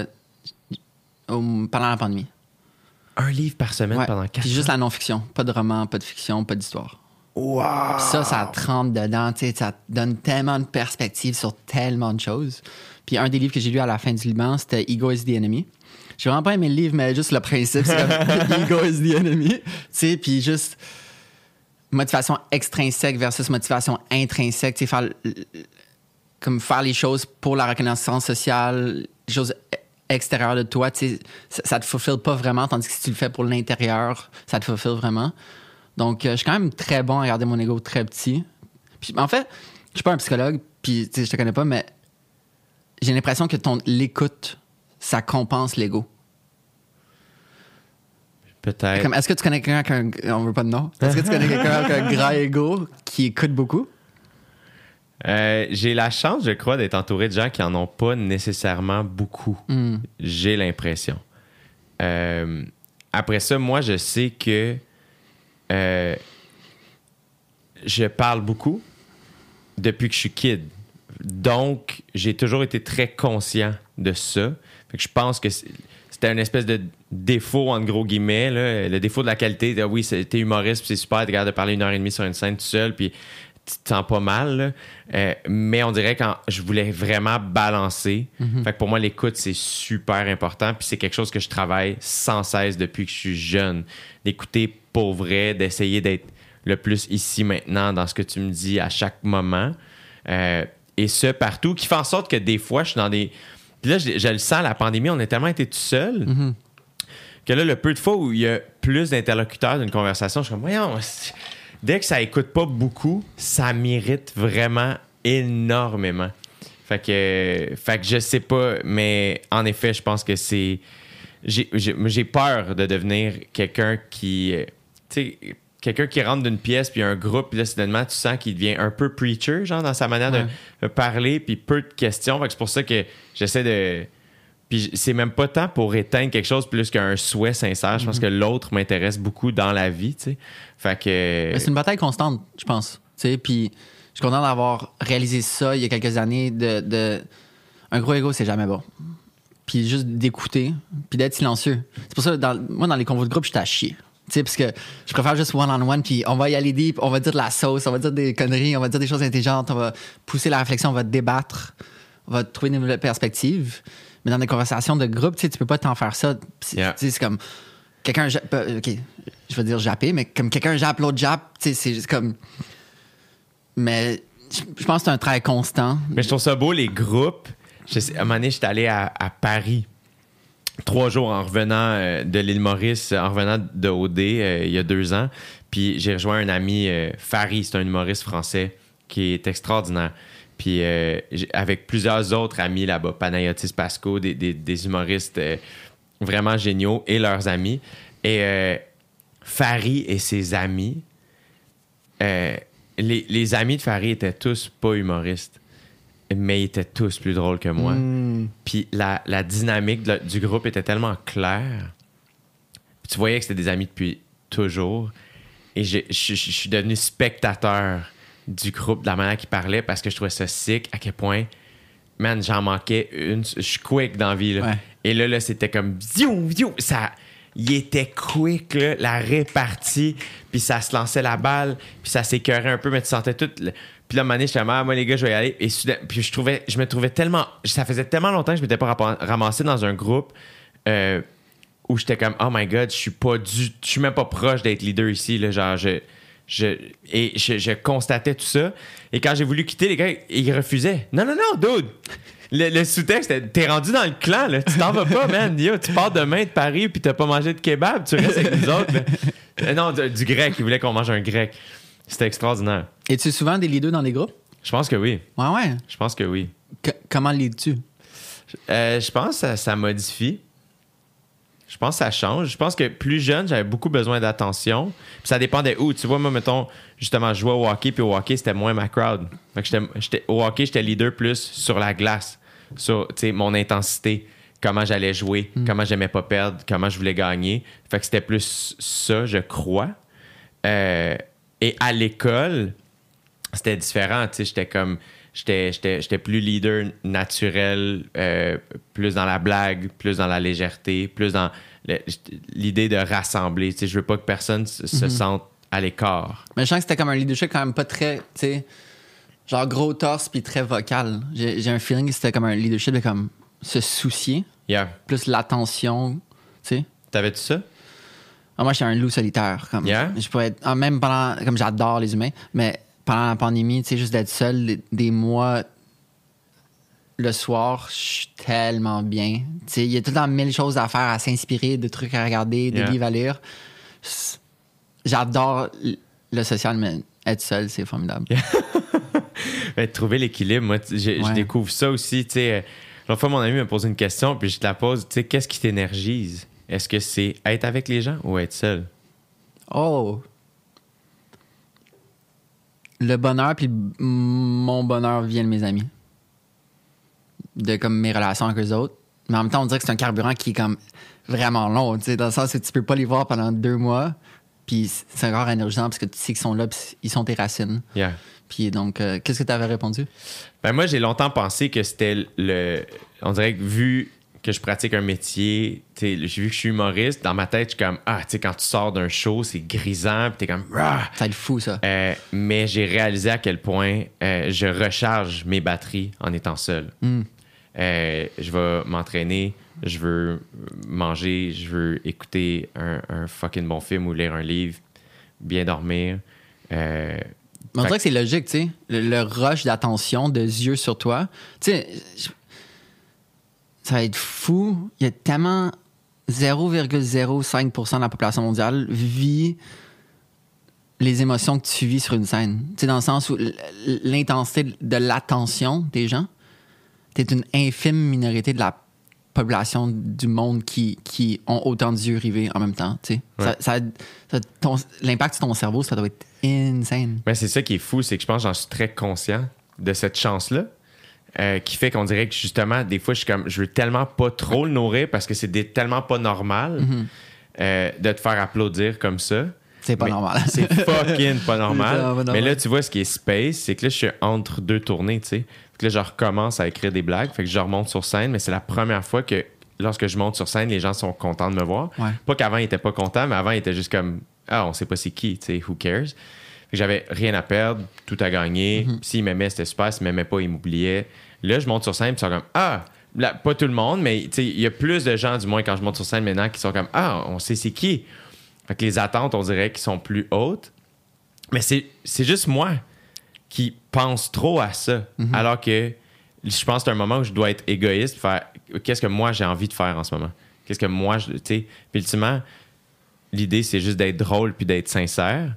Speaker 3: pendant la pandémie.
Speaker 2: Un livre par semaine pendant 4 ans?
Speaker 3: Puis juste la non-fiction. Pas de roman, pas de fiction, pas d'histoire.
Speaker 2: Wow!
Speaker 3: Puis ça te rentre dedans. Tu sais, ça te donne tellement de perspectives sur tellement de choses. Puis un des livres que j'ai lu à la fin du Liban, c'était Ego is the Enemy. J'ai vraiment pas aimé le livre, mais juste le principe, c'est comme Ego is the Enemy. Tu sais, puis juste motivation extrinsèque versus motivation intrinsèque. Tu sais, faire les choses pour la reconnaissance sociale, les choses extérieures de toi, tu sais, ça te fulfill pas vraiment, tandis que si tu le fais pour l'intérieur, ça te fulfill vraiment. Donc, je suis quand même très bon à garder mon ego très petit. Puis, en fait, je suis pas un psychologue, puis je te connais pas, mais j'ai l'impression que l'écoute, ça compense l'ego.
Speaker 2: Peut-être.
Speaker 3: Comme, est-ce que tu connais quelqu'un avec on veut pas de nom? Est-ce que tu connais quelqu'un avec un grand ego qui écoute beaucoup?
Speaker 2: J'ai la chance, je crois, d'être entouré de gens qui en ont pas nécessairement beaucoup. J'ai l'impression. Après ça, moi, je sais que je parle beaucoup depuis que je suis kid. Donc, j'ai toujours été très conscient de ça. Fait que je pense que c'était une espèce de défaut, entre gros guillemets. Là. Le défaut de la qualité, oui, t'es humoriste, puis c'est super, t'es capable de parler 1h30 sur une scène tout seul, puis tu te sens pas mal. Mais on dirait quand je voulais vraiment balancer. Fait que pour moi, l'écoute, c'est super important. Puis c'est quelque chose que je travaille sans cesse depuis que je suis jeune. D'écouter pour vrai, d'essayer d'être le plus ici, maintenant, dans ce que tu me dis à chaque moment. Et ce, partout, qui fait en sorte que des fois, je suis dans des... Puis là, je le sens, la pandémie, on a tellement été tout seul que là, le peu de fois où il y a plus d'interlocuteurs d'une conversation, je suis comme, voyons, dès que ça écoute pas beaucoup, ça m'irrite vraiment énormément. Fait que je sais pas, mais en effet, je pense que c'est... J'ai peur de devenir quelqu'un qui... tu sais, quelqu'un qui rentre d'une pièce, puis un groupe, puis là, soudainement, tu sens qu'il devient un peu preacher, genre, dans sa manière de parler, puis peu de questions. Fait que c'est pour ça que j'essaie de... Puis c'est même pas tant pour éteindre quelque chose plus qu'un souhait sincère. Je pense que l'autre m'intéresse beaucoup dans la vie, tu sais. Fait que...
Speaker 3: Mais c'est une bataille constante, je pense. Tu sais, puis je suis content d'avoir réalisé ça il y a quelques années. Un gros ego, c'est jamais bon. Puis juste d'écouter, puis d'être silencieux. C'est pour ça, moi, dans les convos de groupe, j'étais à chier. Tu sais, parce que je préfère juste one-on-one, puis on va y aller deep, on va dire de la sauce, on va dire des conneries, on va dire des choses intelligentes, on va pousser la réflexion, on va débattre, on va trouver des nouvelles perspectives. Mais dans des conversations de groupe, tu sais, tu peux pas t'en faire ça. C'est comme quelqu'un... OK, je vais dire japper, mais comme quelqu'un jappe, l'autre jappe, tu sais, c'est juste comme... Mais je pense que c'est un travail constant.
Speaker 2: Mais je trouve ça beau, les groupes. À un moment donné, j'étais allé à Paris 3 jours en revenant de l'île Maurice, en revenant de OD il y a 2 ans. Puis j'ai rejoint un ami, Farid, c'est un humoriste français qui est extraordinaire. Puis avec plusieurs autres amis là-bas, Panayotis Pasco, des humoristes vraiment géniaux et leurs amis. Et Farid et ses amis, les amis de Farid étaient tous pas humoristes, mais ils étaient tous plus drôles que moi. Puis la dynamique du groupe était tellement claire. Puis tu voyais que c'était des amis depuis toujours. Et je suis devenu spectateur du groupe, de la manière qu'ils parlaient, parce que je trouvais ça sick, à quel point, man, j'en manquais une. Je suis quick dans la vie, là.
Speaker 3: Ouais.
Speaker 2: Et là, c'était comme, ça... Il était quick, là, la répartie, puis ça se lançait la balle, puis ça s'écœurait un peu, mais tu sentais tout... Puis là, à un moment donné, j'étais comme, moi, les gars, je vais y aller. Et puis je me trouvais tellement... Ça faisait tellement longtemps que je m'étais pas ramassé dans un groupe où j'étais comme, oh my God, je suis même pas proche d'être leader ici, là, genre, je constatais tout ça. Et quand j'ai voulu quitter, les gars, ils refusaient. Non, dude! Le sous-texte, t'es rendu dans le clan, là. Tu t'en vas pas, man. Yo, tu pars demain de Paris puis t'as pas mangé de kebab. Tu restes avec nous autres, là. Non, du grec. Ils voulaient qu'on mange un grec. C'était extraordinaire.
Speaker 3: Es-tu souvent des leaders dans les groupes?
Speaker 2: Je pense que oui.
Speaker 3: Ouais.
Speaker 2: Je pense que oui.
Speaker 3: Comment leads-tu?
Speaker 2: Je pense que ça modifie. Je pense que ça change. Je pense que plus jeune, j'avais beaucoup besoin d'attention. Puis ça dépendait où. Tu vois, moi, mettons, justement, je jouais au hockey, puis au hockey, c'était moins ma crowd. Fait que au hockey, j'étais leader plus sur la glace, sur mon intensité. comment j'allais jouer, comment j'aimais pas perdre, comment je voulais gagner. Fait que c'était plus ça, je crois. Et à l'école, c'était différent. Tu sais, j'étais plus leader naturel, plus dans la blague, plus dans la légèreté, plus dans l'idée de rassembler. Tu sais, je veux pas que personne se sente à l'écart.
Speaker 3: Mais je sens que c'était comme un leadership quand même pas très, tu sais, genre gros torse puis très vocal. J'ai un feeling que c'était comme un leadership de comme se soucier, plus l'attention, tu sais.
Speaker 2: T'avais-tu ça?
Speaker 3: Ah, moi, j'étais un loup solitaire. Comme, je pourrais être, même pendant, comme j'adore les humains, mais pendant la pandémie, tu sais, juste d'être seul des mois le soir, je suis tellement bien. Tu sais, il y a tout le temps 1000 choses à faire, à s'inspirer, de trucs à regarder, des livres à lire. J'adore le social, mais être seul, c'est formidable.
Speaker 2: Trouver l'équilibre, moi, je découvre ça aussi. Tu sais, l'autre fois, mon ami m'a posé une question, puis je te la pose. Tu sais, qu'est-ce qui t'énergise? Est-ce que c'est être avec les gens ou être seul?
Speaker 3: Oh! Le bonheur, puis mon bonheur vient de mes amis. De comme mes relations avec eux autres. Mais en même temps, on dirait que c'est un carburant qui est comme vraiment long, tu sais, dans le sens que tu peux pas les voir pendant 2 mois, puis c'est encore énergisant parce que tu sais qu'ils sont là, puis ils sont tes racines. Puis donc, qu'est-ce que tu avais répondu?
Speaker 2: Ben moi, j'ai longtemps pensé que c'était on dirait que vu que je pratique un métier, j'ai vu que je suis humoriste, dans ma tête, je suis comme, tu sais, quand tu sors d'un show, c'est grisant, puis t'es comme,
Speaker 3: ça va être fou, ça.
Speaker 2: Mais j'ai réalisé à quel point je recharge mes batteries en étant seul. Je vais m'entraîner, je veux manger, je veux écouter un fucking bon film ou lire un livre, bien dormir.
Speaker 3: On dirait que c'est logique, tu sais. Le rush d'attention, de yeux sur toi. Tu sais, ça va être fou. Il y a tellement 0,05% de la population mondiale vit les émotions que tu vis sur une scène. Tu sais, dans le sens où l'intensité de l'attention des gens, t'es une infime minorité de la population du monde qui ont autant d'yeux rivés en même temps. Tu sais. L'impact sur ton cerveau, ça doit être insane.
Speaker 2: Ben, c'est ça qui est fou, c'est que je pense que j'en suis très conscient de cette chance-là. Qui fait qu'on dirait que justement, des fois, je veux tellement pas trop le nourrir parce que c'est tellement pas normal de te faire applaudir comme ça.
Speaker 3: C'est pas normal.
Speaker 2: C'est fucking pas normal. Mais là, tu vois, ce qui est space, c'est que là, je suis entre 2 tournées, tu sais. Fait que là, je recommence à écrire des blagues. Fait que je remonte sur scène, mais c'est la première fois que lorsque je monte sur scène, les gens sont contents de me voir. Pas qu'avant, ils étaient pas contents, mais avant, ils étaient juste comme, on sait pas c'est qui, tu sais, who cares? Fait que j'avais rien à perdre, tout à gagner. S'ils m'aimaient, c'était super. S'ils m'aimaient pas, ils m'oubliaient. Là, je monte sur scène, puis ils sont comme, là, pas tout le monde, mais il y a plus de gens, du moins, quand je monte sur scène maintenant, qui sont comme, on sait c'est qui. Fait que les attentes, on dirait, qui sont plus hautes. Mais c'est juste moi qui pense trop à ça. Alors que je pense que c'est un moment où je dois être égoïste, faire qu'est-ce que moi j'ai envie de faire en ce moment. Qu'est-ce que moi, tu sais. Puis ultimement, l'idée, c'est juste d'être drôle puis d'être sincère.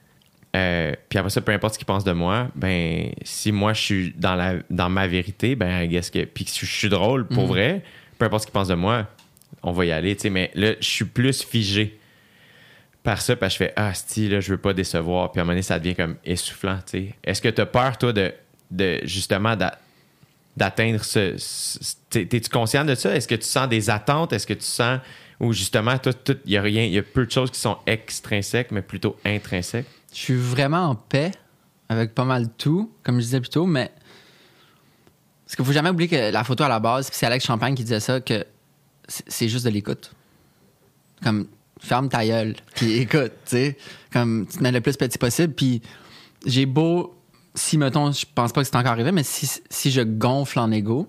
Speaker 2: Puis après ça, peu importe ce qu'ils pensent de moi, ben si moi je suis dans ma vérité, ben puis que je suis drôle pour vrai, peu importe ce qu'ils pensent de moi, on va y aller, tu sais. Mais là, je suis plus figé par ça, parce que je fais asti, là, je veux pas décevoir. Puis à un moment donné, ça devient comme essoufflant, tu sais. Est-ce que t'as peur, toi, de justement d'atteindre ce t'es-tu conscient de ça? Est-ce que tu sens des attentes? Est-ce que tu sens ou justement, toi, il y a peu de choses qui sont extrinsèques, mais plutôt intrinsèques?
Speaker 3: Je suis vraiment en paix avec pas mal tout, comme je disais plus tôt, mais parce qu'il faut jamais oublier que la photo à la base, puis c'est Alex Champagne qui disait ça, que c'est juste de l'écoute. Comme, ferme ta gueule, puis écoute, tu sais. Comme, tu te mets le plus petit possible, puis j'ai beau, si, mettons, je pense pas que c'est encore arrivé, mais si je gonfle en ego,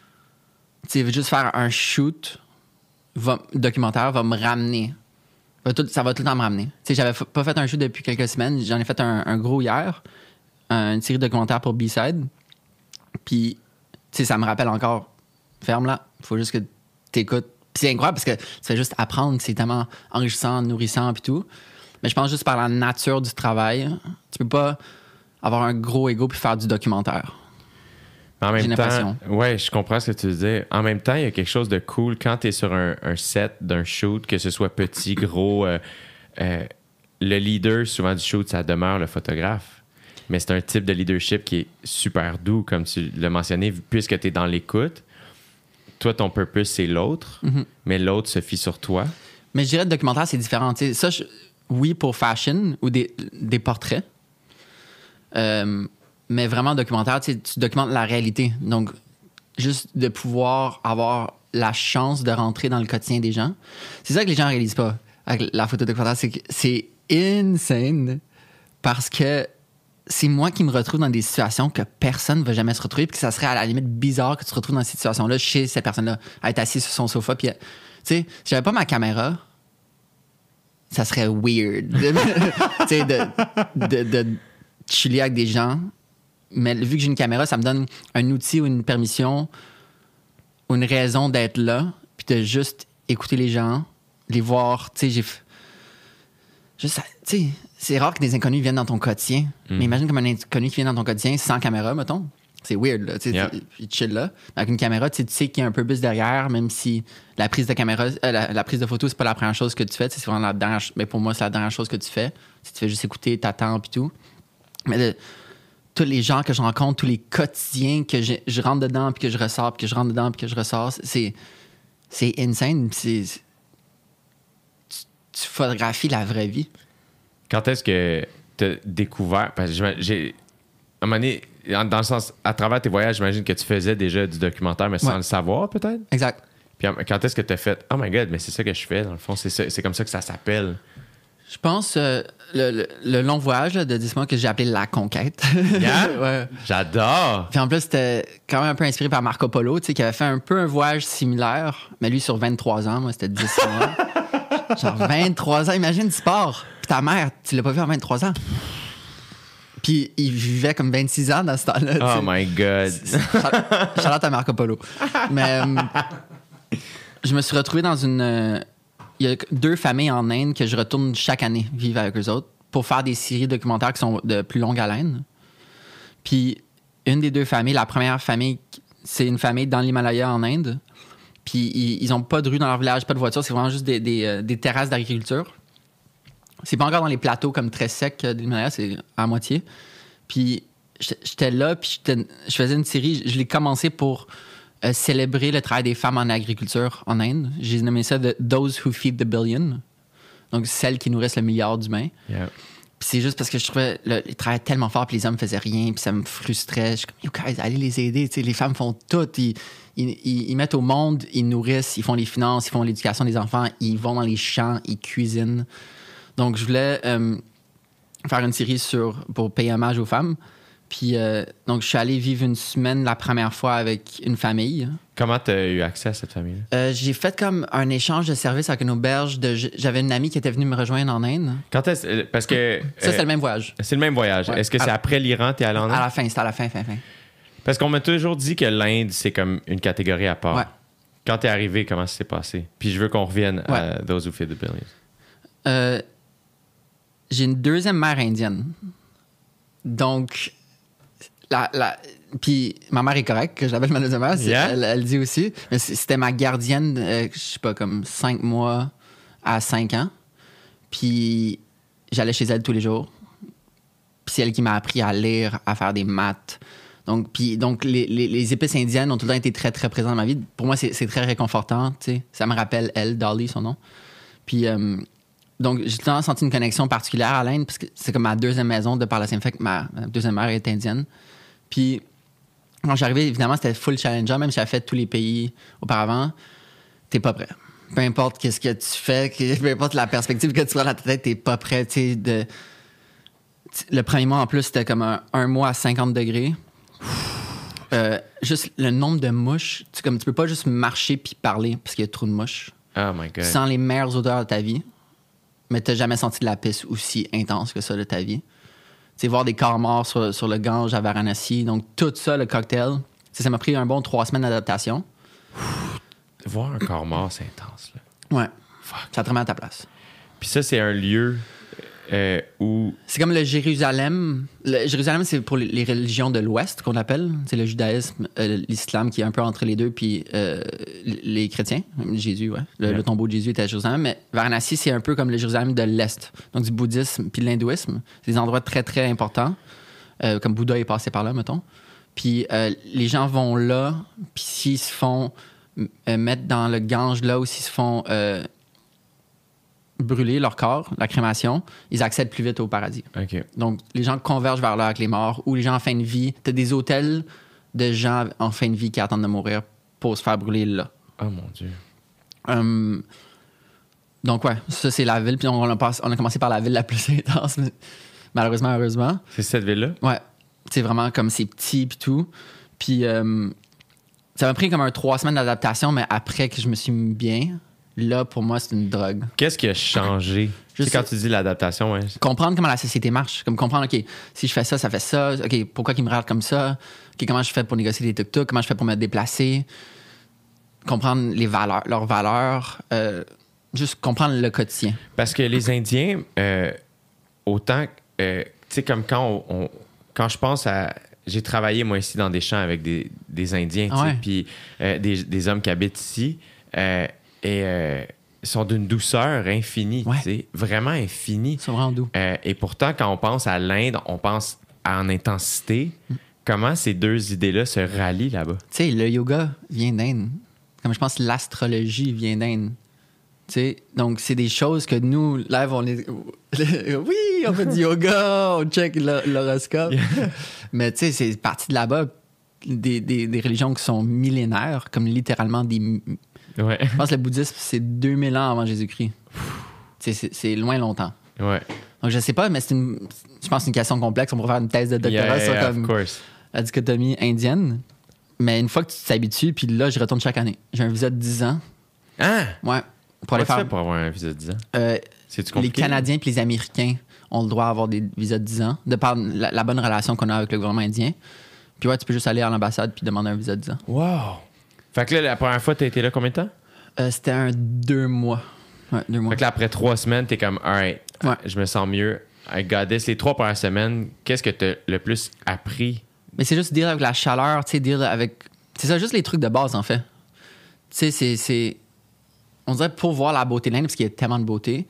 Speaker 3: tu sais, juste faire un shoot documentaire va me ramener. Ça va tout le temps me ramener. Tu sais, j'avais pas fait un shoot depuis quelques semaines. J'en ai fait un gros hier. Une série de documentaires pour B-Side. Puis, tu sais, ça me rappelle encore. Ferme-la. Il faut juste que t'écoutes. Puis c'est incroyable parce que tu fais juste apprendre. C'est tellement enrichissant, nourrissant puis tout. Mais je pense juste par la nature du travail, tu peux pas avoir un gros ego puis faire du documentaire.
Speaker 2: En même temps, ouais, je comprends ce que tu disais. En même temps, il y a quelque chose de cool quand tu es sur un set d'un shoot, que ce soit petit, gros. Le leader, souvent du shoot, ça demeure le photographe. Mais c'est un type de leadership qui est super doux, comme tu l'as mentionné, puisque tu es dans l'écoute. toi, ton purpose, c'est l'autre, mais l'autre se fie sur toi.
Speaker 3: Mais je dirais que le documentaire, c'est différent. Tu sais, ça, oui, pour fashion ou des portraits. Mais vraiment, documentaire, tu documentes la réalité. Donc, juste de pouvoir avoir la chance de rentrer dans le quotidien des gens. C'est ça que les gens ne réalisent pas avec la photo documentaire. C'est que c'est insane parce que c'est moi qui me retrouve dans des situations que personne ne va jamais se retrouver, puis que ça serait à la limite bizarre que tu te retrouves dans cette situation-là chez cette personne-là, à être assis sur son sofa. Puis, tu sais, si j'avais pas ma caméra, ça serait weird. Tu sais, de chiller avec des gens. Mais vu que j'ai une caméra, ça me donne un outil ou une permission ou une raison d'être là, puis de juste écouter les gens, les voir. Tu sais, tu sais, c'est rare que des inconnus viennent dans ton quotidien. Mais imagine comme un inconnu qui vient dans ton quotidien sans caméra, mettons. C'est weird, là. Tu sais, il chill là. Avec une caméra, tu sais qu'il y a un peu plus derrière, même si la prise de caméra, la prise de photo, c'est pas la première chose que tu fais. C'est vraiment la dernière. Mais pour moi, c'est la dernière chose que tu fais. Si tu fais juste écouter, t'attends, puis tout. Mais tous les gens que je rencontre, tous les quotidiens que je rentre dedans, puis que je ressors, puis que je rentre dedans, puis que je ressors, c'est insane. Tu photographies la vraie vie.
Speaker 2: Quand est-ce que tu as découvert... Parce que à un moment donné, dans le sens, à travers tes voyages, j'imagine que tu faisais déjà du documentaire, mais sans le savoir, peut-être?
Speaker 3: Exact.
Speaker 2: Puis quand est-ce que tu as fait « Oh my God, mais c'est ça que je fais, dans le fond. C'est comme ça que ça s'appelle. »
Speaker 3: Je pense le long voyage là, de 10 mois que j'ai appelé La Conquête.
Speaker 2: Yeah?
Speaker 3: Ouais.
Speaker 2: J'adore!
Speaker 3: Puis en plus, c'était quand même un peu inspiré par Marco Polo, tu sais, qui avait fait un peu un voyage similaire, mais lui sur 23 ans, moi c'était 10 mois. Genre 23 ans, imagine, tu pars. Puis ta mère, tu l'as pas vu à 23 ans. Puis il vivait comme 26 ans dans ce temps-là.
Speaker 2: Oh my God!
Speaker 3: Charlotte à Marco Polo. Mais je me suis retrouvé dans une... Il y a 2 familles en Inde que je retourne chaque année vivre avec eux autres pour faire des séries documentaires qui sont de plus longue haleine. Puis une des 2 familles, la première famille, c'est une famille dans l'Himalaya en Inde. Puis ils ont pas de rue dans leur village, pas de voiture, c'est vraiment juste des terrasses d'agriculture. C'est pas encore dans les plateaux comme très secs de l'Himalaya, c'est à moitié. Puis j'étais là, puis je faisais une série, je l'ai commencé pour célébrer le travail des femmes en agriculture en Inde. J'ai nommé ça « Those who feed the billion ». Donc, celles qui nourrissent le milliard d'humains.
Speaker 2: Yeah.
Speaker 3: Puis c'est juste parce que je trouvais ils travaillaient tellement fort, puis les hommes faisaient rien, puis ça me frustrait. Je suis comme, you guys, allez les aider. T'sais, les femmes font tout. Ils mettent au monde, ils nourrissent, ils font les finances, ils font l'éducation des enfants, ils vont dans les champs, ils cuisinent. Donc, je voulais faire une série pour payer hommage aux femmes. Puis, donc, je suis allé vivre une semaine la première fois avec une famille.
Speaker 2: Comment tu as eu accès à cette famille-là?
Speaker 3: J'ai fait comme un échange de services avec une auberge. J'avais une amie qui était venue me rejoindre en Inde.
Speaker 2: Quand est-ce... Parce que...
Speaker 3: Ça, c'est le même voyage.
Speaker 2: C'est le même voyage.
Speaker 3: Ouais.
Speaker 2: Est-ce que c'est après l'Iran que tu es allé en Inde?
Speaker 3: À la fin, c'était à la fin.
Speaker 2: Parce qu'on m'a toujours dit que l'Inde, c'est comme une catégorie à part.
Speaker 3: Ouais.
Speaker 2: Quand tu es arrivé, comment ça s'est passé? Puis je veux qu'on revienne à Those Who Feed the Billions.
Speaker 3: J'ai une 2e mère indienne. Donc... Puis ma mère est correcte, que j'appelle ma 2e mère.
Speaker 2: Yeah.
Speaker 3: Elle dit aussi. Mais c'était ma gardienne, je sais pas, comme 5 mois à 5 ans. Puis j'allais chez elle tous les jours. Puis c'est elle qui m'a appris à lire, à faire des maths. Donc les épices indiennes ont tout le temps été très, très présentes dans ma vie. Pour moi, c'est très réconfortant. T'sais. Ça me rappelle elle, Dolly, son nom. Puis... donc, j'ai tout le temps senti une connexion particulière à l'Inde parce que c'est comme ma 2e maison de par le simple fait que ma 2e mère est indienne. Puis, quand j'arrivais, évidemment, c'était full challengeant. Même si j'avais fait tous les pays auparavant, t'es pas prêt. Peu importe qu'est-ce que tu fais, peu importe la perspective que tu prends dans ta tête, t'es pas prêt. Le premier mois, en plus, c'était comme un mois à 50 degrés. Juste le nombre de mouches. Tu peux pas juste marcher puis parler parce qu'il y a trop de mouches.
Speaker 2: Oh my God.
Speaker 3: Tu sens les meilleures odeurs de ta vie. Mais t'as jamais senti de la pisse aussi intense que ça de ta vie. Tu sais, voir des corps morts sur le Gange à Varanasi. Donc, tout ça, le cocktail, ça m'a pris un bon 3 semaines d'adaptation.
Speaker 2: Voir un corps mort, c'est intense, là.
Speaker 3: Ouais.
Speaker 2: Fuck.
Speaker 3: Ça te remet à ta place.
Speaker 2: Puis ça, c'est un lieu où...
Speaker 3: C'est comme le Jérusalem. Le Jérusalem, c'est pour les religions de l'Ouest qu'on appelle. C'est le judaïsme, l'islam qui est un peu entre les deux, puis les chrétiens. Jésus, ouais. Le tombeau de Jésus était à Jérusalem. Mais Varanasi, c'est un peu comme le Jérusalem de l'Est. Donc du bouddhisme puis de l'hindouisme. C'est des endroits très, très importants. Comme Bouddha est passé par là, mettons. Puis les gens vont là, puis s'ils se font mettre dans le Gange, là où ils se font brûler leur corps, la crémation, ils accèdent plus vite au paradis.
Speaker 2: OK.
Speaker 3: Donc, les gens convergent vers là avec les morts ou les gens en fin de vie. T'as des hôtels de gens en fin de vie qui attendent de mourir pour se faire brûler là.
Speaker 2: Oh mon Dieu.
Speaker 3: Donc, ouais, ça, c'est la ville. Puis on a commencé par la ville la plus intense, mais malheureusement, heureusement.
Speaker 2: C'est cette ville-là?
Speaker 3: Ouais. C'est vraiment comme c'est petit puis tout. Puis ça m'a pris comme 3 semaines d'adaptation, mais après que je me suis mis bien, là, pour moi, c'est une drogue.
Speaker 2: Qu'est-ce qui a changé? C'est quand tu dis l'adaptation, ouais.
Speaker 3: Comprendre comment la société marche. Comme comprendre, OK, si je fais ça, ça fait ça. OK, pourquoi ils me regardent comme ça? OK, comment je fais pour négocier des tuk-tuk? Comment je fais pour me déplacer? Comprendre les valeurs, leurs valeurs. Juste comprendre le quotidien.
Speaker 2: Parce que les Indiens, autant... tu sais, comme quand je pense à... J'ai travaillé, moi, ici, dans des champs avec des Indiens, tu sais,
Speaker 3: Ouais.
Speaker 2: puis des hommes qui habitent ici, et sont d'une douceur infinie,
Speaker 3: Ouais.
Speaker 2: tu sais, vraiment infinie.
Speaker 3: C'est vraiment doux.
Speaker 2: Et pourtant, quand on pense à l'Inde, on pense en intensité. Comment ces deux idées-là se rallient là-bas?
Speaker 3: Tu sais, le yoga vient d'Inde. Comme je pense l'astrologie vient d'Inde. Tu sais, donc c'est des choses que nous, live, on est... oui, on fait du yoga, on check l'horoscope. Mais tu sais, c'est parti de là-bas, des religions qui sont millénaires, comme littéralement des...
Speaker 2: Ouais.
Speaker 3: Je pense que le bouddhisme, c'est 2000 ans avant Jésus-Christ. Tu sais, c'est loin longtemps.
Speaker 2: Ouais.
Speaker 3: Donc je sais pas, mais je pense que c'est une question complexe. On pourrait faire une thèse de doctorat sur
Speaker 2: of
Speaker 3: comme
Speaker 2: course.
Speaker 3: la dichotomie indienne. Mais une fois que tu t'habitues, puis là, je retourne chaque année. J'ai un visa de 10 ans.
Speaker 2: Ah!
Speaker 3: Ouais. Pour
Speaker 2: Comment
Speaker 3: aller
Speaker 2: tu fais
Speaker 3: faire.
Speaker 2: pour avoir un visa de 10 ans? C'est-tu
Speaker 3: Les
Speaker 2: compliqué?
Speaker 3: Canadiens et les Américains ont le droit d'avoir des visas de 10 ans, de par la bonne relation qu'on a avec le gouvernement indien. Puis ouais, tu peux juste aller à l'ambassade puis demander un visa de 10 ans.
Speaker 2: Wow! Fait que là, la première fois, t'as été là combien de temps?
Speaker 3: C'était un 2 mois. Ouais, 2 mois.
Speaker 2: Fait que là, après 3 semaines, t'es comme, alright,
Speaker 3: Ouais.
Speaker 2: je me sens mieux. I got this. Les 3 premières semaines, qu'est-ce que t'as le plus appris?
Speaker 3: Mais c'est juste deal avec la chaleur, tu sais, deal avec... C'est ça, juste les trucs de base, en fait. Tu sais, c'est... On dirait pour voir la beauté de l'Inde, parce qu'il y a tellement de beauté,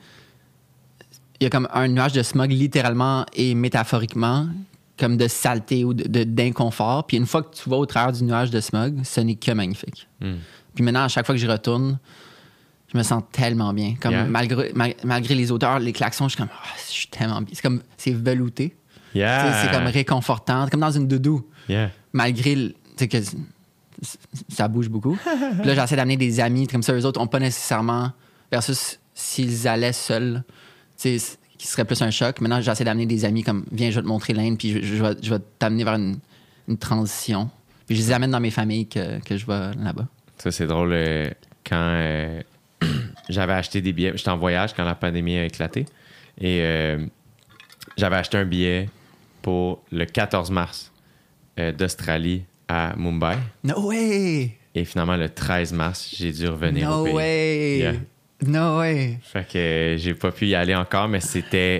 Speaker 3: il y a comme un nuage de smog, littéralement et métaphoriquement, comme de saleté ou d'inconfort. Puis une fois que tu vas au travers du nuage de smog, ce n'est que magnifique. Puis maintenant, à chaque fois que j'y retourne, je me sens tellement bien. Comme
Speaker 2: Yeah.
Speaker 3: malgré les odeurs, les klaxons, je suis comme, ah, je suis tellement bien. C'est velouté. Tu sais,
Speaker 2: Yeah!
Speaker 3: c'est comme réconfortant. C'est comme dans une doudou.
Speaker 2: Yeah.
Speaker 3: Malgré tu sais que ça bouge beaucoup. Puis là, j'essaie d'amener des amis comme ça. Eux autres n'ont pas nécessairement... Versus s'ils allaient seuls, tu sais, qui serait plus un choc. Maintenant, j'essaie d'amener des amis comme, viens, je vais te montrer l'Inde, puis je vais t'amener vers une transition. Puis je les amène dans mes familles que je vais là-bas.
Speaker 2: Ça, c'est drôle. Quand j'avais acheté des billets, j'étais en voyage quand la pandémie a éclaté. Et j'avais acheté un billet pour le 14 mars d'Australie à Mumbai.
Speaker 3: No way!
Speaker 2: Et finalement, le 13 mars, j'ai dû revenir au
Speaker 3: No
Speaker 2: pays.
Speaker 3: way!
Speaker 2: Yeah.
Speaker 3: No way!
Speaker 2: Fait que j'ai pas pu y aller encore, mais c'était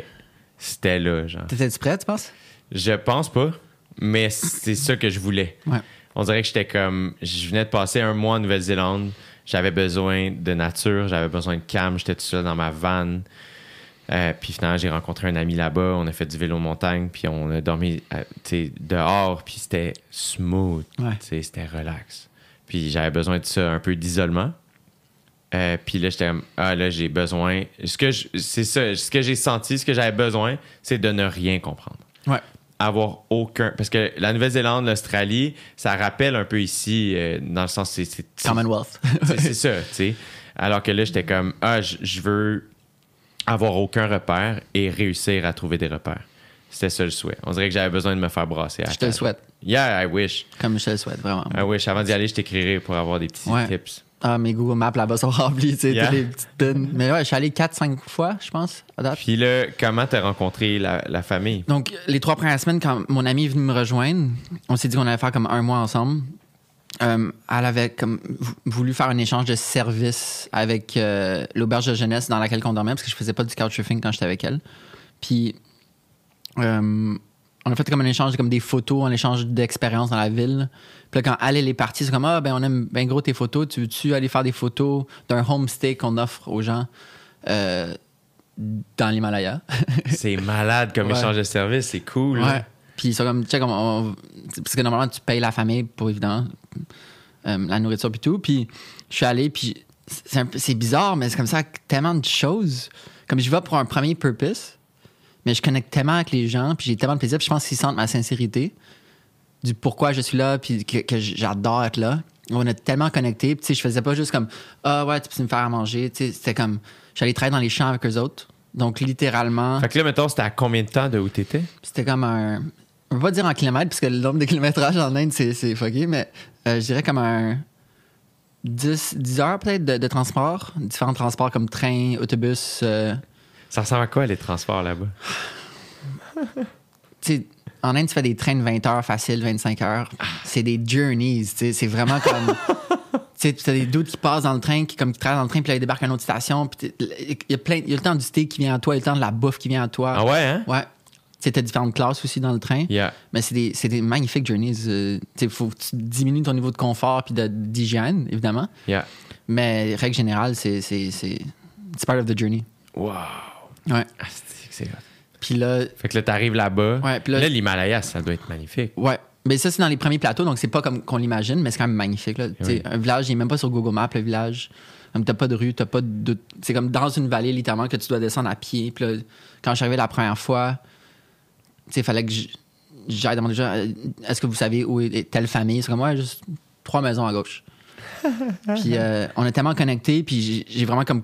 Speaker 2: là, genre.
Speaker 3: T'étais-tu prêt, tu penses?
Speaker 2: Je pense pas, mais c'est ça que je voulais.
Speaker 3: Ouais.
Speaker 2: On dirait que j'étais comme... Je venais de passer 1 mois en Nouvelle-Zélande. J'avais besoin de nature, j'avais besoin de calme. J'étais tout seul dans ma van. Puis finalement, j'ai rencontré un ami là-bas. On a fait du vélo montagne, puis on a dormi dehors, puis c'était smooth.
Speaker 3: Ouais.
Speaker 2: C'était relax. Puis j'avais besoin de ça, un peu d'isolement. Puis là, j'étais comme, là, j'ai besoin... C'est ça, ce que j'ai senti, ce que j'avais besoin, c'est de ne rien comprendre.
Speaker 3: Ouais.
Speaker 2: Avoir aucun... Parce que la Nouvelle-Zélande, l'Australie, ça rappelle un peu ici, dans le sens... c'est
Speaker 3: Commonwealth.
Speaker 2: c'est ça, tu sais. Alors que là, j'étais comme, je veux avoir aucun repère et réussir à trouver des repères. C'était ça le souhait. On dirait que j'avais besoin de me faire brasser.
Speaker 3: Je te le souhaite.
Speaker 2: Yeah, I wish.
Speaker 3: Comme je te le souhaite, vraiment.
Speaker 2: I wish. Avant d'y aller, je t'écrirai pour avoir des petits
Speaker 3: Ouais.
Speaker 2: tips.
Speaker 3: Ah, mes Google Maps là-bas sont remplis, tu sais,
Speaker 2: Yeah.
Speaker 3: toutes les petites pins. Mais ouais, je suis allé 4-5 fois, je pense, à date.
Speaker 2: Puis là, comment t'as rencontré la famille?
Speaker 3: Donc, les 3 premières semaines, quand mon ami est venu me rejoindre, on s'est dit qu'on allait faire comme 1 mois ensemble. Elle avait comme voulu faire un échange de services avec l'auberge de jeunesse dans laquelle on dormait, parce que je faisais pas du couchsurfing quand j'étais avec elle. Puis, on a fait comme un échange, comme des photos, un échange d'expérience dans la ville. Puis là, quand elle est partie, c'est comme, on aime bien gros tes photos. Tu veux-tu aller faire des photos d'un homestay qu'on offre aux gens dans l'Himalaya?
Speaker 2: C'est malade comme
Speaker 3: Ouais.
Speaker 2: échange de service, c'est cool.
Speaker 3: Ouais. Puis ça comme, tu sais, parce que normalement, tu payes la famille pour, évidemment, la nourriture puis tout. Puis Je suis allé, puis c'est bizarre, mais c'est comme ça, tellement de choses. Comme je vais pour un premier purpose, mais je connecte tellement avec les gens, puis j'ai tellement de plaisir, puis je pense qu'ils sentent ma sincérité, du pourquoi je suis là, puis que j'adore être là. On est tellement connectés, puis je faisais pas juste comme « Ah ouais, tu peux me faire à manger », c'était comme, j'allais travailler dans les champs avec eux autres. Donc, littéralement...
Speaker 2: Fait que là, mettons, c'était à combien de temps de où t'étais?
Speaker 3: C'était comme un... On va pas dire en kilomètres, parce que le nombre de kilométrages en Inde, c'est fucké, mais je dirais comme un 10 heures peut-être de transport. Différents transports comme train, autobus.
Speaker 2: Ça ressemble à quoi, les transports là-bas?
Speaker 3: En Inde, tu fais des trains de 20 heures faciles, 25 heures. C'est des journeys. C'est vraiment comme... Tu as des dudes qui passent dans le train, qui travaillent dans le train, puis là, ils débarquent à une autre station. Il y a le temps du steak qui vient à toi, il y a le temps de la bouffe qui vient à toi.
Speaker 2: Ah ouais, hein?
Speaker 3: Ouais. Tu as différentes classes aussi dans le train.
Speaker 2: Yeah.
Speaker 3: Mais c'est des magnifiques journeys. Il faut que tu diminues ton niveau de confort puis d'hygiène, évidemment.
Speaker 2: Yeah.
Speaker 3: Mais règle générale, c'est part of the journey.
Speaker 2: Wow.
Speaker 3: Ouais.
Speaker 2: Ah, c'est hot.
Speaker 3: Puis là...
Speaker 2: Fait que là, t'arrives là-bas.
Speaker 3: Ouais, puis
Speaker 2: là, l'Himalaya, ça doit être magnifique.
Speaker 3: Ouais. Mais ça, c'est dans les premiers plateaux, donc c'est pas comme qu'on l'imagine, mais c'est quand même magnifique. Là.
Speaker 2: Oui.
Speaker 3: Un village, il n'est même pas sur Google Maps, le village. Comme t'as pas de rue, t'as pas de... C'est comme dans une vallée, littéralement, que tu dois descendre à pied. Puis là, quand je suis arrivé la première fois, il fallait que j'aille demander aux gens, est-ce que vous savez où est telle famille? C'est comme, ouais, juste 3 maisons à gauche. Puis on est tellement connectés, puis j'ai vraiment comme...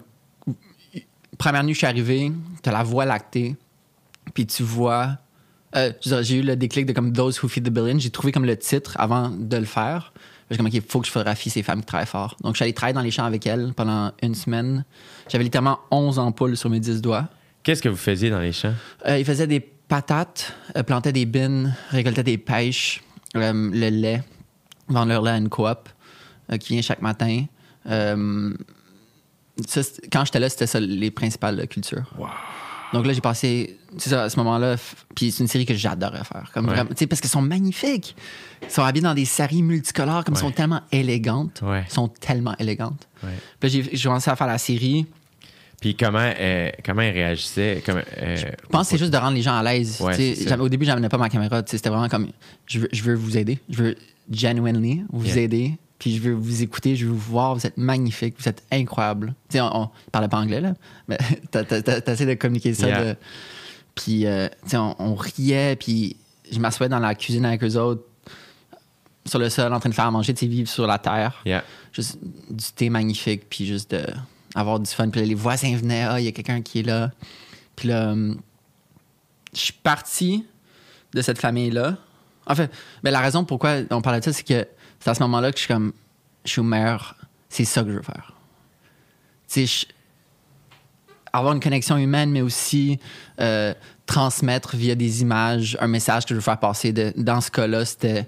Speaker 3: Première nuit, je suis arrivé, t'as la voie lactée, puis tu vois... j'ai eu le déclic de comme Those Who Feed the Billion. J'ai trouvé comme le titre avant de le faire. J'ai comme, OK, il faut que je photographie ces femmes qui travaillent fort. Donc, je suis allé travailler dans les champs avec elles pendant une semaine. J'avais littéralement 11 ampoules sur mes 10 doigts.
Speaker 2: Qu'est-ce que vous faisiez dans les champs?
Speaker 3: Ils faisaient des patates, plantaient des bines, récoltaient des pêches, le lait, vendent leur lait à une coop qui vient chaque matin. Quand j'étais là, c'était ça les principales cultures.
Speaker 2: Wow.
Speaker 3: Donc là, j'ai passé, c'est ça, à ce moment-là, puis c'est une série que j'adorais faire. Comme
Speaker 2: Ouais.
Speaker 3: vraiment, parce qu'elles sont magnifiques. Ils sont habillés dans des saris multicolores, comme
Speaker 2: Ouais.
Speaker 3: ils sont tellement élégantes.
Speaker 2: Ouais.
Speaker 3: Ils sont tellement élégantes.
Speaker 2: Ouais.
Speaker 3: Puis là, j'ai commencé à faire la série.
Speaker 2: Puis comment ils réagissaient?
Speaker 3: Je pense que c'est juste de rendre les gens à l'aise.
Speaker 2: Ouais,
Speaker 3: Tu sais,
Speaker 2: c'est ça.
Speaker 3: au début, j'amenais pas ma caméra. Tu sais, c'était vraiment comme, je veux vous aider. Je veux genuinely vous
Speaker 2: Yeah.
Speaker 3: aider. Puis je veux vous écouter, je veux vous voir. Vous êtes magnifiques, vous êtes incroyables. Tu sais, on parlait pas anglais, là, mais t'as essayé de communiquer ça.
Speaker 2: Yeah.
Speaker 3: Puis, tu sais, on riait, puis je m'assoyais dans la cuisine avec eux autres, sur le sol, en train de faire à manger, tu sais, vivre sur la terre.
Speaker 2: Yeah.
Speaker 3: Juste du thé magnifique, puis juste avoir du fun. Puis là, les voisins venaient, il y a quelqu'un qui est là. Puis là, je suis parti de cette famille-là. En fait, la raison pourquoi on parlait de ça, c'est que c'est à ce moment-là que je suis comme, je suis au meilleur, c'est ça que je veux faire. Tu sais, avoir une connexion humaine, mais aussi transmettre via des images un message que je veux faire passer. Dans ce cas-là, c'était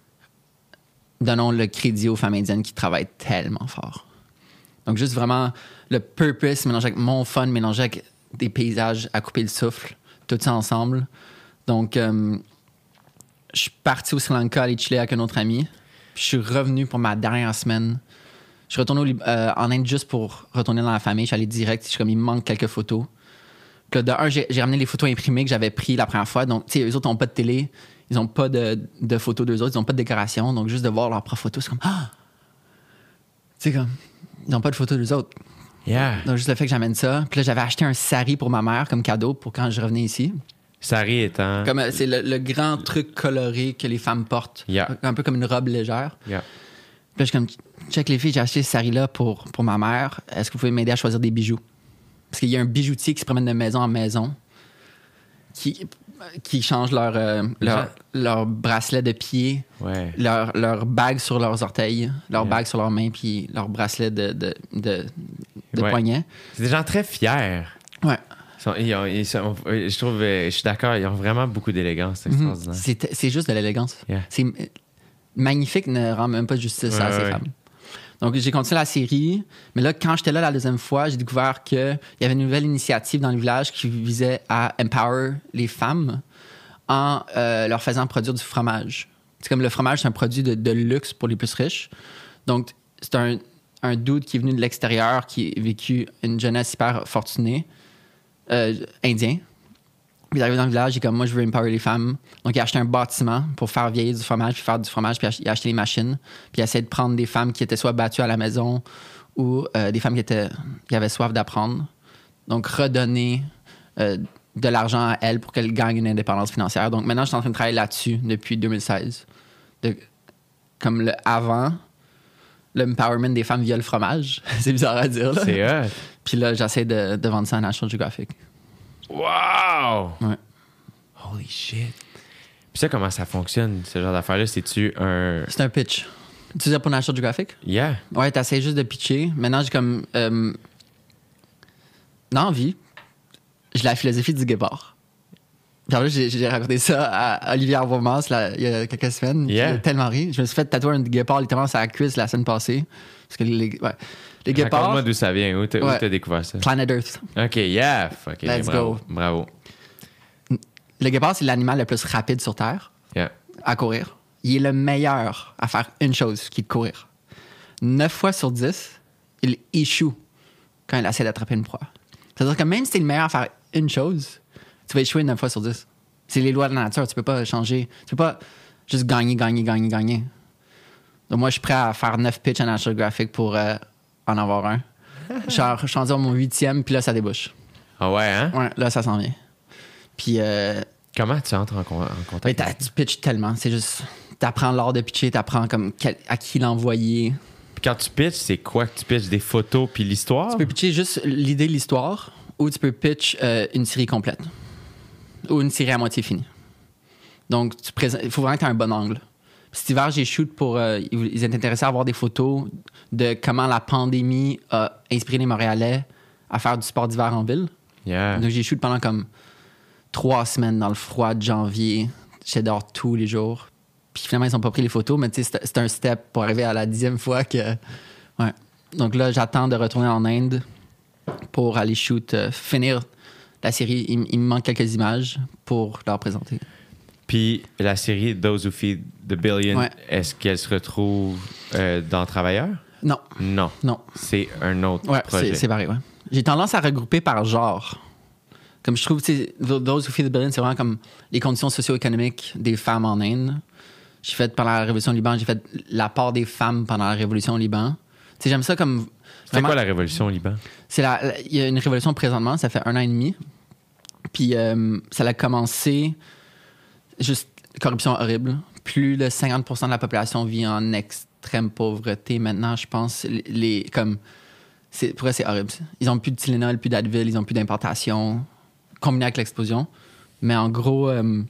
Speaker 3: donnons le crédit aux femmes indiennes qui travaillent tellement fort. Donc, juste vraiment le purpose mélangé avec mon fun, mélangé avec des paysages à couper le souffle, tout ça ensemble. Donc, je suis parti au Sri Lanka aller chiller avec un autre ami. Puis je suis revenu pour ma dernière semaine. Je suis retourné en Inde juste pour retourner dans la famille. Je suis allé direct. Je suis comme, il me manque quelques photos. Puis là, de un, j'ai ramené les photos imprimées que j'avais prises la première fois. Donc, tu sais, eux autres n'ont pas de télé. Ils n'ont pas de photos d'eux autres. Ils n'ont pas de décoration. Donc, juste de voir leurs propres photos, c'est comme, ah! Tu sais, comme, ils n'ont pas de photos d'eux autres.
Speaker 2: Yeah.
Speaker 3: Donc, juste le fait que j'amène ça. Puis là, j'avais acheté un sari pour ma mère comme cadeau pour quand je revenais ici.
Speaker 2: Sari étant...
Speaker 3: Comme, c'est le grand truc coloré que les femmes portent.
Speaker 2: Yeah.
Speaker 3: Un peu comme une robe légère.
Speaker 2: Yeah.
Speaker 3: Puis là, je suis comme, check les filles, j'ai acheté ce sari-là pour ma mère. Est-ce que vous pouvez m'aider à choisir des bijoux? Parce qu'il y a un bijoutier qui se promène de maison en maison qui change leur bracelet de pied,
Speaker 2: Ouais.
Speaker 3: leur bague sur leurs orteils, leur bague sur leurs mains, puis leur bracelet de
Speaker 2: Ouais.
Speaker 3: poignet.
Speaker 2: C'est des gens très fiers.
Speaker 3: Ouais.
Speaker 2: Je trouve, je suis d'accord, ils ont vraiment beaucoup d'élégance. C'est extraordinaire.
Speaker 3: C'est juste de l'élégance.
Speaker 2: Yeah.
Speaker 3: C'est magnifique, ne rend même pas justice à ces
Speaker 2: Ouais.
Speaker 3: femmes. Donc, j'ai continué la série. Mais là, quand j'étais là la deuxième fois, j'ai découvert qu'il y avait une nouvelle initiative dans le village qui visait à empower les femmes en leur faisant produire du fromage. C'est comme le fromage, c'est un produit de luxe pour les plus riches. Donc, c'est un dude qui est venu de l'extérieur, qui a vécu une jeunesse hyper fortunée, indien. il est arrivé dans le village, il est comme, moi, je veux empower les femmes. Donc, il a acheté un bâtiment pour faire vieillir du fromage, puis faire du fromage, puis il a acheté les machines. Puis il a essayé de prendre des femmes qui étaient soit battues à la maison ou des femmes qui avaient soif d'apprendre. Donc, redonner de l'argent à elles pour qu'elles gagnent une indépendance financière. Donc, maintenant, je suis en train de travailler là-dessus depuis 2016. Comme le avant, l'empowerment des femmes via le fromage. C'est bizarre à dire, là.
Speaker 2: C'est hot.
Speaker 3: Puis là, j'essaie de vendre ça à National Geographic.
Speaker 2: Wow!
Speaker 3: Ouais.
Speaker 2: Holy shit. Puis ça, comment ça fonctionne, ce genre d'affaires-là? C'est-tu un...
Speaker 3: C'est un pitch. Tu dis pour National Geographic?
Speaker 2: Yeah.
Speaker 3: Ouais, t'essayes juste de pitcher. Maintenant, j'ai comme... dans la vie, j'ai la philosophie du guépard. Puis en plus, j'ai raconté ça à Olivier Arvomas il y a quelques semaines.
Speaker 2: Yeah.
Speaker 3: J'ai tellement ri. Je me suis fait tatouer un guépard littéralement sur la cuisse la semaine passée. Parce que les guépards...
Speaker 2: Raconte-moi d'où ça vient. Où t'as découvert ça?
Speaker 3: Planet Earth.
Speaker 2: OK, yeah. OK,
Speaker 3: Let's
Speaker 2: bravo.
Speaker 3: go.
Speaker 2: Bravo.
Speaker 3: Le guépard, c'est l'animal le plus rapide sur Terre
Speaker 2: Yeah.
Speaker 3: à courir. Il est le meilleur à faire une chose, qui est de courir. 9 fois sur 10, il échoue quand il essaie d'attraper une proie. C'est-à-dire que même si t'es le meilleur à faire une chose, tu vas échouer 9 fois sur 10. C'est les lois de la nature. Tu peux pas changer. Tu peux pas juste gagner. Donc moi, je suis prêt à faire 9 pitches à National Geographic pour en avoir un. Je suis rendu à mon 8e, puis là, ça débouche.
Speaker 2: Ah ouais, hein?
Speaker 3: Ouais, là, ça s'en vient. Puis...
Speaker 2: Comment tu entres en contact?
Speaker 3: mais tu pitches tellement. C'est juste... T'apprends l'art de pitcher, t'apprends comme à qui l'envoyer.
Speaker 2: Puis quand tu pitches, c'est quoi que tu pitches? Des photos puis l'histoire?
Speaker 3: Tu peux pitcher juste l'idée de l'histoire ou tu peux pitch une série complète ou une série à moitié finie. Donc, il faut vraiment que tu aies un bon angle. Puis cet hiver, j'ai shoot pour... ils étaient intéressés à avoir des photos de comment la pandémie a inspiré les Montréalais à faire du sport d'hiver en ville.
Speaker 2: Yeah.
Speaker 3: Donc, j'ai shoot pendant comme 3 semaines dans le froid de janvier. J'étais dehors tous les jours. Puis finalement, ils n'ont pas pris les photos, mais tu sais, c'était un step pour arriver à la 10e fois que... Ouais. Donc là, j'attends de retourner en Inde pour aller shoot, finir la série. Il me manque quelques images pour leur présenter.
Speaker 2: Puis la série Those Who Feed the Billion,
Speaker 3: Ouais.
Speaker 2: est-ce qu'elle se retrouve dans Travailleurs?
Speaker 3: Non.
Speaker 2: Non.
Speaker 3: Non.
Speaker 2: C'est un autre
Speaker 3: Ouais,
Speaker 2: projet.
Speaker 3: c'est varié, ouais. J'ai tendance à regrouper par genre. Comme je trouve, tu sais, Those Who Feed the Billion, c'est vraiment comme les conditions socio-économiques des femmes en Inde. J'ai fait pendant la Révolution au Liban, j'ai fait la part des femmes pendant la Révolution au Liban. Tu sais, j'aime ça comme...
Speaker 2: C'était quoi la Révolution au Liban?
Speaker 3: Il y a une révolution présentement, ça fait 1 an et demi. Puis ça a commencé... Juste corruption horrible. Plus de 50% de la population vit en extrême pauvreté maintenant, je pense. Pour eux, c'est horrible. Ils n'ont plus de Tylenol, plus d'Advil, ils n'ont plus d'importation, combiné avec l'explosion. Mais en gros...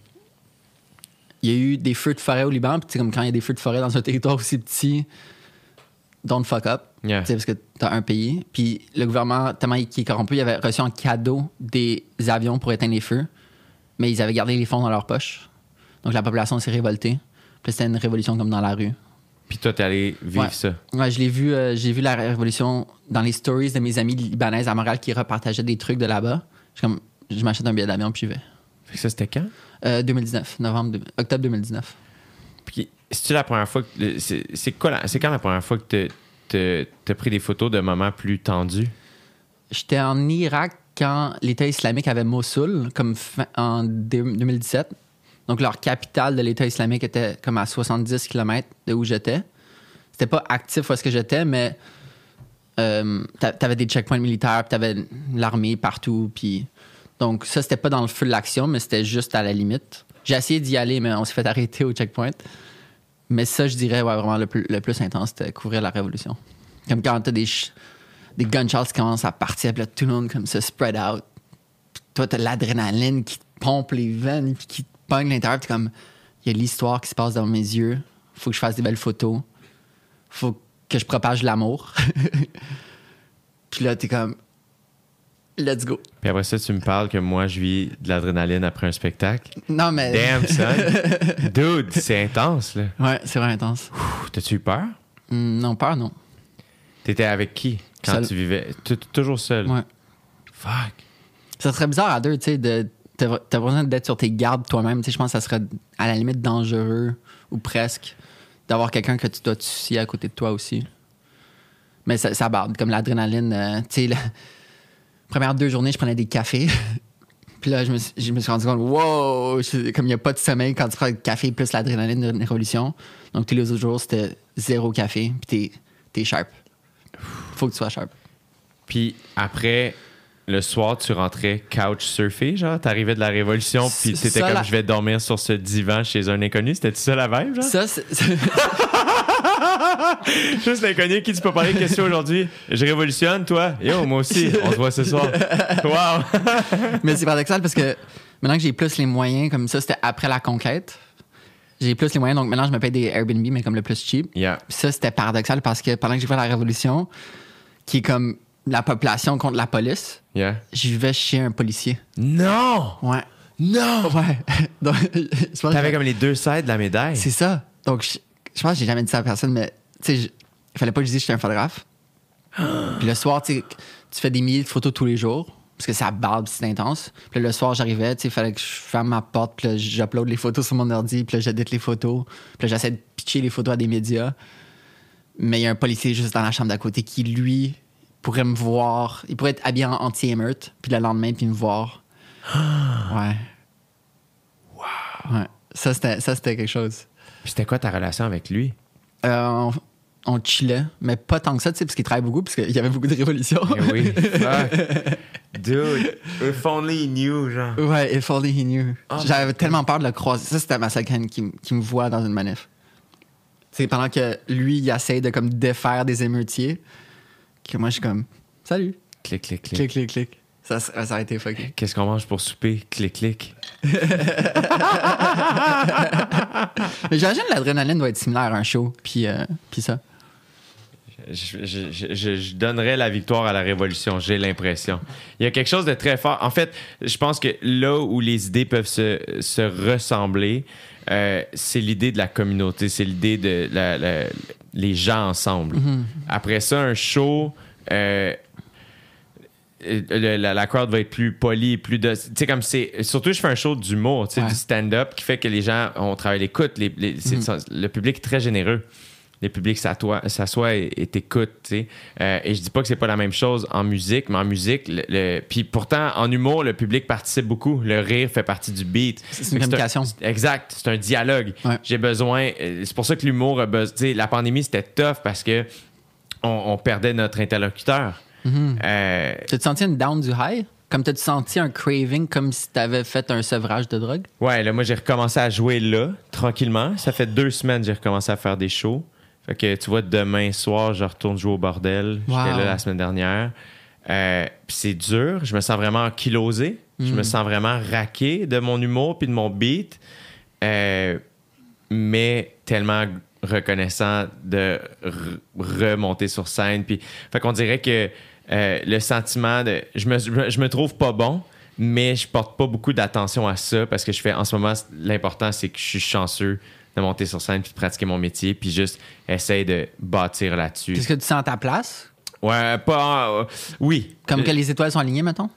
Speaker 3: il y a eu des feux de forêt au Liban, puis comme quand il y a des feux de forêt dans un territoire aussi petit, don't fuck up,
Speaker 2: Yeah.
Speaker 3: parce que t'as un pays. Puis le gouvernement, tellement qui est corrompu, il avait reçu en cadeau des avions pour éteindre les feux, mais ils avaient gardé les fonds dans leur poche. Donc la population s'est révoltée. Puis c'était une révolution comme dans la rue.
Speaker 2: Puis toi, t'es allé vivre
Speaker 3: Ouais.
Speaker 2: ça.
Speaker 3: Ouais, je l'ai vu, j'ai vu la révolution dans les stories de mes amis libanaises à Montréal qui repartageaient des trucs de là-bas. Je m'achète un billet d'avion puis j'y vais.
Speaker 2: Fait que ça, c'était quand?
Speaker 3: 2019, octobre 2019.
Speaker 2: Puis, c'est-tu la première fois que... C'est quand la première fois que t'as pris des photos de moments plus tendus?
Speaker 3: J'étais en Irak quand l'État islamique avait Mossoul, comme en 2017. Donc, leur capitale de l'État islamique était comme à 70 km de où j'étais. C'était pas actif où est-ce que j'étais, mais t'avais des checkpoints militaires, puis t'avais l'armée partout, puis... Donc, ça, c'était pas dans le feu de l'action, mais c'était juste à la limite. J'ai essayé d'y aller, mais on s'est fait arrêter au checkpoint. Mais ça, je dirais, ouais, vraiment, le plus intense, c'était couvrir la révolution. Comme quand t'as des gunshots qui commencent à partir, puis là, tout le monde comme se spread out. Puis toi, t'as l'adrénaline qui te pompe les veines, puis qui te pogne l'intérieur. Puis comme, il y a l'histoire qui se passe dans mes yeux. Faut que je fasse des belles photos. Faut que je propage l'amour. Puis là, t'es comme... Let's go.
Speaker 2: Puis après ça, tu me parles que moi, je vis de l'adrénaline après un spectacle.
Speaker 3: Non, mais...
Speaker 2: Damn, son. Dude, c'est intense, là.
Speaker 3: Ouais, c'est vraiment intense.
Speaker 2: T'as-tu eu peur?
Speaker 3: Non, peur, non.
Speaker 2: T'étais avec qui quand
Speaker 3: Seul.
Speaker 2: tu vivais? Toujours seul?
Speaker 3: Ouais.
Speaker 2: Fuck.
Speaker 3: Ça serait bizarre à deux, tu sais, t'as besoin d'être sur tes gardes toi-même. Tu sais, je pense que ça serait à la limite dangereux, ou presque, d'avoir quelqu'un que tu dois te soucier à côté de toi aussi. Mais ça barde, comme l'adrénaline. Tu sais, premières 2 journées, je prenais des cafés. Puis là, je me suis rendu compte, wow, comme il n'y a pas de sommeil quand tu prends le café plus l'adrénaline d'une révolution. Donc, tous les autres jours, c'était 0 café, puis t'es sharp. Faut que tu sois sharp.
Speaker 2: Puis après, le soir, tu rentrais couch surfer, genre, t'arrivais de la révolution, puis t'étais comme, je vais dormir sur ce divan chez un inconnu. C'était ça la vibe, genre?
Speaker 3: Ça, c'est...
Speaker 2: Juste l'inconnu qui tu peux parler de question aujourd'hui. Je révolutionne, toi. Yo, moi aussi. On se voit ce soir. Wow.
Speaker 3: Mais c'est paradoxal parce que maintenant que j'ai plus les moyens, comme ça, c'était après la conquête. J'ai plus les moyens, donc maintenant je me paye des Airbnb, mais comme le plus cheap.
Speaker 2: Yeah.
Speaker 3: Puis ça, c'était paradoxal parce que pendant que j'ai fait la révolution, qui est comme la population contre la police,
Speaker 2: Yeah.
Speaker 3: je vivais chez un policier.
Speaker 2: Non!
Speaker 3: Ouais.
Speaker 2: Non!
Speaker 3: Ouais. Donc, je pense
Speaker 2: T'avais
Speaker 3: que-
Speaker 2: comme les deux sides de la médaille.
Speaker 3: C'est ça. Donc, je pense que j'ai jamais dit ça à personne, mais tu sais, il fallait pas que je dise que j'étais un photographe. Puis le soir, tu sais, tu fais des milliers de photos tous les jours, parce que ça barbe, c'est intense. Puis là, le soir, j'arrivais, tu sais, il fallait que je ferme ma porte, puis là, j'upload les photos sur mon ordi, puis là, j'édite les photos, puis là, j'essaie de pitcher les photos à des médias. Mais il y a un policier juste dans la chambre d'à côté qui, lui, pourrait me voir. Il pourrait être habillé en anti-émeute, puis le lendemain, puis me voir. Ouais. Wow. Ouais. Ça, c'était quelque chose.
Speaker 2: Puis c'était quoi ta relation avec lui?
Speaker 3: On chillait, mais pas tant que ça, tu sais, parce qu'il travaille beaucoup, parce qu'il y avait beaucoup de révolutions.
Speaker 2: Eh oui. Fuck. Dude, if only he knew, genre.
Speaker 3: Ouais, if only he knew.
Speaker 2: Oh
Speaker 3: J'avais tellement peur de le croiser. Ça, c'était ma seule crainte qui me voit dans une manif. C'est pendant que lui, il essaie de comme défaire des émeutiers, que moi, je suis comme, salut.
Speaker 2: Clic, clic, clic.
Speaker 3: Clic, clic, clic. Ça a été fucké.
Speaker 2: Qu'est-ce qu'on mange pour souper? Clic, clic.
Speaker 3: Mais j'imagine que l'adrénaline doit être similaire à un show, puis ça.
Speaker 2: Je donnerais la victoire à la révolution, j'ai l'impression. Il y a quelque chose de très fort. En fait, je pense que là où les idées peuvent se ressembler, c'est l'idée de la communauté, c'est l'idée de les gens ensemble.
Speaker 3: Mm-hmm.
Speaker 2: Après ça, un show... la crowd va être plus polie, plus de... Tu sais, comme c'est... Surtout, je fais un show d'humour, tu sais,
Speaker 3: Ouais.
Speaker 2: du stand-up, qui fait que les gens, on travaille l'écoute. Le public est très généreux. Le public s'assoit et t'écoute, tu sais. Et je dis pas que c'est pas la même chose en musique, mais en musique... Puis pourtant, en humour, le public participe beaucoup. Le rire fait partie du beat.
Speaker 3: C'est une communication.
Speaker 2: Exact. C'est un dialogue.
Speaker 3: Ouais.
Speaker 2: J'ai besoin... C'est pour ça que l'humour a besoin... Tu sais, la pandémie, c'était tough parce que on perdait notre interlocuteur.
Speaker 3: T'as-tu senti une down du high? Comme t'as-tu senti un craving comme si t'avais fait un sevrage de drogue?
Speaker 2: Ouais, là, moi, j'ai recommencé à jouer là, tranquillement. Ça fait 2 semaines que j'ai recommencé à faire des shows. Fait que, tu vois, demain soir, je retourne jouer au bordel.
Speaker 3: Wow.
Speaker 2: J'étais là la semaine dernière. Puis c'est dur. Je me sens vraiment kilosé. Je me sens vraiment raqué de mon humour puis de mon beat. Mais tellement reconnaissant de remonter sur scène. Puis, fait qu'on dirait que le sentiment de... Je me trouve pas bon, mais je porte pas beaucoup d'attention à ça parce que je fais... En ce moment, l'important, c'est que je suis chanceux de monter sur scène puis de pratiquer mon métier puis juste essayer de bâtir là-dessus.
Speaker 3: Qu'est-ce que tu sens à ta place?
Speaker 2: Ouais, pas... oui.
Speaker 3: Comme que les étoiles sont alignées, mettons?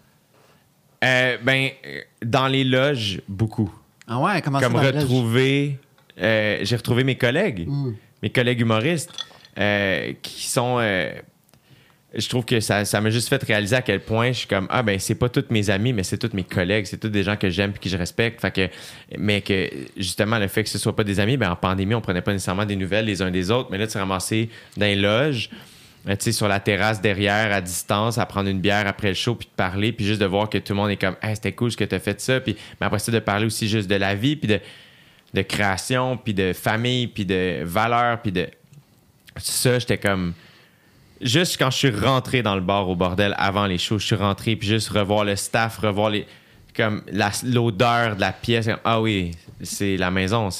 Speaker 2: Dans les loges, beaucoup.
Speaker 3: Ah ouais, comment
Speaker 2: Comme
Speaker 3: ça? dans le
Speaker 2: retrouver... j'ai retrouvé mes collègues. Mes collègues humoristes qui sont... je trouve que ça m'a juste fait réaliser à quel point je suis comme c'est pas tous mes amis, mais c'est tous mes collègues, c'est tous des gens que j'aime et que je respecte. Fait que, mais que justement, le fait que ce soit pas des amis, en pandémie, on prenait pas nécessairement des nouvelles les uns des autres, mais là, tu es ramassé dans les loges, tu sais, sur la terrasse derrière, à distance, à prendre une bière après le show, puis de parler, puis juste de voir que tout le monde est comme « Hey, c'était cool ce que t'as fait ça », puis mais après ça, de parler aussi juste de la vie, puis de création, puis de famille, puis de valeurs, puis de... Ça, j'étais comme... Juste quand je suis rentré dans le bar au bordel avant les shows, je suis rentré, puis juste revoir le staff, revoir comme l'odeur de la pièce. Comme, ah oui, c'est la maison.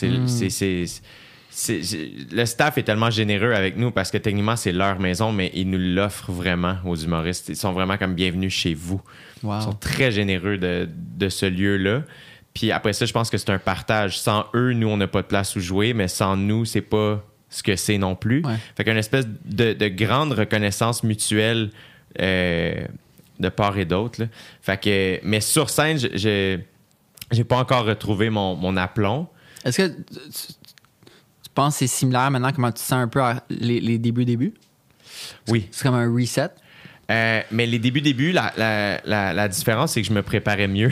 Speaker 2: Le staff est tellement généreux avec nous parce que techniquement, c'est leur maison, mais ils nous l'offrent vraiment aux humoristes. Ils sont vraiment comme bienvenus chez vous.
Speaker 3: Wow.
Speaker 2: Ils sont très généreux de ce lieu-là. Puis après ça, je pense que c'est un partage. Sans eux, nous, on n'a pas de place où jouer, mais sans nous, c'est pas ce que c'est non plus.
Speaker 3: Ouais.
Speaker 2: Fait qu'une espèce de grande reconnaissance mutuelle de part et d'autre. Là. Fait que, mais sur scène, j'ai pas encore retrouvé mon aplomb.
Speaker 3: Est-ce que tu penses que c'est similaire maintenant, comment tu te sens un peu à les débuts?
Speaker 2: Oui.
Speaker 3: C'est comme un reset?
Speaker 2: Mais les débuts, la différence, c'est que je me préparais mieux.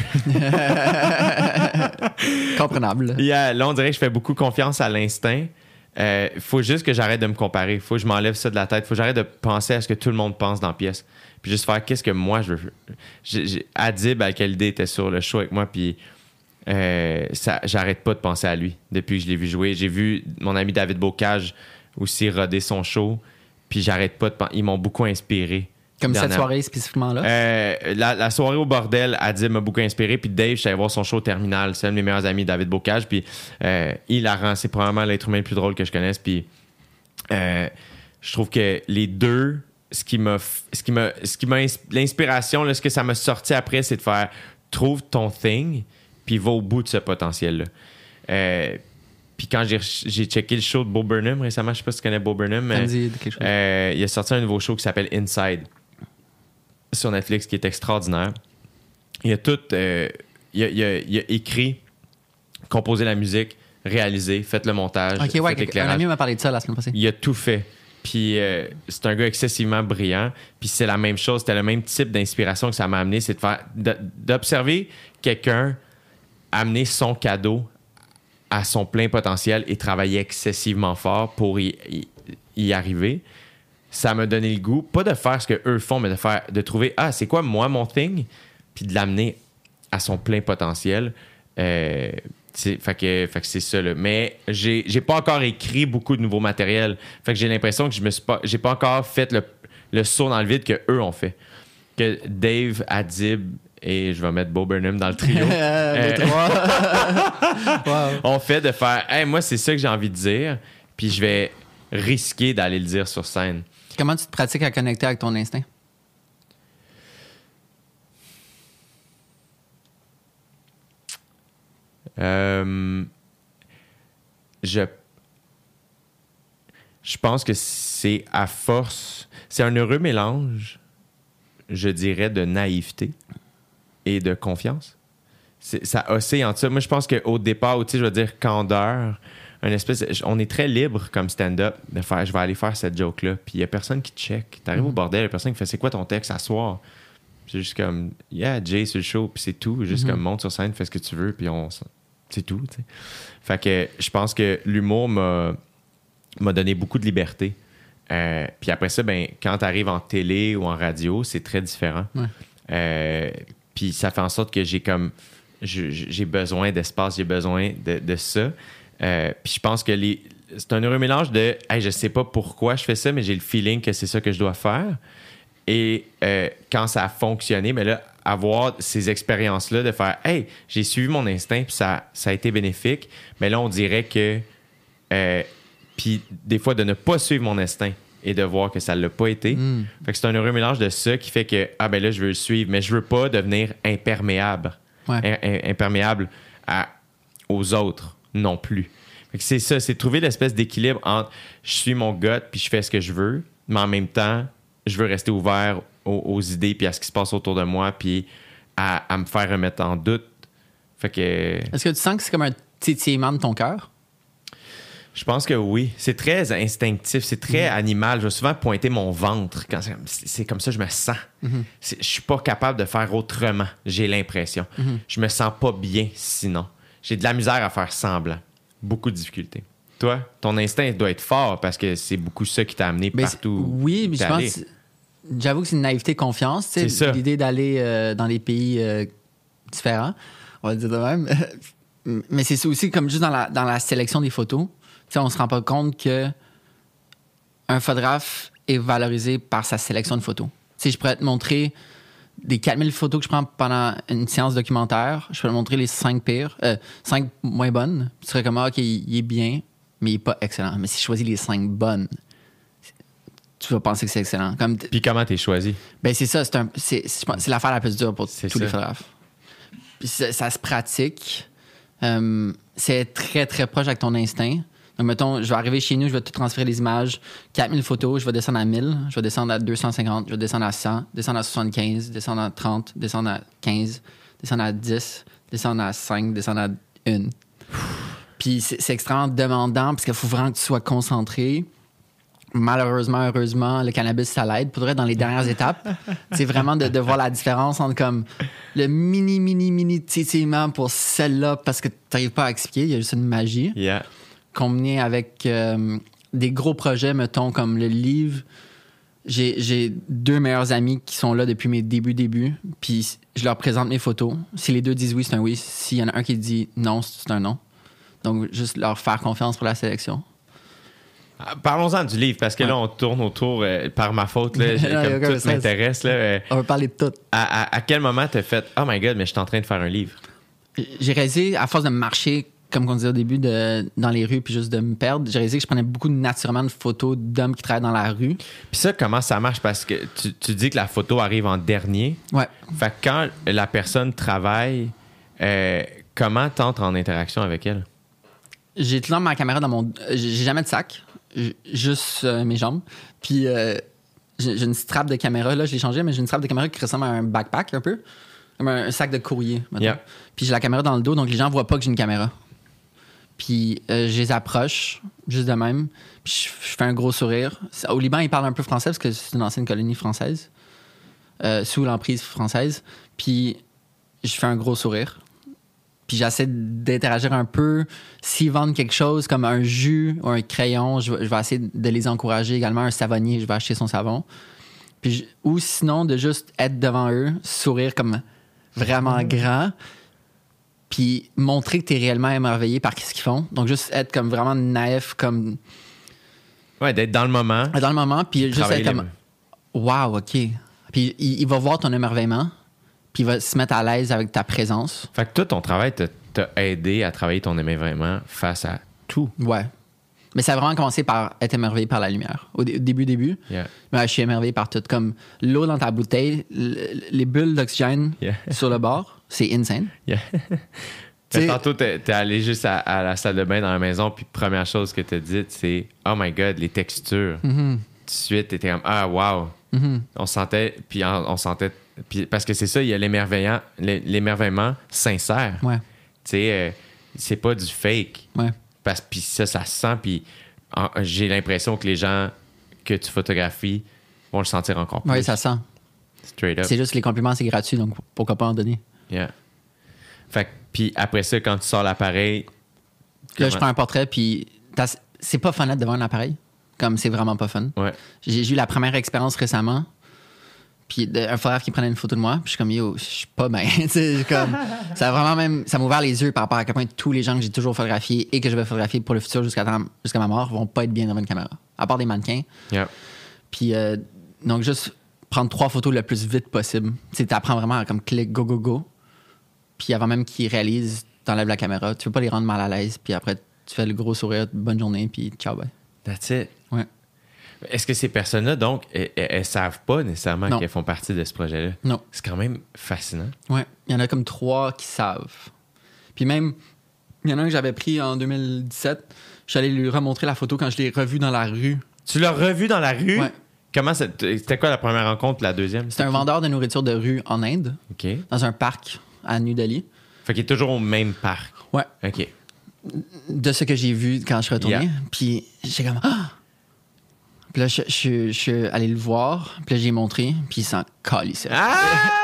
Speaker 3: Comprenable.
Speaker 2: Là, on dirait que je fais beaucoup confiance à l'instinct. Faut juste que j'arrête de me comparer. Faut que je m'enlève ça de la tête. Faut que j'arrête de penser à ce que tout le monde pense dans la pièce. Puis juste faire qu'est-ce que moi je veux. Adib Al-Khalidi était sur le show avec moi, puis j'arrête pas de penser à lui depuis que je l'ai vu jouer. J'ai vu mon ami David Bocage aussi roder son show, puis j'arrête pas de penser. Ils m'ont beaucoup inspiré.
Speaker 3: Comme cette soirée spécifiquement là?
Speaker 2: La soirée au bordel, Adib m'a beaucoup inspiré. Puis Dave, je suis allé voir son show Terminal. C'est un de mes meilleurs amis, David Bocage. Puis hilarant. C'est probablement l'être humain le plus drôle que je connaisse. Puis je trouve que les deux, l'inspiration, là, ce que ça m'a sorti après, c'est de faire trouve ton thing, puis va au bout de ce potentiel-là. Puis quand j'ai checké le show de Bo Burnham récemment, je sais pas si tu connais Bo Burnham, mais il a sorti un nouveau show qui s'appelle Inside sur Netflix, qui est extraordinaire. Il a tout... il a écrit, composé la musique, réalisé, fait le montage,
Speaker 3: fait l'éclairage. Un ami m'a parlé de ça la semaine passée.
Speaker 2: Il a tout fait. Puis c'est un gars excessivement brillant. Puis c'est la même chose, c'était le même type d'inspiration que ça m'a amené, c'est d'observer quelqu'un amener son cadeau à son plein potentiel et travailler excessivement fort pour y arriver. Ça m'a donné le goût, pas de faire ce qu'eux font, mais de trouver, c'est quoi moi mon thing, puis de l'amener à son plein potentiel. Fait que c'est ça, là. Mais j'ai pas encore écrit beaucoup de nouveaux matériels. Fait que j'ai l'impression que j'ai pas encore fait le saut dans le vide que eux ont fait. Que Dave, Adib et je vais mettre Bo Burnham dans le trio.
Speaker 3: Les trois. Wow.
Speaker 2: On fait de faire, moi, c'est ça que j'ai envie de dire, puis je vais risquer d'aller le dire sur scène.
Speaker 3: Comment tu te pratiques à connecter avec ton instinct?
Speaker 2: Je pense que c'est à force, c'est un heureux mélange, je dirais, de naïveté et de confiance. Ça oscille entre ça. Moi, je pense qu'au départ, je veux dire candeur, on est très libre comme stand-up de faire, je vais aller faire cette joke-là, puis il n'y a personne qui check. T'arrives au bordel, il y a personne qui fait, c'est quoi ton texte à soir? C'est juste comme, Jay sur le show, puis c'est tout. Juste comme, monte sur scène, fais ce que tu veux, puis c'est tout, tu sais. Fait que je pense que l'humour m'a donné beaucoup de liberté. Puis après ça, quand tu arrives en télé ou en radio, c'est très différent.
Speaker 3: Ouais.
Speaker 2: Puis ça fait en sorte que j'ai besoin d'espace, j'ai besoin de ça. Puis je pense que c'est un heureux mélange de je sais pas pourquoi je fais ça, mais j'ai le feeling que c'est ça que je dois faire. Et quand ça a fonctionné, mais là, avoir ces expériences-là de faire j'ai suivi mon instinct, puis ça a été bénéfique. Mais là, on dirait que puis des fois, de ne pas suivre mon instinct et de voir que ça ne l'a pas été. Fait que c'est un heureux mélange de ça qui fait que, là, je veux le suivre, mais je veux pas devenir imperméable.
Speaker 3: Ouais.
Speaker 2: Imperméable aux autres non plus. Fait que c'est ça, c'est trouver l'espèce d'équilibre entre je suis mon gut puis je fais ce que je veux, mais en même temps, je veux rester ouvert aux idées puis à ce qui se passe autour de moi puis à me faire remettre en doute. Fait que...
Speaker 3: Est-ce que tu sens que c'est comme un titillement de ton cœur?
Speaker 2: Je pense que oui. C'est très instinctif, c'est très animal. Je vais souvent pointer mon ventre. C'est comme ça que je me sens. Je suis pas capable de faire autrement, j'ai l'impression. Je me sens pas bien sinon. J'ai de la misère à faire semblant. Beaucoup de difficultés. Toi, ton instinct doit être fort parce que c'est beaucoup ça qui t'a amené partout.
Speaker 3: Oui, mais je pense... J'avoue que c'est une naïveté confiance. C'est ça. L'idée d'aller dans des pays différents, on va dire de même. Mais c'est aussi comme juste dans la sélection des photos. T'sais, on se rend pas compte que un photographe est valorisé par sa sélection de photos. T'sais, je pourrais te montrer des 4000 photos que je prends pendant une séance documentaire. Je pourrais te montrer les 5 pires, 5 moins bonnes. Tu serais comme, OK, il est bien, mais il est pas excellent. Mais si je choisis les 5 bonnes, tu vas penser que c'est excellent.
Speaker 2: Puis comment t'es choisi?
Speaker 3: C'est ça. C'est l'affaire la plus dure pour tous les photographes. Puis ça se pratique. C'est très, très proche avec ton instinct. Donc, mettons, je vais arriver chez nous, je vais tout transférer les images. 4000 photos, je vais descendre à 1000, je vais descendre à 250, je vais descendre à 100, descendre à 75, descendre à 30, descendre à 15, descendre à 10, descendre à 5, descendre à 1. Puis c'est extrêmement demandant parce qu'il faut vraiment que tu sois concentré. malheureusement, heureusement, le cannabis, ça l'aide. Pour vrai, dans les dernières étapes, c'est vraiment de voir la différence entre comme le mini titillement pour celle-là parce que tu n'arrives pas à expliquer, il y a juste une magie.
Speaker 2: Yeah.
Speaker 3: Combiné avec des gros projets, mettons, comme le livre. J'ai 2 meilleurs amis qui sont là depuis mes débuts, puis je leur présente mes photos. Si les 2 disent oui, c'est un oui. S'il y en a un qui dit non, c'est un non. Donc, juste leur faire confiance pour la sélection.
Speaker 2: Parlons-en du livre, parce que là, on tourne autour par ma faute. Là, comme tout m'intéresse. Là,
Speaker 3: on va parler de tout.
Speaker 2: À quel moment t'as fait « Oh my God, mais je suis en train de faire un livre? »
Speaker 3: J'ai réalisé, à force de marcher, comme on disait au début, dans les rues, puis juste de me perdre, j'ai réalisé que je prenais beaucoup naturellement de photos d'hommes qui travaillent dans la rue.
Speaker 2: Puis ça, comment ça marche? Parce que tu dis que la photo arrive en dernier.
Speaker 3: Ouais.
Speaker 2: Fait que quand la personne travaille, comment t'entres en interaction avec elle?
Speaker 3: J'ai tout le temps ma caméra dans mon... J'ai jamais de sac, juste mes jambes. Puis j'ai une strap de caméra, là, je l'ai changé, mais j'ai une strap de caméra qui ressemble à un backpack un peu. Comme un sac de courrier, maintenant.
Speaker 2: Yeah.
Speaker 3: Puis j'ai la caméra dans le dos, donc les gens voient pas que j'ai une caméra. Puis je les approche, juste de même. Puis je fais un gros sourire. Au Liban, ils parlent un peu français parce que c'est une ancienne colonie française, sous l'emprise française. Puis je fais un gros sourire. Puis j'essaie d'interagir un peu. S'ils vendent quelque chose comme un jus ou un crayon, je vais essayer de les encourager également. Un savonnier, je vais acheter son savon. Puis ou sinon, de juste être devant eux, sourire comme vraiment grand, puis montrer que tu es réellement émerveillé par ce qu'ils font. Donc, juste être comme vraiment naïf, comme...
Speaker 2: Ouais, d'être dans le moment.
Speaker 3: Dans le moment, puis juste être comme... Wow, OK. Puis il va voir ton émerveillement, puis il va se mettre à l'aise avec ta présence.
Speaker 2: Fait que toi, ton travail t'a aidé à travailler ton émerveillement face à tout.
Speaker 3: Ouais. Mais ça a vraiment commencé par être émerveillé par la lumière. Au début.
Speaker 2: Yeah.
Speaker 3: Mais je suis émerveillé par tout. Comme l'eau dans ta bouteille, les bulles d'oxygène sur le bord, c'est insane.
Speaker 2: Yeah. Tantôt, t'es allé juste à la salle de bain dans la maison, puis première chose que t'as dit, c'est « Oh my God, les textures. Tout de suite, t'étais comme « Ah, wow. On sentait, puis on sentait... Puis, parce que c'est ça, il y a l'émerveillement sincère.
Speaker 3: Ouais.
Speaker 2: Tu sais, c'est pas du fake.
Speaker 3: Ouais.
Speaker 2: Puis ça se sent, puis j'ai l'impression que les gens que tu photographies vont le sentir encore plus.
Speaker 3: Oui, ça sent.
Speaker 2: Straight up.
Speaker 3: C'est juste les compliments, c'est gratuit, donc pourquoi pas en donner?
Speaker 2: Yeah. Fait que, puis après ça, quand tu sors l'appareil...
Speaker 3: Là, je prends un portrait, puis c'est pas fun d'être devant un appareil. Comme c'est vraiment pas fun.
Speaker 2: Ouais.
Speaker 3: J'ai eu la première expérience récemment, puis un photographe qui prenait une photo de moi, puis je suis comme, yo, je suis pas bien. Comme, ça a vraiment même... Ça m'a ouvert les yeux par rapport à quel point tous les gens que j'ai toujours photographiés et que je vais photographier pour le futur jusqu'à ma mort vont pas être bien devant une caméra. À part des mannequins.
Speaker 2: Yeah.
Speaker 3: Puis, donc, juste prendre 3 photos le plus vite possible. Tu apprends vraiment à comme clic, go, go, go. Puis avant même qu'ils réalisent, t'enlèves la caméra. Tu veux pas les rendre mal à l'aise. Puis après, tu fais le gros sourire, bonne journée, puis ciao, bye.
Speaker 2: That's it.
Speaker 3: Ouais.
Speaker 2: Est-ce que ces personnes-là, donc, elles savent pas nécessairement
Speaker 3: Non.
Speaker 2: qu'elles font partie de ce projet-là?
Speaker 3: Non.
Speaker 2: C'est quand même fascinant.
Speaker 3: Ouais. Il y en a comme 3 qui savent. Puis même, il y en a un que j'avais pris en 2017. Je suis allé lui remontrer la photo quand je l'ai revu dans la rue.
Speaker 2: Tu l'as revu dans la rue?
Speaker 3: Ouais.
Speaker 2: Comment c'était quoi la première rencontre, la deuxième?
Speaker 3: C'était un vendeur de nourriture de rue en Inde,
Speaker 2: OK.
Speaker 3: dans un parc à New Delhi.
Speaker 2: Fait qu'il est toujours au même parc.
Speaker 3: Ouais.
Speaker 2: OK.
Speaker 3: De ce que j'ai vu quand je suis retourné.
Speaker 2: Yeah.
Speaker 3: Puis j'ai comme... Ah! Puis là, je suis allé le voir. Puis là, j'ai montré. Puis il s'en calissait.
Speaker 2: Ah!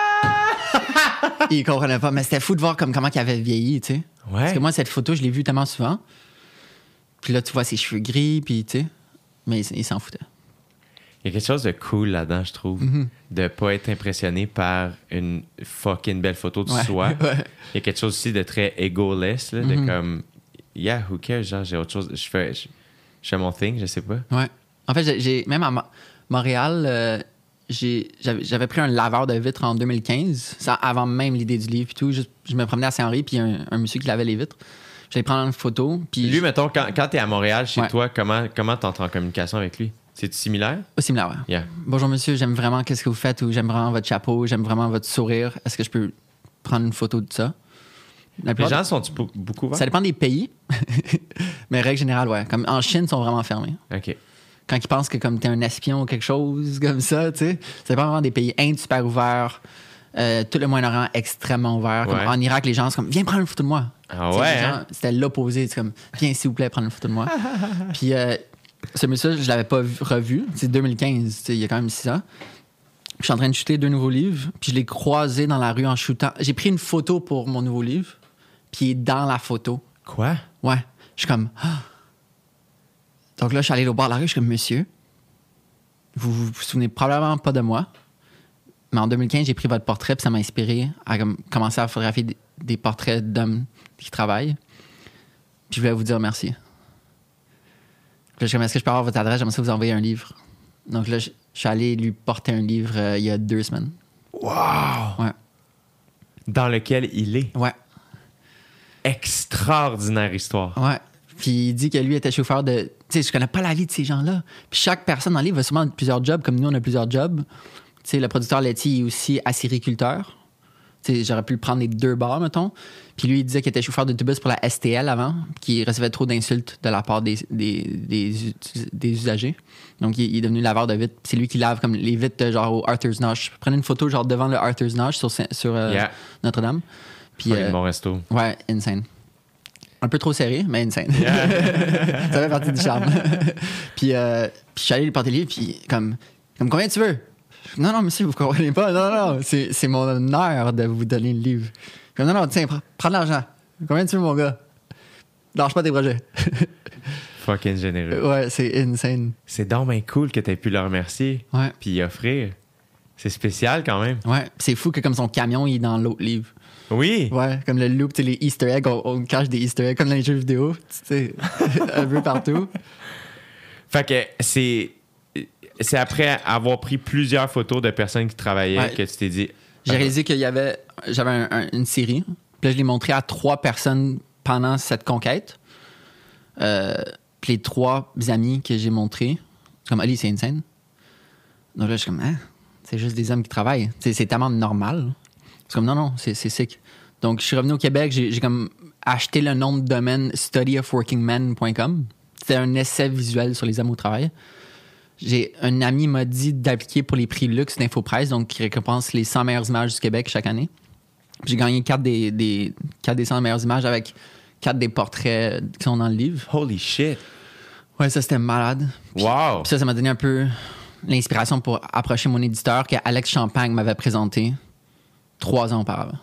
Speaker 3: Il comprenait pas. Mais c'était fou de voir comment il avait vieilli, tu sais.
Speaker 2: Ouais.
Speaker 3: Parce que moi, cette photo, je l'ai vue tellement souvent. Puis là, tu vois ses cheveux gris, puis tu sais. Mais il s'en foutait.
Speaker 2: Il y a quelque chose de cool là-dedans, je trouve. De pas être impressionné par une fucking belle photo de soi.
Speaker 3: Ouais.
Speaker 2: Il y a quelque chose aussi de très egoless, là, de comme... Yeah, who cares? Genre, j'ai autre chose... Je fais mon thing, je sais pas.
Speaker 3: Ouais. En fait, j'ai même à Montréal, j'avais pris un laveur de vitres en 2015, ça, avant même l'idée du livre et tout. Je me promenais à Saint-Henri, puis il y a un monsieur qui lavait les vitres. J'allais prendre une photo. Puis
Speaker 2: lui, mettons, quand t'es à Montréal, chez
Speaker 3: Ouais.
Speaker 2: toi, comment t'entres en communication avec lui? C'est similaire?
Speaker 3: Similaire, ouais.
Speaker 2: Yeah.
Speaker 3: Bonjour monsieur, j'aime vraiment qu'est-ce que vous faites, ou j'aime vraiment votre chapeau, j'aime vraiment votre sourire. Est-ce que je peux prendre une photo de ça?
Speaker 2: Les gens sont beaucoup ouverts?
Speaker 3: Ça dépend des pays. Mais règle générale, ouais. Comme en Chine, ils sont vraiment fermés.
Speaker 2: OK.
Speaker 3: Quand ils pensent que comme t'es un espion ou quelque chose comme ça, tu sais. Ça dépend vraiment des pays. Inde, super ouvert. Tout le Moyen-Orient, extrêmement ouvert. Comme
Speaker 2: Ouais.
Speaker 3: en Irak, les gens sont comme, viens prendre une photo de moi.
Speaker 2: Ah
Speaker 3: Tu sais,
Speaker 2: ouais,
Speaker 3: les gens,
Speaker 2: hein?
Speaker 3: c'était l'opposé. C'est comme, viens s'il vous plaît, prendre une photo de moi. Puis Ce monsieur, je l'avais pas revu. C'est 2015, il y a quand même 6 ans. Je suis en train de shooter 2 nouveaux livres, puis je l'ai croisé dans la rue en shootant. J'ai pris une photo pour mon nouveau livre, puis il est dans la photo.
Speaker 2: Quoi?
Speaker 3: Ouais. Je suis comme... Ah. Donc là, je suis allé au bord de la rue, je suis comme, monsieur, vous souvenez probablement pas de moi, mais en 2015, j'ai pris votre portrait, puis ça m'a inspiré à commencer à photographier des portraits d'hommes qui travaillent. Puis je voulais vous dire merci. Puis là, je suis comme, est-ce que je peux avoir votre adresse? J'aimerais ça vous envoyer un livre. Donc là, je suis allé lui porter un livre il y a 2 semaines.
Speaker 2: Wow!
Speaker 3: Ouais.
Speaker 2: Dans lequel il est.
Speaker 3: Ouais.
Speaker 2: Extraordinaire histoire.
Speaker 3: Ouais. Puis il dit que lui était chauffeur de... Tu sais, je connais pas la vie de ces gens-là. Puis chaque personne dans le livre a sûrement plusieurs jobs, comme nous, on a plusieurs jobs. Tu sais, le producteur laitier est aussi acériculteur. Tu sais, j'aurais pu le prendre les 2 bords, mettons. Puis lui, il disait qu'il était chauffeur d'autobus pour la STL avant, qu'il recevait trop d'insultes de la part des usagers. Donc, il est devenu laveur de vitres. C'est lui qui lave comme les vitres, genre au Arthur's Notch. Prenez une photo, genre devant le Arthur's Notch sur Notre-Dame. Puis,
Speaker 2: bon resto.
Speaker 3: Ouais, insane. Un peu trop serré, mais insane.
Speaker 2: Yeah.
Speaker 3: Ça fait partie du charme. puis je suis allé lui porter le livre, puis comme combien tu veux? Non, monsieur, vous comprenez pas. Non, c'est mon honneur de vous donner le livre. Comme, non, tiens, prends de l'argent. Combien tu veux, mon gars? Lâche pas tes projets.
Speaker 2: Fucking généreux.
Speaker 3: Ouais, c'est insane.
Speaker 2: C'est donc bien cool que t'aies pu le remercier.
Speaker 3: Ouais.
Speaker 2: Puis y offrir. C'est spécial quand même.
Speaker 3: Ouais, c'est fou que comme son camion, il est dans l'autre livre.
Speaker 2: Oui.
Speaker 3: Ouais, comme le loop, tu sais, les Easter eggs, on cache des Easter eggs comme dans les jeux vidéo, tu sais, un peu partout.
Speaker 2: Fait que c'est après avoir pris plusieurs photos de personnes qui travaillaient que tu t'es dit...
Speaker 3: J'ai réalisé que j'avais une série. Puis là, je l'ai montré à 3 personnes pendant cette conquête. Puis les 3 amis que j'ai montrés, comme Ali, c'est insane. Donc là, je suis comme, c'est juste des hommes qui travaillent. C'est tellement normal. C'est comme, non, c'est sick. Donc, je suis revenu au Québec, j'ai comme acheté le nom de domaine studyofworkingmen.com. C'était un essai visuel sur les hommes au travail. Un ami m'a dit d'appliquer pour les prix luxe d'Infopresse, donc qui récompense les 100 meilleures images du Québec chaque année. Puis j'ai gagné 4 des 100 meilleures images avec 4 des portraits qui sont dans le livre.
Speaker 2: Holy shit!
Speaker 3: Ouais, ça, c'était malade.
Speaker 2: Wow!
Speaker 3: Puis ça m'a donné un peu l'inspiration pour approcher mon éditeur que Alex Champagne m'avait présenté 3 ans auparavant.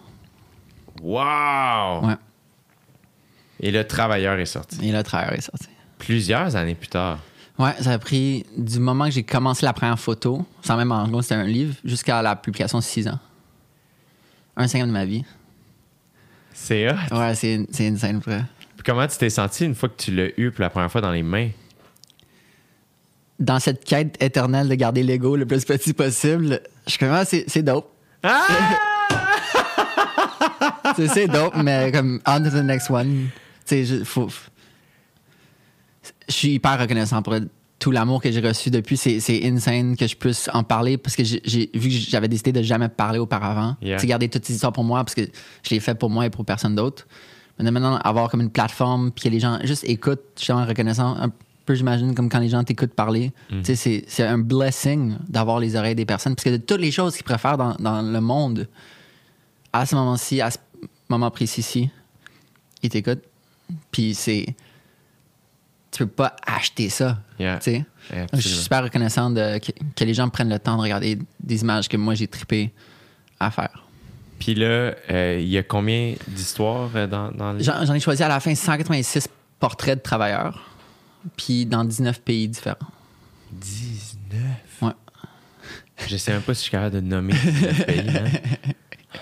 Speaker 2: Wow!
Speaker 3: Ouais.
Speaker 2: Et le travailleur est sorti. Plusieurs années plus tard.
Speaker 3: Ouais, ça a pris du moment que j'ai commencé la première photo, sans même en gros, c'était un livre, jusqu'à la publication 6 ans. 1/5 de ma vie.
Speaker 2: C'est hot.
Speaker 3: Ouais, c'est insane, vrai.
Speaker 2: Puis comment tu t'es senti une fois que tu l'as eu pour la première fois dans les mains?
Speaker 3: Dans cette quête éternelle de garder l'ego le plus petit possible, je suis comme, c'est dope.
Speaker 2: Ah!
Speaker 3: c'est dope, mais comme, on to the next one. Tu sais, je suis hyper reconnaissant pour tout l'amour que j'ai reçu depuis. C'est insane que je puisse en parler parce que j'ai vu que j'avais décidé de jamais parler auparavant.
Speaker 2: Yeah.
Speaker 3: Tu sais, garder toutes ces histoires pour moi parce que je l'ai fait pour moi et pour personne d'autre. Mais de maintenant, avoir comme une plateforme puis que les gens juste écoutent, je suis vraiment reconnaissant. Un peu, j'imagine, comme quand les gens t'écoutent parler. Tu sais, c'est un blessing d'avoir les oreilles des personnes parce que de toutes les choses qu'ils préfèrent dans le monde, à ce moment-ci, à ce moment précis-ci, ils t'écoutent. Puis tu peux pas acheter ça.
Speaker 2: Yeah.
Speaker 3: Tu sais? Je suis super reconnaissant que les gens prennent le temps de regarder des images que moi j'ai trippé à faire.
Speaker 2: Puis là, il y a combien d'histoires dans les...
Speaker 3: J'en ai choisi à la fin 186 portraits de travailleurs, puis dans 19 pays différents.
Speaker 2: 19?
Speaker 3: Ouais.
Speaker 2: Je sais même pas si je suis capable de nommer 19 pays. Hein?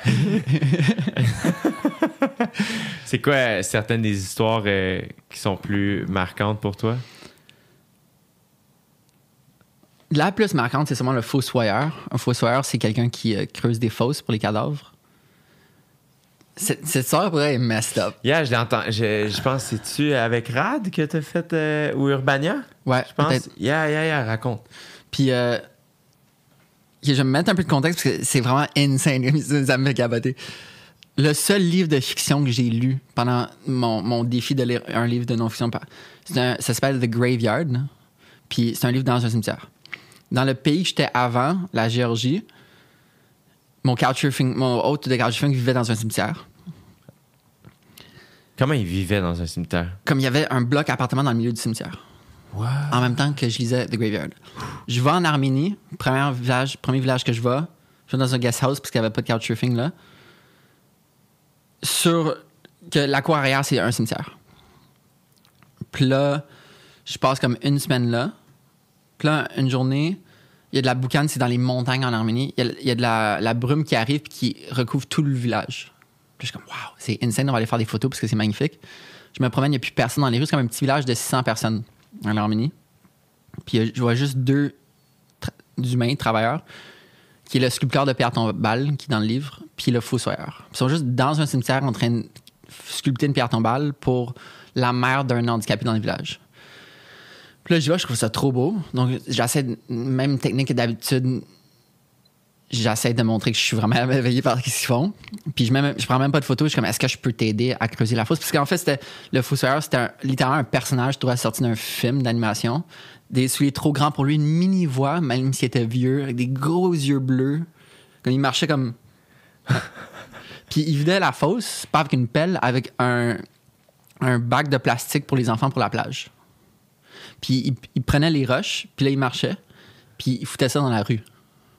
Speaker 2: C'est quoi certaines des histoires qui sont plus marquantes pour toi?
Speaker 3: La plus marquante, c'est sûrement le fossoyeur. Un fossoyeur, c'est quelqu'un qui creuse des fosses pour les cadavres. Cette histoire pourrait être messed up.
Speaker 2: Yeah, je l'entends. Je pense, c'est-tu avec Rad que t'as fait ou Urbania?
Speaker 3: Ouais,
Speaker 2: je pense.
Speaker 3: peut-être.
Speaker 2: Yeah, raconte.
Speaker 3: Puis, je vais me mettre un peu de contexte parce que c'est vraiment insane. Ça me fait capoter. Le seul livre de fiction que j'ai lu pendant mon défi de lire un livre de non-fiction, ça s'appelle The Graveyard. Puis, c'est un livre dans un cimetière. Dans le pays que j'étais avant, la Géorgie, mon hôte de couchsurfing vivait dans un cimetière.
Speaker 2: Comment il vivait dans un cimetière?
Speaker 3: Comme il y avait un bloc appartement dans le milieu du cimetière. en même temps que je lisais The Graveyard. Je vais en Arménie, premier village que je vais dans un guest house parce qu'il n'y avait pas de couchsurfing là. Sur que la cour arrière, c'est un cimetière. Puis là, je passe comme une semaine là. Puis là, une journée, il y a de la boucane, c'est dans les montagnes en Arménie. Il y a de la brume qui arrive et qui recouvre tout le village. Puis je suis comme, wow, c'est insane, on va aller faire des photos parce que c'est magnifique. Je me promène, il n'y a plus personne dans les rues. C'est comme un petit village de 600 personnes en Arménie. Puis je vois juste deux humains, travailleurs, qui est le sculpteur de pierre tombale, qui est dans le livre, puis le fossoyeur. Ils sont juste dans un cimetière en train de sculpter une pierre tombale pour la mère d'un handicapé dans le village. Puis là, je trouve ça trop beau. Donc, j'essaie, même technique que d'habitude, j'essaie de montrer que je suis vraiment éveillé par ce qu'ils font. Puis je prends même pas de photos. Je suis comme, est-ce que je peux t'aider à creuser la fosse? Parce qu'en fait, le fossoyeur, c'était littéralement un personnage, je trouvais, sorti d'un film d'animation. Des souliers trop grands pour lui, une mini-voix, même s'il était vieux, avec des gros yeux bleus. Comme il marchait comme... Puis il vidait la fosse, pas avec une pelle, avec un bac de plastique pour les enfants pour la plage. Puis il prenait les roches, puis là, il marchait, puis il foutait ça dans la rue. Là,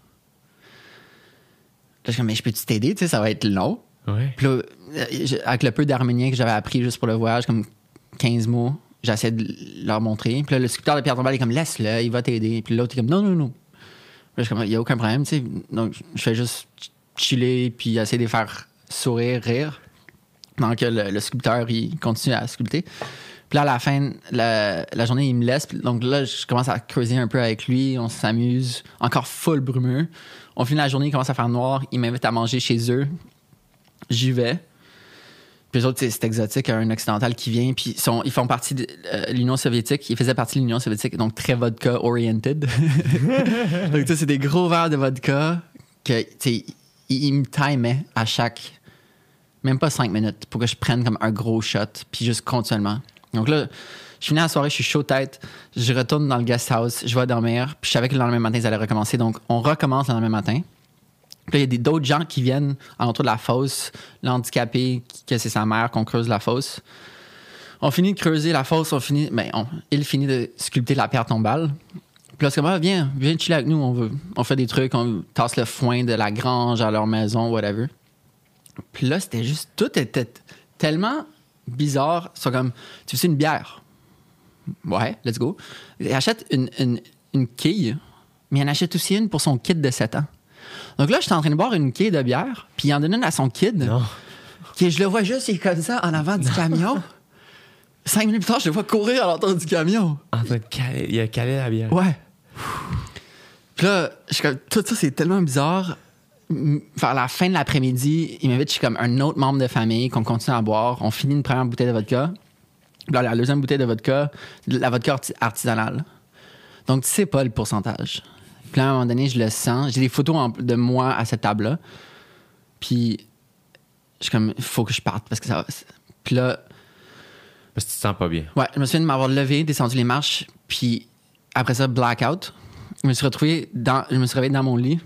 Speaker 3: je suis comme, mais je peux-tu t'aider? Tu sais, ça va être long.
Speaker 2: Ouais.
Speaker 3: Puis là, avec le peu d'arménien que j'avais appris juste pour le voyage, comme 15 mots, j'essaie de leur montrer. Puis là, le sculpteur de pierre tombale est comme, laisse-le, il va t'aider. Puis l'autre est comme, non. Puis là, je suis comme, il n'y a aucun problème, tu sais. Donc, je fais juste chiller, puis essayer de les faire sourire, rire. Donc, le sculpteur, il continue à sculpter. Puis là, à la fin, la journée, il me laisse. Donc là, je commence à creuser un peu avec lui. On s'amuse. Encore full brumeux. On finit la journée, il commence à faire noir. Il m'invite à manger chez eux. J'y vais. Puis eux autres, c'est exotique, un occidental qui vient. Puis ils font partie de l'Union soviétique. Ils faisaient partie de l'Union soviétique, donc très vodka-oriented. Donc, tu sais, c'est des gros verres de vodka que, tu sais, ils me timaient à chaque... Même pas 5 minutes pour que je prenne comme un gros shot, puis juste continuellement. Donc là, je finis la soirée, je suis chaud tête, je retourne dans le guest house, je vais dormir, puis je savais que le lendemain matin, ça allait recommencer. Donc, on recommence le lendemain matin. Puis là, il y a d'autres gens qui viennent autour de la fosse, l'handicapé, que c'est sa mère, qu'on creuse la fosse. On finit de creuser la fosse, il finit de sculpter la pierre tombale. Puis là, c'est comme, viens chiller avec nous, on fait des trucs, on tasse le foin de la grange à leur maison, whatever. Puis là, c'était juste, tout était tellement bizarre. C'est comme, tu veux une bière? Ouais, let's go. Il achète une quille, mais il en achète aussi une pour son kid de 7 ans. Donc là, j'étais en train de boire une quille de bière, puis il en donne une à son kid.
Speaker 2: Non.
Speaker 3: Qui, je le vois juste, il est comme ça, en avant du camion. 5 minutes plus tard, je le vois courir à l'entour du camion.
Speaker 2: En train de caler, il a calé la bière.
Speaker 3: Ouais. Puis là, je suis comme, tout ça, c'est tellement bizarre. Vers la fin de l'après-midi, il m'invite chez comme un autre membre de famille qu'on continue à boire. On finit une première bouteille de vodka. Là, la deuxième bouteille de vodka, la vodka artisanale. Donc, tu sais pas le pourcentage. Puis là, à un moment donné, je le sens. J'ai des photos de moi à cette table-là. Puis, je suis comme, il faut que je parte parce que ça va. Puis là...
Speaker 2: Parce que tu te sens pas bien.
Speaker 3: Ouais, je me souviens de m'avoir levé, descendu les marches. Puis, après ça, blackout. Je me suis réveillé dans mon lit.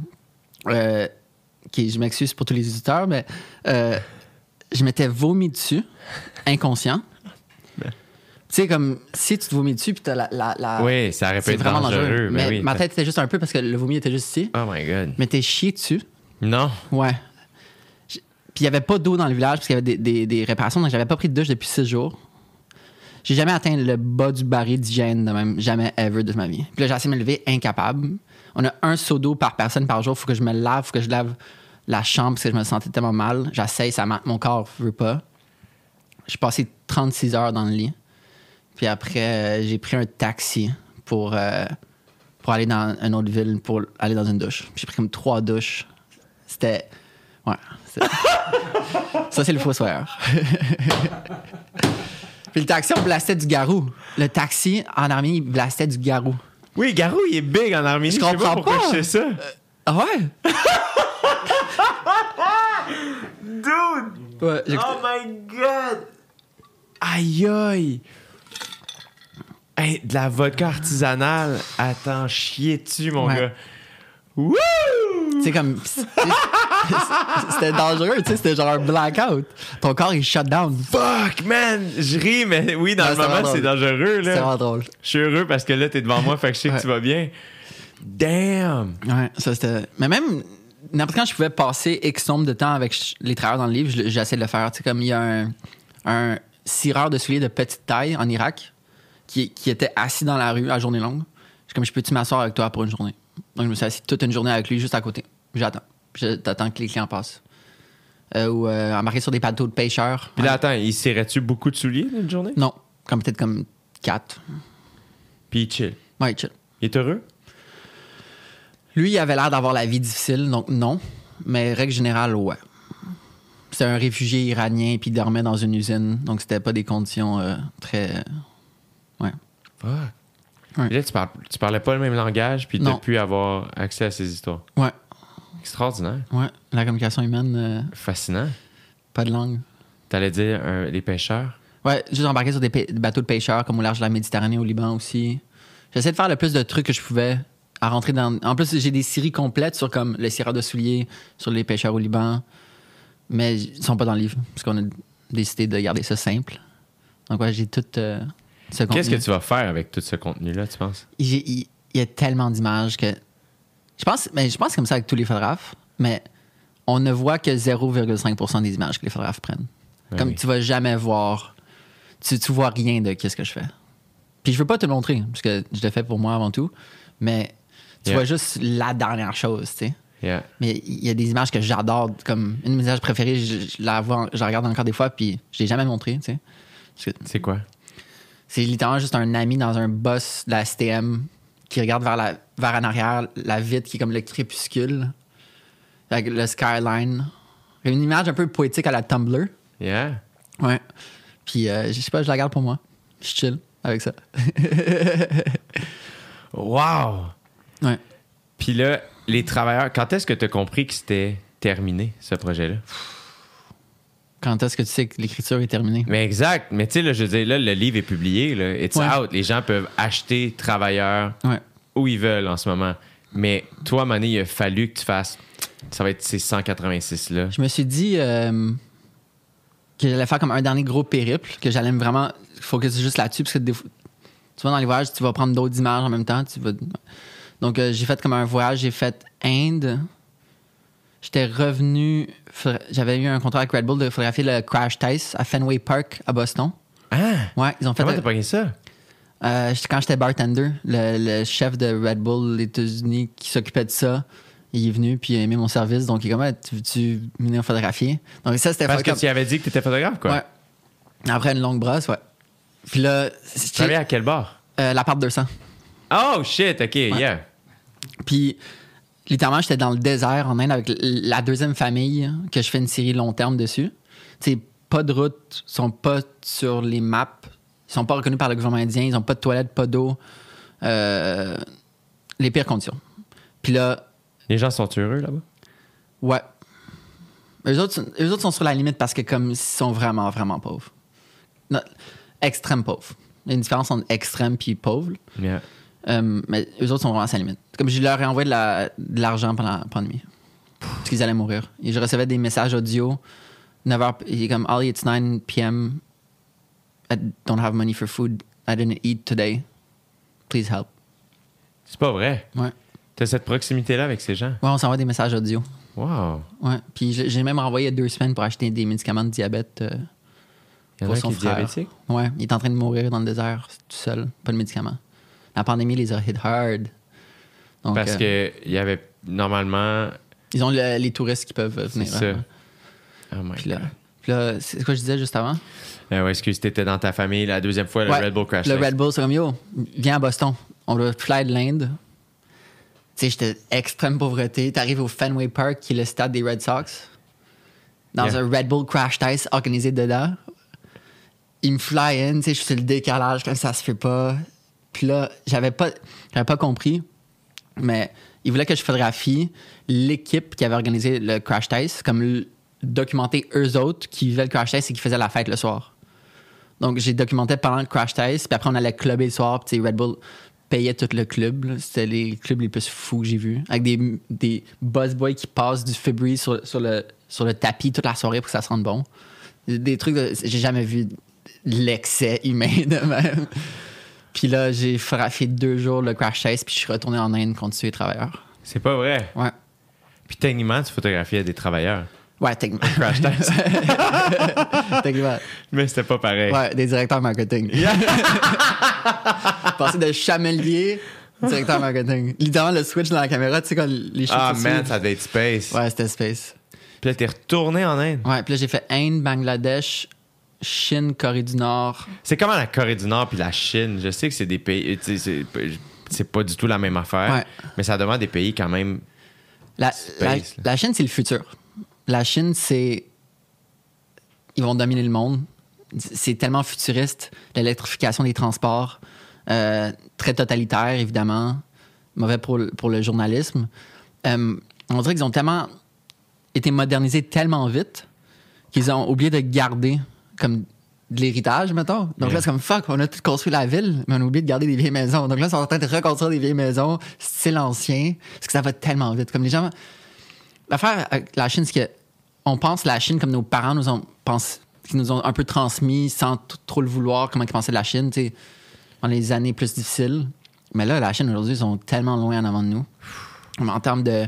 Speaker 3: Je m'excuse pour tous les auditeurs, mais je m'étais vomi dessus, inconscient. Tu sais, comme si tu te vomis dessus, puis t'as la
Speaker 2: oui, ça aurait pu être
Speaker 3: vraiment
Speaker 2: dangereux.
Speaker 3: Mais
Speaker 2: oui,
Speaker 3: ma tête était juste un peu parce que le vomi était juste ici.
Speaker 2: Oh my God.
Speaker 3: Mais t'es chié dessus.
Speaker 2: Non.
Speaker 3: Ouais. Puis il n'y avait pas d'eau dans le village parce qu'il y avait des réparations, donc j'avais pas pris de douche depuis 6 jours. J'ai jamais atteint le bas du baril d'hygiène de même, jamais ever de ma vie. Puis là, j'ai essayé de me lever incapable. On a un seau d'eau par personne par jour. Faut que je me lave, faut que je lave la chambre parce que je me sentais tellement mal. J'essaye, mon corps veut pas. J'ai passé 36 heures dans le lit. Puis après, j'ai pris un taxi pour aller dans une autre ville, pour aller dans une douche. J'ai pris comme 3 douches. C'était... Ouais. Ça, c'est le fossoyeur. Puis le taxi, on blastait du garou. Le taxi, en Arménie, il blastait du garou.
Speaker 2: Oui, Garou, il est big en Arménie.
Speaker 3: Je comprends
Speaker 2: pourquoi
Speaker 3: pas.
Speaker 2: je sais ça.
Speaker 3: Ah ouais?
Speaker 2: Dude!
Speaker 3: Ouais,
Speaker 2: Oh my God! Aïe aïe! Hey, de la vodka artisanale. Attends, chier dessus, mon
Speaker 3: Ouais.
Speaker 2: gars. Wouh!
Speaker 3: C'est comme... C'était dangereux, tu sais, c'était genre un blackout. Ton corps, il shut down.
Speaker 2: Fuck, man! Je ris, mais oui, dans le moment, c'est dangereux, là.
Speaker 3: C'est vraiment drôle.
Speaker 2: Je suis heureux parce que là, t'es devant moi, fait que je sais que tu vas bien. Damn!
Speaker 3: Ouais, ça c'était. Mais même, n'importe quand je pouvais passer X nombre de temps avec les travailleurs dans le livre, j'essaie de le faire. Tu sais, comme il y a un cireur de souliers de petite taille en Irak qui était assis dans la rue à journée longue. Je peux-tu m'asseoir avec toi pour une journée? Donc, je me suis assis toute une journée avec lui juste à côté. J'attends. J'attends que les clients passent. Ou embarqué sur des bateaux de pêcheurs.
Speaker 2: Puis là, attends, il serrait-tu beaucoup de souliers d'une journée?
Speaker 3: Non, peut-être comme 4.
Speaker 2: Puis il chill.
Speaker 3: Ouais, chill.
Speaker 2: Il est heureux?
Speaker 3: Lui, il avait l'air d'avoir la vie difficile, donc non. Mais règle générale, ouais. C'était un réfugié iranien, puis il dormait dans une usine. Donc, c'était pas des conditions très... Ouais.
Speaker 2: Fuck.
Speaker 3: Ouais.
Speaker 2: Et là, tu parlais pas le même langage, puis t'as
Speaker 3: Non.
Speaker 2: pu avoir accès à ces histoires.
Speaker 3: Ouais.
Speaker 2: Extraordinaire.
Speaker 3: Ouais. La communication humaine,
Speaker 2: Fascinant.
Speaker 3: pas de langue.
Speaker 2: T'allais dire les pêcheurs?
Speaker 3: Ouais, juste embarqué sur des bateaux de pêcheurs, comme au large de la Méditerranée, au Liban aussi. J'essaie de faire le plus de trucs que je pouvais à rentrer dans... En plus, j'ai des séries complètes sur comme le cireur de souliers, sur les pêcheurs au Liban. Mais ils sont pas dans le livre, parce qu'on a décidé de garder ça simple. Donc, ouais, j'ai tout ce contenu.
Speaker 2: Qu'est-ce que tu vas faire avec tout ce contenu-là, tu penses?
Speaker 3: Il y a tellement d'images que... Je pense comme ça avec tous les photographes, mais on ne voit que 0,5% des images que les photographes prennent.
Speaker 2: Ouais,
Speaker 3: Comme
Speaker 2: oui.
Speaker 3: tu vas jamais voir... Tu vois rien de qu'est-ce que je fais. Puis je veux pas te le montrer, parce que je l'ai fait pour moi avant tout, mais tu vois juste la dernière chose, tu sais.
Speaker 2: Yeah.
Speaker 3: Mais il y a des images que j'adore, comme une de mes images préférées, je la regarde encore des fois, puis je l'ai jamais montrée, tu sais. Parce que
Speaker 2: C'est quoi?
Speaker 3: c'est littéralement juste un ami dans un bus de la STM qui regarde vers en arrière, la vitre qui est comme le crépuscule, avec le skyline. Il y a une image un peu poétique à la Tumblr.
Speaker 2: Yeah.
Speaker 3: Ouais. Puis, je sais pas, je la garde pour moi. Je suis chill avec ça.
Speaker 2: Wow!
Speaker 3: Ouais.
Speaker 2: Puis là, les travailleurs, quand est-ce que tu as compris que c'était terminé, ce projet-là?
Speaker 3: Quand est-ce que tu sais que l'écriture est terminée?
Speaker 2: Mais exact. Mais tu sais, là, je veux dire, là, le livre est publié. Là. It's
Speaker 3: Ouais.
Speaker 2: out. Les gens peuvent acheter Travailleurs
Speaker 3: Ouais.
Speaker 2: où ils veulent en ce moment. Mais toi, Mané, il a fallu que tu fasses... Ça va être ces 186-là.
Speaker 3: Je me suis dit que j'allais faire comme un dernier gros périple, que j'allais vraiment focus juste là-dessus, parce que des fois, tu vas dans les voyages, tu vas prendre d'autres images en même temps. Donc, j'ai fait comme un voyage, j'ai fait Inde. J'étais revenu, j'avais eu un contrat avec Red Bull de photographier le Crash Test à Fenway Park à Boston.
Speaker 2: Ah!
Speaker 3: Ouais, ils ont fait...
Speaker 2: Comment t'as pogné ça?
Speaker 3: Quand j'étais bartender, le chef de Red Bull des États-Unis qui s'occupait de ça, il est venu puis il a aimé mon service, donc il est comme hey, tu veux-tu venir photographier? Donc ça c'était
Speaker 2: Parce que tu avais dit que t'étais photographe, quoi.
Speaker 3: Ouais. Après une longue brosse, ouais. Puis là,
Speaker 2: Tu travaillais à quel bar?
Speaker 3: l'appart 200.
Speaker 2: Oh shit, ok, yeah.
Speaker 3: Puis littéralement, j'étais dans le désert en Inde avec la deuxième famille que je fais une série long terme dessus. Tu sais, pas de route, sont pas sur les maps, ils sont pas reconnus par le gouvernement indien, ils ont pas de toilettes, pas d'eau. Les pires conditions. Puis là,
Speaker 2: Les gens sont heureux là-bas?
Speaker 3: ouais. Eux autres sont sur la limite parce que comme ils sont vraiment, vraiment pauvres. Non, extrême pauvres. Il y a une différence entre extrême puis pauvre.
Speaker 2: Yeah.
Speaker 3: Mais eux autres sont vraiment à sa limite. Comme je leur ai envoyé de l'argent pendant la pandémie. Parce qu'ils allaient mourir. Et je recevais des messages audio. 9h, il est comme, Ali, it's 9 p.m. I don't have money for food. I didn't eat today. Please help.
Speaker 2: C'est pas vrai.
Speaker 3: Ouais.
Speaker 2: T'as cette proximité-là avec ces gens?
Speaker 3: Ouais, on s'envoie des messages audio.
Speaker 2: Wow.
Speaker 3: Ouais. Puis j'ai même renvoyé 2 semaines pour acheter des médicaments de diabète
Speaker 2: Il y en
Speaker 3: pour
Speaker 2: a un
Speaker 3: son
Speaker 2: qui est
Speaker 3: frère.
Speaker 2: diabétique?
Speaker 3: Ouais. Il est en train de mourir dans le désert tout seul. Pas de médicaments. La pandémie les a hit hard. Donc,
Speaker 2: Parce que il y avait normalement...
Speaker 3: ils ont les touristes qui peuvent
Speaker 2: C'est
Speaker 3: venir.
Speaker 2: ça.
Speaker 3: Hein.
Speaker 2: Oh my
Speaker 3: Puis
Speaker 2: God.
Speaker 3: là, c'est quoi je disais juste avant?
Speaker 2: Ouais, excuse, t'étais dans ta famille la deuxième fois, le
Speaker 3: Ouais,
Speaker 2: Red Bull Crash
Speaker 3: Le
Speaker 2: Test.
Speaker 3: Red Bull, c'est comme, yo, viens à Boston. On doit fly de l'Inde. Tu sais, j'étais extrême pauvreté. T'arrives au Fenway Park, qui est le stade des Red Sox, dans
Speaker 2: Yeah.
Speaker 3: un Red Bull Crash Test organisé dedans. Il me fly in, tu sais, je suis sur le décalage, comme ça se fait pas. Puis là, j'avais pas compris, mais il voulait que je photographie l'équipe qui avait organisé le Crash Test, comme documenter eux autres qui vivaient le Crash Test et qui faisaient la fête le soir. Donc, j'ai documenté pendant le Crash Test, puis après, on allait clubber le soir, puis tu sais, Red Bull payait tout le club. Là. C'était les clubs les plus fous que j'ai vus. Avec des busboys qui passent du Febreze sur le tapis toute la soirée pour que ça sente bon. Des trucs j'ai jamais vu l'excès humain de même. Puis là, j'ai fait 2 jours le crash test, puis je suis retourné en Inde continuer les travailleurs.
Speaker 2: C'est pas vrai.
Speaker 3: Ouais.
Speaker 2: Puis techniquement, tu photographiais des travailleurs.
Speaker 3: Ouais, techniquement.
Speaker 2: Crash test.
Speaker 3: Techniquement.
Speaker 2: Mais c'était pas pareil.
Speaker 3: Ouais, des directeurs marketing. Passer de chamelier, directeur marketing. Littéralement, le switch dans la caméra, tu sais, quand les choses
Speaker 2: Ah,
Speaker 3: se
Speaker 2: man,
Speaker 3: suivent.
Speaker 2: ça devait être space.
Speaker 3: Ouais, c'était space.
Speaker 2: Puis là, t'es retourné en Inde.
Speaker 3: Ouais, puis là, j'ai fait Inde, Bangladesh, Chine, Corée du Nord.
Speaker 2: C'est comment la Corée du Nord puis la Chine? Je sais que c'est des pays... tu sais, c'est pas du tout la même affaire,
Speaker 3: Ouais.
Speaker 2: mais ça demande des pays quand même...
Speaker 3: La
Speaker 2: Space, là.
Speaker 3: Chine, c'est le futur. La Chine, c'est... Ils vont dominer le monde. C'est tellement futuriste. L'électrification des transports, très totalitaire, évidemment. Mauvais pour le journalisme. On dirait qu'ils ont tellement été modernisés tellement vite qu'ils ont oublié de garder comme de l'héritage, mettons. Donc
Speaker 2: Yeah.
Speaker 3: là, c'est comme fuck, on a tout construit la ville, mais on a oublié de garder des vieilles maisons. Donc là, ils sont en train de reconstruire des vieilles maisons, style ancien, parce que ça va tellement vite. Comme les gens... L'affaire avec la Chine, c'est qu'on pense la Chine comme nos parents qui nous ont un peu transmis sans trop le vouloir, comment ils pensaient de la Chine, tu sais, dans les années plus difficiles. Mais là, la Chine, aujourd'hui, ils sont tellement loin en avant de nous. En termes de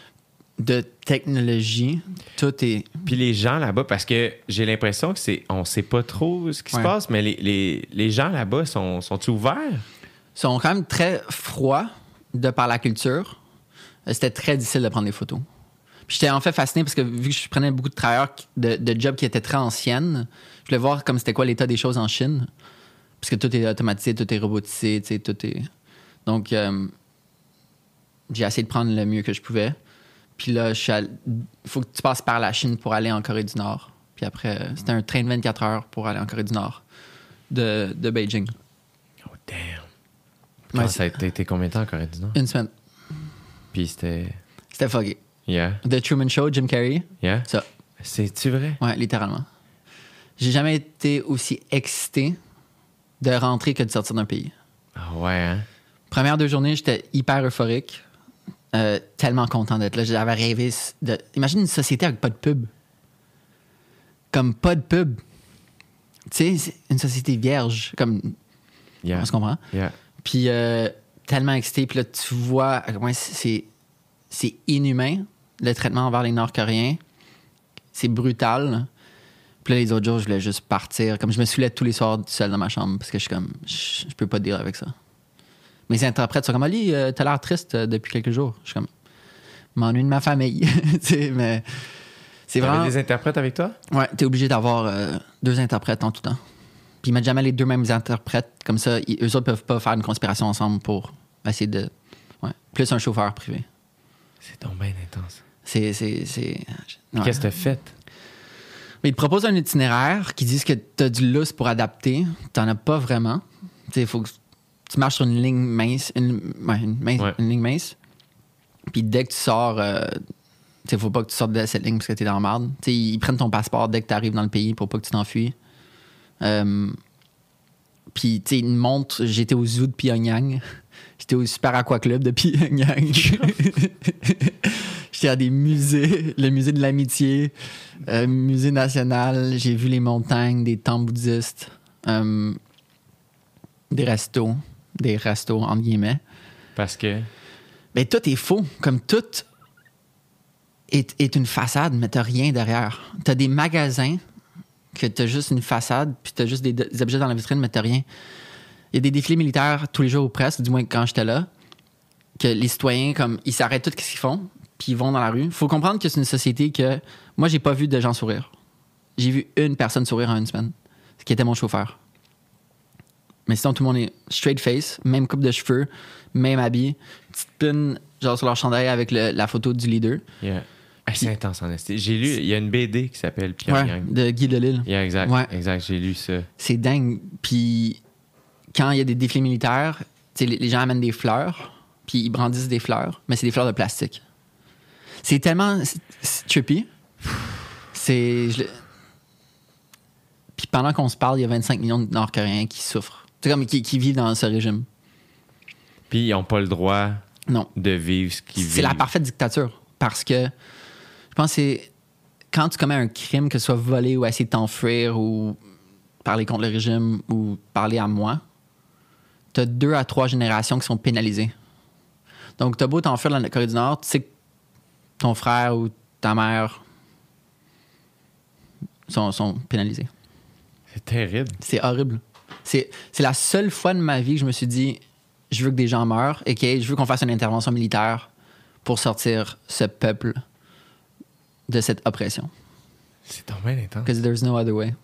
Speaker 3: technologie, tout est...
Speaker 2: Puis les gens là-bas, parce que j'ai l'impression que on sait pas trop ce qui se
Speaker 3: Ouais.
Speaker 2: passe, mais les gens là-bas sont-ils ouverts?
Speaker 3: sont quand même très froids de par la culture. C'était très difficile de prendre des photos. Puis j'étais en fait fasciné parce que vu que je prenais beaucoup de travailleurs de jobs qui étaient très anciennes, je voulais voir comme c'était quoi l'état des choses en Chine. Parce que tout est automatisé, tout est robotisé, tu sais, tout est... Donc, j'ai essayé de prendre le mieux que je pouvais. Puis là, il faut que tu passes par la Chine pour aller en Corée du Nord. Puis après, c'était un train de 24 heures pour aller en Corée du Nord de Beijing.
Speaker 2: Oh, damn.
Speaker 3: Ouais,
Speaker 2: Ça a été combien de temps en Corée du Nord?
Speaker 3: 1 semaine.
Speaker 2: Puis c'était...
Speaker 3: C'était fucké.
Speaker 2: Yeah.
Speaker 3: The Truman Show, Jim Carrey,
Speaker 2: Yeah?
Speaker 3: ça.
Speaker 2: C'est-tu vrai?
Speaker 3: Ouais, littéralement. J'ai jamais été aussi excité de rentrer que de sortir d'un pays.
Speaker 2: Ah ouais, hein?
Speaker 3: Première 2 journées, j'étais hyper euphorique. Tellement content d'être là. J'avais rêvé de... Imagine une société avec pas de pub. Comme pas de pub. Tu sais, c'est une société vierge. Comme...
Speaker 2: Yeah.
Speaker 3: On se comprend?
Speaker 2: Yeah.
Speaker 3: Puis tellement excité. Puis là, tu vois à quel point c'est inhumain, le traitement envers les Nord-Coréens. C'est brutal. Puis là, les autres jours, je voulais juste partir. Comme je me soulève tous les soirs seul dans ma chambre parce que je suis comme, je peux pas te dire avec ça. Mes interprètes sont comme, Ali, t'as l'air triste depuis quelques jours. Je suis comme, m'ennuie de ma famille. Tu sais, mais c'est
Speaker 2: T'avais
Speaker 3: vraiment.
Speaker 2: des interprètes avec toi?
Speaker 3: Ouais, t'es obligé d'avoir 2 interprètes en tout temps. Puis ils mettent jamais les 2 mêmes interprètes. Comme ça, eux autres peuvent pas faire une conspiration ensemble pour essayer de. Ouais. Plus un chauffeur privé.
Speaker 2: C'est donc bien intense.
Speaker 3: C'est. Ouais.
Speaker 2: Qu'est-ce que t'as fait?
Speaker 3: Mais ils te proposent un itinéraire qui disent que t'as du lousse pour adapter. T'en as pas vraiment. Il faut que tu marches sur une ligne mince. Une ligne mince. Puis dès que tu sors, faut pas que tu sortes de cette ligne parce que t'es dans la merde. T'sais, ils prennent ton passeport dès que t'arrives dans le pays pour pas que tu t'enfuis. Puis, tu sais, une montre, j'étais au zoo de Pyongyang. J'étais au Super Aqua Club de Pyongyang. J'étais à des musées, le musée de l'amitié, musée national. J'ai vu les montagnes, des temples bouddhistes, des restos, entre guillemets.
Speaker 2: Parce que...
Speaker 3: Ben, tout est faux. Comme tout est une façade, mais t'as rien derrière. T'as des magasins que t'as juste une façade, puis t'as juste des objets dans la vitrine, mais t'as rien. Il y a des défilés militaires tous les jours ou presque, du moins quand j'étais là, que les citoyens, comme, ils s'arrêtent tout ce qu'ils font, puis ils vont dans la rue. Faut comprendre que c'est une société que... Moi, j'ai pas vu de gens sourire. J'ai vu une personne sourire en 1 semaine, ce qui était mon chauffeur. Mais sinon, tout le monde est straight face, même coupe de cheveux, même habit, petite pin, genre sur leur chandail avec la photo du leader.
Speaker 2: Yeah. C'est intense en esti. J'ai lu, il y a une BD qui s'appelle Pyongyang.
Speaker 3: Ouais, de Guy Delisle.
Speaker 2: Yeah, exact.
Speaker 3: Ouais.
Speaker 2: Exact, j'ai lu ça.
Speaker 3: C'est dingue. Puis quand il y a des défilés militaires, les gens amènent des fleurs, puis ils brandissent des fleurs, mais c'est des fleurs de plastique. C'est tellement trippy. Puis pendant qu'on se parle, il y a 25 millions de Nord-Coréens qui souffrent. C'est comme qui vivent dans ce régime.
Speaker 2: Puis ils n'ont pas le droit
Speaker 3: Non.
Speaker 2: de vivre ce qu'ils vivent.
Speaker 3: C'est la parfaite dictature. Parce que je pense que c'est quand tu commets un crime, que ce soit voler ou essayer de t'enfuir ou parler contre le régime ou parler à moi, tu as 2 à 3 générations qui sont pénalisées. Donc, tu as beau t'enfuir dans la Corée du Nord, tu sais que ton frère ou ta mère sont pénalisés.
Speaker 2: C'est terrible.
Speaker 3: C'est horrible. C'est la seule fois de ma vie que je me suis dit, je veux que des gens meurent et que je veux qu'on fasse une intervention militaire pour sortir ce peuple de cette oppression.
Speaker 2: C'est tombé intense.
Speaker 3: Because there's no other way.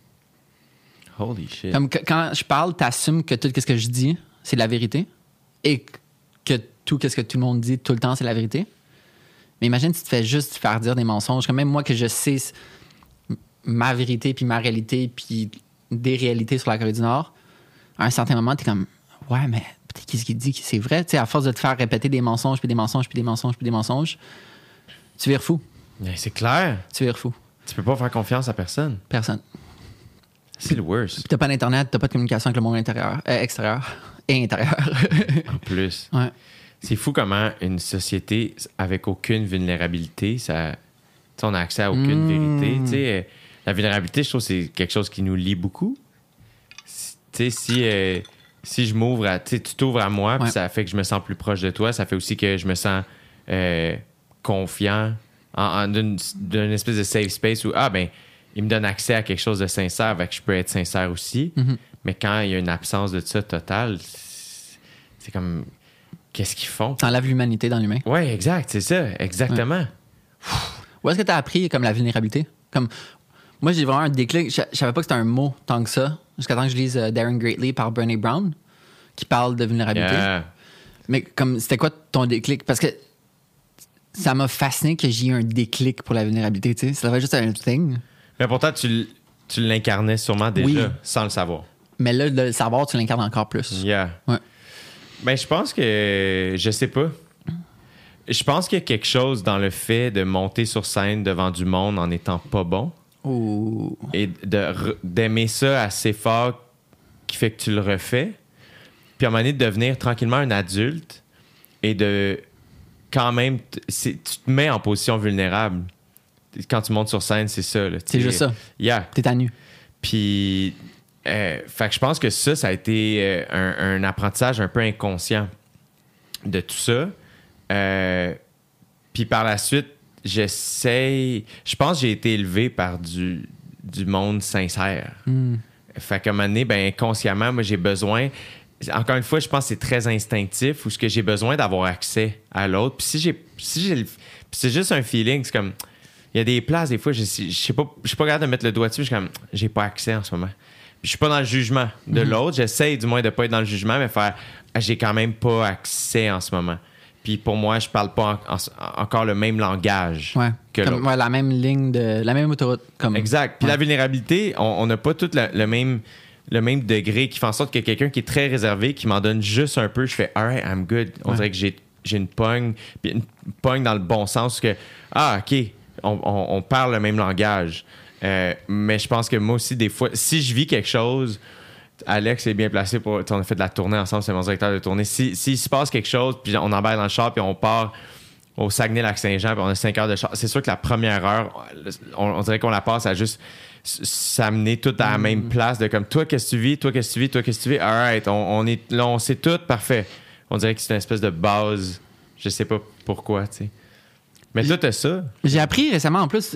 Speaker 2: Holy shit.
Speaker 3: Comme quand je parle, t'assumes que tout ce que je dis, c'est la vérité et que tout ce que tout le monde dit tout le temps, c'est la vérité. Mais imagine si tu te fais juste faire dire des mensonges. Comme même moi que je sais ma vérité puis ma réalité puis des réalités sur la Corée du Nord, à un certain moment, t'es comme ouais, mais qu'est-ce qu'il dit que c'est vrai? Tu sais, à force de te faire répéter des mensonges puis des mensonges puis des mensonges puis des mensonges, tu vires fou.
Speaker 2: Mais c'est clair.
Speaker 3: Tu vires fou.
Speaker 2: Tu peux pas faire confiance à personne.
Speaker 3: Personne.
Speaker 2: C'est le worst.
Speaker 3: Puis t'as pas d'Internet, t'as pas de communication avec le monde extérieur et intérieur.
Speaker 2: En plus.
Speaker 3: Ouais.
Speaker 2: C'est fou comment une société avec aucune vulnérabilité, ça, on a accès à aucune vérité. Tu sais, la vulnérabilité, je trouve que c'est quelque chose qui nous lie beaucoup. Tu sais, si je m'ouvre à... Tu t'ouvres à moi, puis ça fait que je me sens plus proche de toi. Ça fait aussi que je me sens confiant d'une espèce de safe space où, il me donne accès à quelque chose de sincère, avec que je peux être sincère aussi. Mm-hmm. Mais quand il y a une absence de ça totale, c'est comme... Qu'est-ce qu'ils font?
Speaker 3: T'enlèves l'humanité dans l'humain.
Speaker 2: Oui, exact, c'est ça, exactement. Ouais.
Speaker 3: Où est-ce que t'as appris comme la vulnérabilité? Comme moi, j'ai vraiment un déclic. Je savais pas que c'était un mot tant que ça, jusqu'à temps que je lise Daring Greatly par Brené Brown, qui parle de vulnérabilité. Yeah. Mais comme c'était quoi ton déclic? Parce que ça m'a fasciné que j'ai eu un déclic pour la vulnérabilité, tu sais. Ça devait juste un thing.
Speaker 2: Mais pourtant, tu l'incarnais sûrement déjà, sans le savoir.
Speaker 3: Mais là, de le savoir, tu l'incarnes encore plus.
Speaker 2: Yeah.
Speaker 3: Ouais.
Speaker 2: Ben, je pense que... Je sais pas. Je pense qu'il y a quelque chose dans le fait de monter sur scène devant du monde en étant pas bon.
Speaker 3: Ooh.
Speaker 2: Et d'aimer ça assez fort qui fait que tu le refais. Puis à un moment donné, de devenir tranquillement un adulte et de... Quand même... Tu te mets en position vulnérable. Quand tu montes sur scène, c'est ça. Là,
Speaker 3: c'est juste ça.
Speaker 2: Yeah.
Speaker 3: T'es à nu.
Speaker 2: Puis... fait que je pense que ça a été un apprentissage un peu inconscient de tout ça. Puis par la suite, je pense que j'ai été élevé par du monde sincère. Fait qu'à un moment donné, inconsciemment, moi, j'ai besoin... Encore une fois, je pense que c'est très instinctif où ce que j'ai besoin d'avoir accès à l'autre. Puis puis c'est juste un feeling, c'est comme... Il y a des places, des fois, je suis pas capable de mettre le doigt dessus, je suis comme, j'ai pas accès en ce moment. Je suis pas dans le jugement de l'autre. J'essaye du moins de pas être dans le jugement, mais j'ai quand même pas accès en ce moment. Puis pour moi, je parle pas encore le même langage que l'autre.
Speaker 3: Ouais, la même ligne la même autoroute.
Speaker 2: Exact. Puis la vulnérabilité, on n'a pas tout le même degré qui fait en sorte que quelqu'un qui est très réservé, qui m'en donne juste un peu, je fais all right, I'm good. On dirait que j'ai une pogne, puis une pogne dans le bon sens que OK, on parle le même langage. Mais je pense que moi aussi, des fois, si je vis quelque chose, Alex est bien placé pour... On a fait de la tournée ensemble, c'est mon directeur de tournée. S'il se passe quelque chose, puis on embarque dans le char, puis on part au Saguenay-Lac-Saint-Jean, puis on a 5 heures de char, c'est sûr que la première heure, on dirait qu'on la passe à juste s'amener tout à la même place, de comme, toi, qu'est-ce que tu vis? Toi, qu'est-ce que tu vis? Toi, qu'est-ce que tu vis? All right, on est là, on sait tout, parfait. On dirait que c'est une espèce de base, je sais pas pourquoi, tu sais. Mais toi, t'as ça.
Speaker 3: J'ai appris récemment, en plus...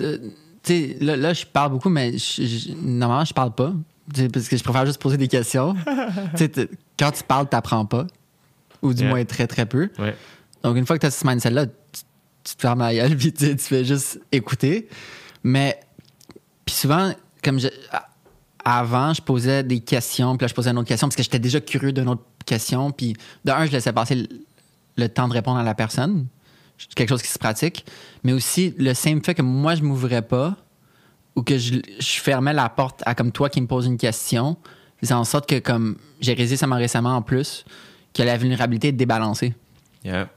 Speaker 3: là, je parle beaucoup, mais normalement, je parle pas. Parce que je préfère juste poser des questions. Quand tu parles, t'apprends pas. Ou du moins très, très peu.
Speaker 2: Ouais.
Speaker 3: Donc, une fois que tu as ce mindset-là, tu te fermes la gueule puis tu fais juste écouter. Mais, puis souvent, comme avant, je posais des questions, puis là, je posais une autre question parce que j'étais déjà curieux d'une autre question. Puis, de un, je laissais passer le temps de répondre à la personne. C'est quelque chose qui se pratique, mais aussi le simple fait que moi, je m'ouvrais pas ou que je fermais la porte à comme toi qui me pose une question, faisait en sorte que comme j'ai réalisé ça récemment en plus, que la vulnérabilité est débalancée.
Speaker 2: Yeah.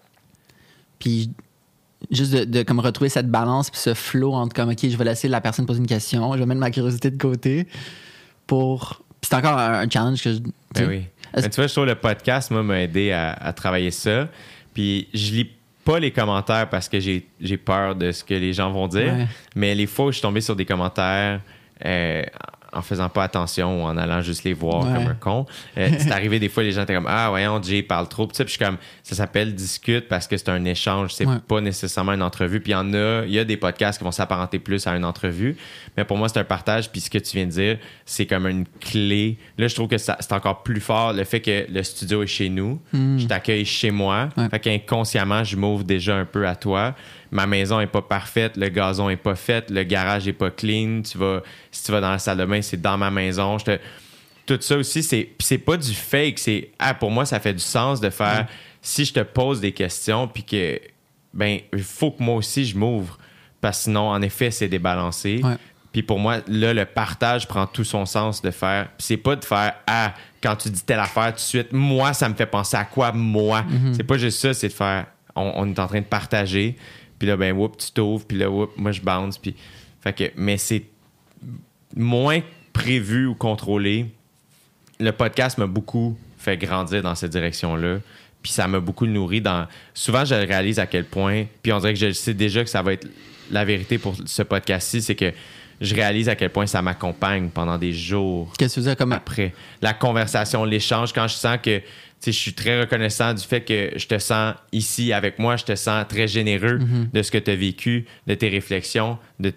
Speaker 3: Puis juste de comme retrouver cette balance puis ce flow entre comme OK, je vais laisser la personne poser une question, je vais mettre ma curiosité de côté pour... Puis c'est encore un challenge que
Speaker 2: Ben oui. Mais tu vois, je trouve le podcast, moi, m'a aidé à travailler ça. Puis je lis pas les commentaires parce que j'ai peur de ce que les gens vont dire.
Speaker 3: Ouais.
Speaker 2: Mais les fois où je suis tombé sur des commentaires en faisant pas attention ou en allant juste les voir
Speaker 3: Ouais.
Speaker 2: comme un con, c'est arrivé des fois, les gens étaient comme « Ah, voyons, Jay parle trop. » Puis je suis comme, ça s'appelle discute parce que c'est un échange. C'est pas nécessairement une entrevue. Puis il y a des podcasts qui vont s'apparenter plus à une entrevue. Mais pour moi, c'est un partage. Puis ce que tu viens de dire, c'est comme une clé. Là, je trouve que c'est encore plus fort le fait que le studio est chez nous. Je t'accueille chez moi.
Speaker 3: Ouais.
Speaker 2: Fait qu'inconsciemment, je m'ouvre déjà un peu à toi. Ma maison est pas parfaite, le gazon est pas fait, le garage est pas clean. Si tu vas dans la salle de bain, c'est dans ma maison. Tout ça aussi, c'est pas du fake. Pour moi, ça fait du sens de faire. Si je te pose des questions, puis que il faut que moi aussi je m'ouvre, parce que sinon, en effet, c'est débalancé.
Speaker 3: Ouais.
Speaker 2: Puis pour moi, là, le partage prend tout son sens de faire. Puis c'est pas de faire quand tu dis telle affaire tout de suite, moi, ça me fait penser à quoi, moi. C'est pas juste ça, c'est de faire. On est en train de partager. Puis là, tu t'ouvres, puis là, moi, je bounce. Puis... mais c'est moins prévu ou contrôlé. Le podcast m'a beaucoup fait grandir dans cette direction-là. Puis ça m'a beaucoup nourri dans... Souvent, je réalise à quel point... Puis on dirait que je sais déjà que ça va être la vérité pour ce podcast-ci, c'est que je réalise à quel point ça m'accompagne pendant des jours.
Speaker 3: Qu'est-ce que tu veux dire comme...
Speaker 2: Après. La conversation, l'échange, quand je sens que... je suis très reconnaissant du fait que je te sens ici avec moi, je te sens très généreux de ce que tu as vécu, de tes réflexions, de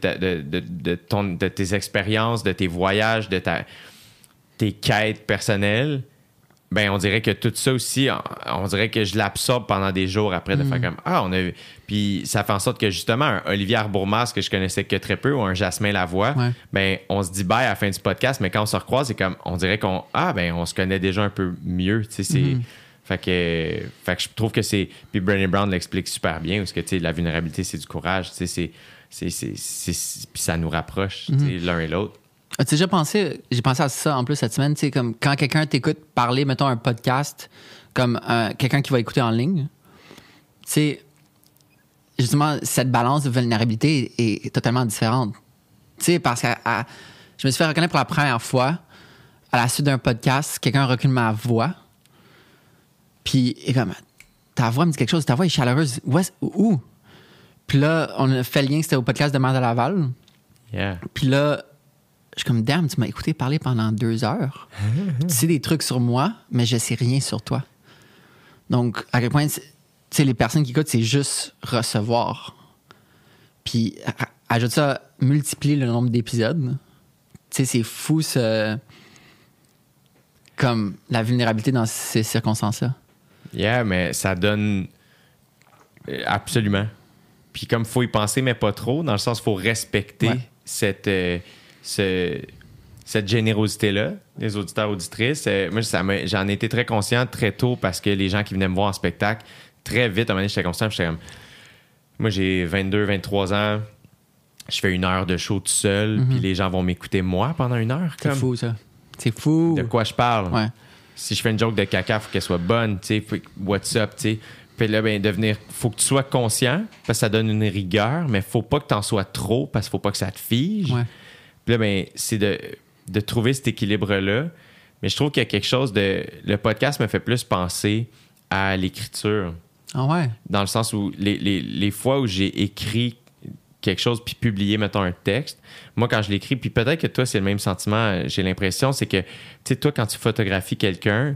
Speaker 2: tes expériences, de tes voyages, de tes quêtes personnelles. On dirait que tout ça aussi, on dirait que je l'absorbe pendant des jours après de faire comme on a vu. Puis ça fait en sorte que justement, un Olivier Arbourmas que je connaissais que très peu ou un Jasmin Lavoie, on se dit bye à la fin du podcast, mais quand on se recroise, c'est comme on dirait qu'on on se connaît déjà un peu mieux. Fait que je trouve que c'est. Puis Brené Brown l'explique super bien, parce que la vulnérabilité, c'est du courage. Puis ça nous rapproche l'un et l'autre.
Speaker 3: As-tu déjà pensé, j'ai pensé à ça en plus cette semaine, comme quand quelqu'un t'écoute parler, mettons un podcast, comme quelqu'un qui va écouter en ligne, justement, cette balance de vulnérabilité est totalement différente. Parce que je me suis fait reconnaître pour la première fois, à la suite d'un podcast, quelqu'un recule ma voix, puis comme, ta voix me dit quelque chose, ta voix est chaleureuse, où? Puis là, on a fait le lien que c'était au podcast de Mère de Laval.
Speaker 2: Yeah.
Speaker 3: Puis là, je suis comme, damn, tu m'as écouté parler pendant 2 heures. Tu sais des trucs sur moi, mais je sais rien sur toi. Donc, à quel point, les personnes qui écoutent, c'est juste recevoir. Puis, ajoute ça, multiplie le nombre d'épisodes. C'est fou, comme la vulnérabilité dans ces circonstances-là.
Speaker 2: Yeah, mais ça donne absolument. Puis comme il faut y penser, mais pas trop, dans le sens qu'il faut respecter cette générosité-là, les auditeurs, auditrices. Moi, j'en ai été très conscient très tôt parce que les gens qui venaient me voir en spectacle, très vite, à un moment donné, j'étais conscient, j'étais comme... Moi, j'ai 22, 23 ans, je fais 1 heure de show tout seul, puis les gens vont m'écouter moi pendant 1 heure.
Speaker 3: C'est fou, ça. C'est fou.
Speaker 2: De quoi je parle?
Speaker 3: Ouais.
Speaker 2: Si je fais une joke de caca, il faut qu'elle soit bonne, tu sais, what's up, tu sais. Puis là, faut que tu sois conscient, parce que ça donne une rigueur, mais faut pas que tu en sois trop, parce qu'il faut pas que ça te fige.
Speaker 3: Ouais.
Speaker 2: Puis là, c'est de trouver cet équilibre-là. Mais je trouve qu'il y a quelque chose de... Le podcast me fait plus penser à l'écriture.
Speaker 3: Ah ouais?
Speaker 2: Dans le sens où les fois où j'ai écrit quelque chose puis publié, mettons, un texte, moi, quand je l'écris, puis peut-être que toi, c'est le même sentiment, j'ai l'impression, c'est que, tu sais, toi, quand tu photographies quelqu'un,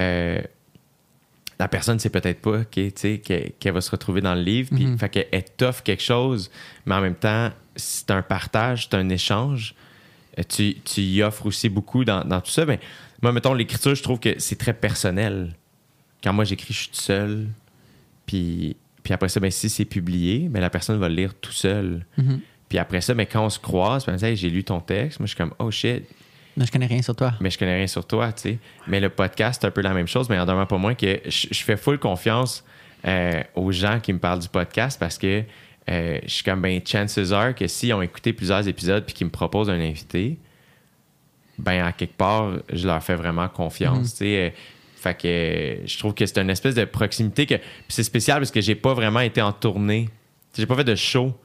Speaker 2: la personne sait peut-être pas qu'elle va se retrouver dans le livre, puis fait qu'elle t'offre quelque chose, mais en même temps, c'est un partage, c'est un échange. Tu y offres aussi beaucoup dans tout ça. Mais moi, mettons, l'écriture, je trouve que c'est très personnel. Quand moi, j'écris, je suis tout seul. Puis après ça, si c'est publié, la personne va le lire tout seul. Puis après ça, quand on se croise, on dit, hey, j'ai lu ton texte. Moi, je suis comme, oh shit.
Speaker 3: Mais je connais rien sur toi.
Speaker 2: Mais je connais rien sur toi, tu sais. Mais le podcast, c'est un peu la même chose, mais en demeure pas moins que je fais full confiance aux gens qui me parlent du podcast parce que je suis comme, chances are que s'ils ont écouté plusieurs épisodes puis qu'ils me proposent un invité, à quelque part, je leur fais vraiment confiance, tu sais. Fait que je trouve que c'est une espèce de proximité que... Puis c'est spécial parce que j'ai pas vraiment été en tournée. J'ai pas fait de show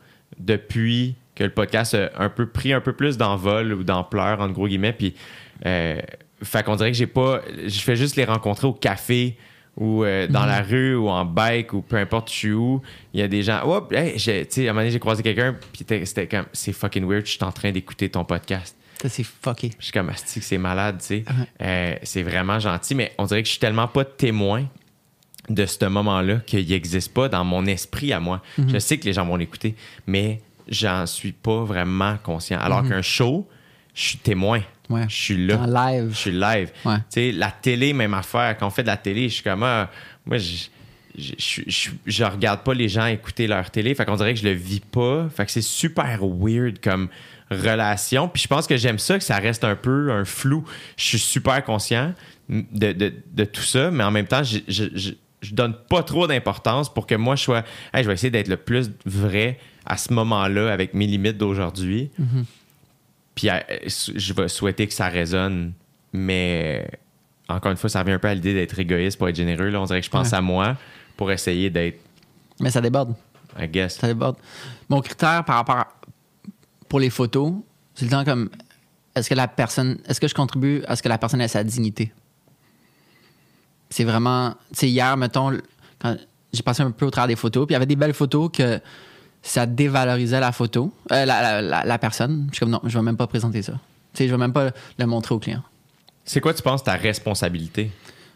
Speaker 2: depuis que le podcast a pris un peu plus d'envol ou d'ampleur, entre gros guillemets. Puis Fait qu'on dirait que je fais juste les rencontrer au café ou dans la rue ou en bike ou peu importe je suis où. Il y a des gens, tu sais, à un moment donné, j'ai croisé quelqu'un, puis c'était comme, c'est fucking weird, je suis en train d'écouter ton podcast.
Speaker 3: Ça, c'est fucké.
Speaker 2: Je suis comme, asti, c'est malade, tu sais. C'est vraiment gentil, mais on dirait que je suis tellement pas témoin de ce moment-là qu'il n'existe pas dans mon esprit à moi. Je sais que les gens vont l'écouter, mais j'en suis pas vraiment conscient. Alors qu'un show, je suis témoin.
Speaker 3: Ouais.
Speaker 2: Je suis là.
Speaker 3: En live.
Speaker 2: Je suis live.
Speaker 3: Ouais.
Speaker 2: Tu sais, la télé, même affaire. Quand on fait de la télé, je suis comme, moi, je regarde pas les gens écouter leur télé. Fait qu'on dirait que je le vis pas. Fait que c'est super weird comme relation. Puis je pense que j'aime ça, que ça reste un peu un flou. Je suis super conscient de tout ça, mais en même temps, je donne pas trop d'importance pour que moi, je sois... Hey, je vais essayer d'être le plus vrai à ce moment-là avec mes limites d'aujourd'hui. Puis je vais souhaiter que ça résonne, mais encore une fois, ça revient un peu à l'idée d'être égoïste pour être généreux. Là. On dirait que je pense à moi pour essayer d'être...
Speaker 3: Mais ça déborde.
Speaker 2: I guess.
Speaker 3: Ça déborde. Mon critère par rapport pour les photos, c'est le temps comme est-ce que je contribue à ce que la personne ait sa dignité? C'est vraiment... Tu sais, hier, mettons, quand j'ai passé un peu au travers des photos, puis il y avait des belles photos que ça dévalorisait la photo, la personne. Je suis comme, non, je vais même pas présenter ça. Tu sais, je vais même pas le montrer au client.
Speaker 2: C'est quoi, tu penses, ta responsabilité?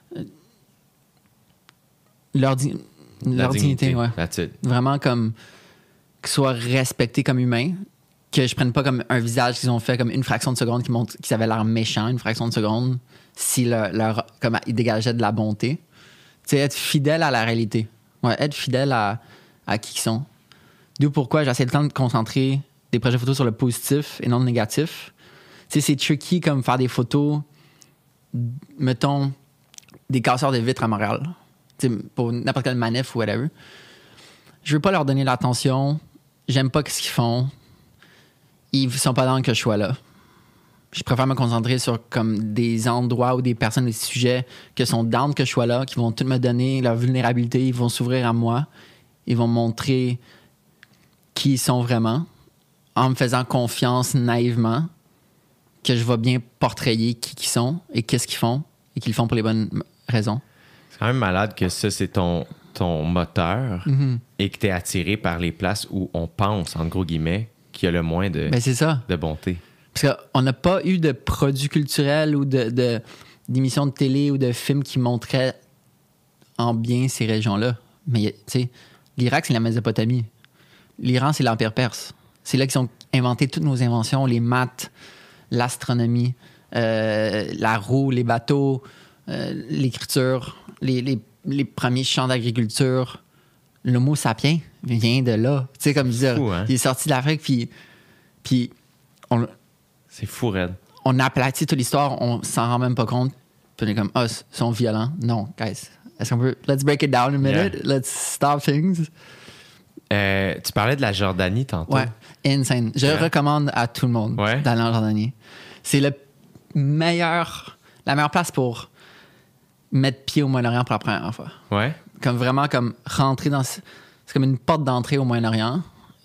Speaker 3: Leur dignité, ouais.
Speaker 2: That's it.
Speaker 3: Vraiment comme qu'ils soient respectés comme humains, que je prenne pas comme un visage qu'ils ont fait comme une fraction de seconde qui montre qu'ils avaient l'air méchant une fraction de seconde si comme ils dégageaient de la bonté. Tu sais, être fidèle à la réalité. Ouais, être fidèle à qui ils sont. D'où pourquoi j'essaie le temps de concentrer des projets photos sur le positif et non le négatif. Tu sais, c'est tricky comme faire des photos, mettons, des casseurs de vitres à Montréal. Tu sais, pour n'importe quelle manif ou whatever. Je veux pas leur donner l'attention. J'aime pas ce qu'ils font. Ils sont pas dans que je sois là. Je préfère me concentrer sur comme des endroits ou des personnes, des sujets qui sont down que je sois là, qui vont tout me donner leur vulnérabilité, ils vont s'ouvrir à moi, ils vont me montrer qui ils sont vraiment, en me faisant confiance naïvement, que je vais bien portrayer qui ils sont et qu'est-ce qu'ils font et qu'ils le font pour les bonnes raisons.
Speaker 2: C'est quand même malade que ça, c'est ton moteur et que tu es attiré par les places où on pense, en gros guillemets, qu'il y a le moins de,
Speaker 3: c'est ça.
Speaker 2: De bonté.
Speaker 3: Parce qu'on n'a pas eu de produits culturels ou d'émissions de télé ou de films qui montraient en bien ces régions-là. Mais, tu sais, l'Irak, c'est la Mésopotamie. L'Iran, c'est l'Empire perse. C'est là qu'ils ont inventé toutes nos inventions, les maths, l'astronomie, la roue, les bateaux, l'écriture, les premiers champs d'agriculture. L'homo sapiens vient de là. Tu sais, comme dire,
Speaker 2: fou, hein?
Speaker 3: Il est sorti de l'Afrique, puis
Speaker 2: c'est fou, raide.
Speaker 3: on aplatit toute l'histoire, on s'en rend même pas compte. Puis on est comme, ils sont violents. Non, guys. Est-ce qu'on peut... Let's break it down a minute.
Speaker 2: Yeah.
Speaker 3: Let's stop things.
Speaker 2: Tu parlais de la Jordanie tantôt.
Speaker 3: Ouais, insane. Je recommande à tout le monde d'aller en Jordanie. C'est la meilleure place pour mettre pied au Moyen-Orient pour la première fois.
Speaker 2: Ouais.
Speaker 3: Comme vraiment, comme rentrer dans... C'est comme une porte d'entrée au Moyen-Orient.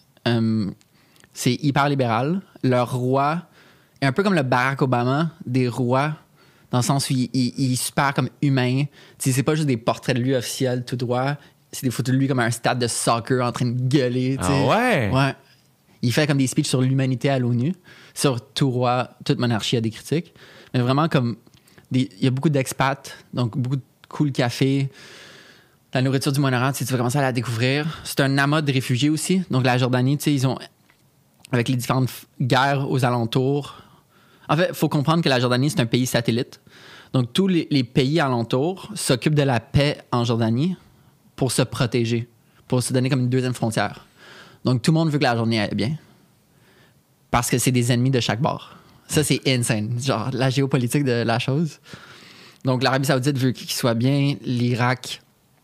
Speaker 3: C'est hyper libéral. Leur roi est un peu comme le Barack Obama des rois, dans le sens où il est super comme humain. T'sais, c'est pas juste des portraits de lui officiels tout droit. C'est des photos de lui comme à un stade de soccer en train de gueuler. T'sais.
Speaker 2: Ah ouais?
Speaker 3: Ouais. Il fait comme des speeches sur l'humanité à l'ONU, sur tout roi, toute monarchie a des critiques. Mais vraiment comme... Il y a beaucoup d'expats, donc beaucoup de cool café. La nourriture du Moyen-Orient, tu vas commencer à la découvrir. C'est un amas de réfugiés aussi. Donc la Jordanie, ils ont... Avec les différentes guerres aux alentours... En fait, il faut comprendre que la Jordanie, c'est un pays satellite. Donc tous les pays alentours s'occupent de la paix en Jordanie pour se protéger, pour se donner comme une deuxième frontière. Donc tout le monde veut que la Jordanie aille bien. Parce que c'est des ennemis de chaque bord. Ça, c'est insane. Genre, la géopolitique de la chose. Donc, l'Arabie Saoudite veut qu'il soit bien. L'Irak,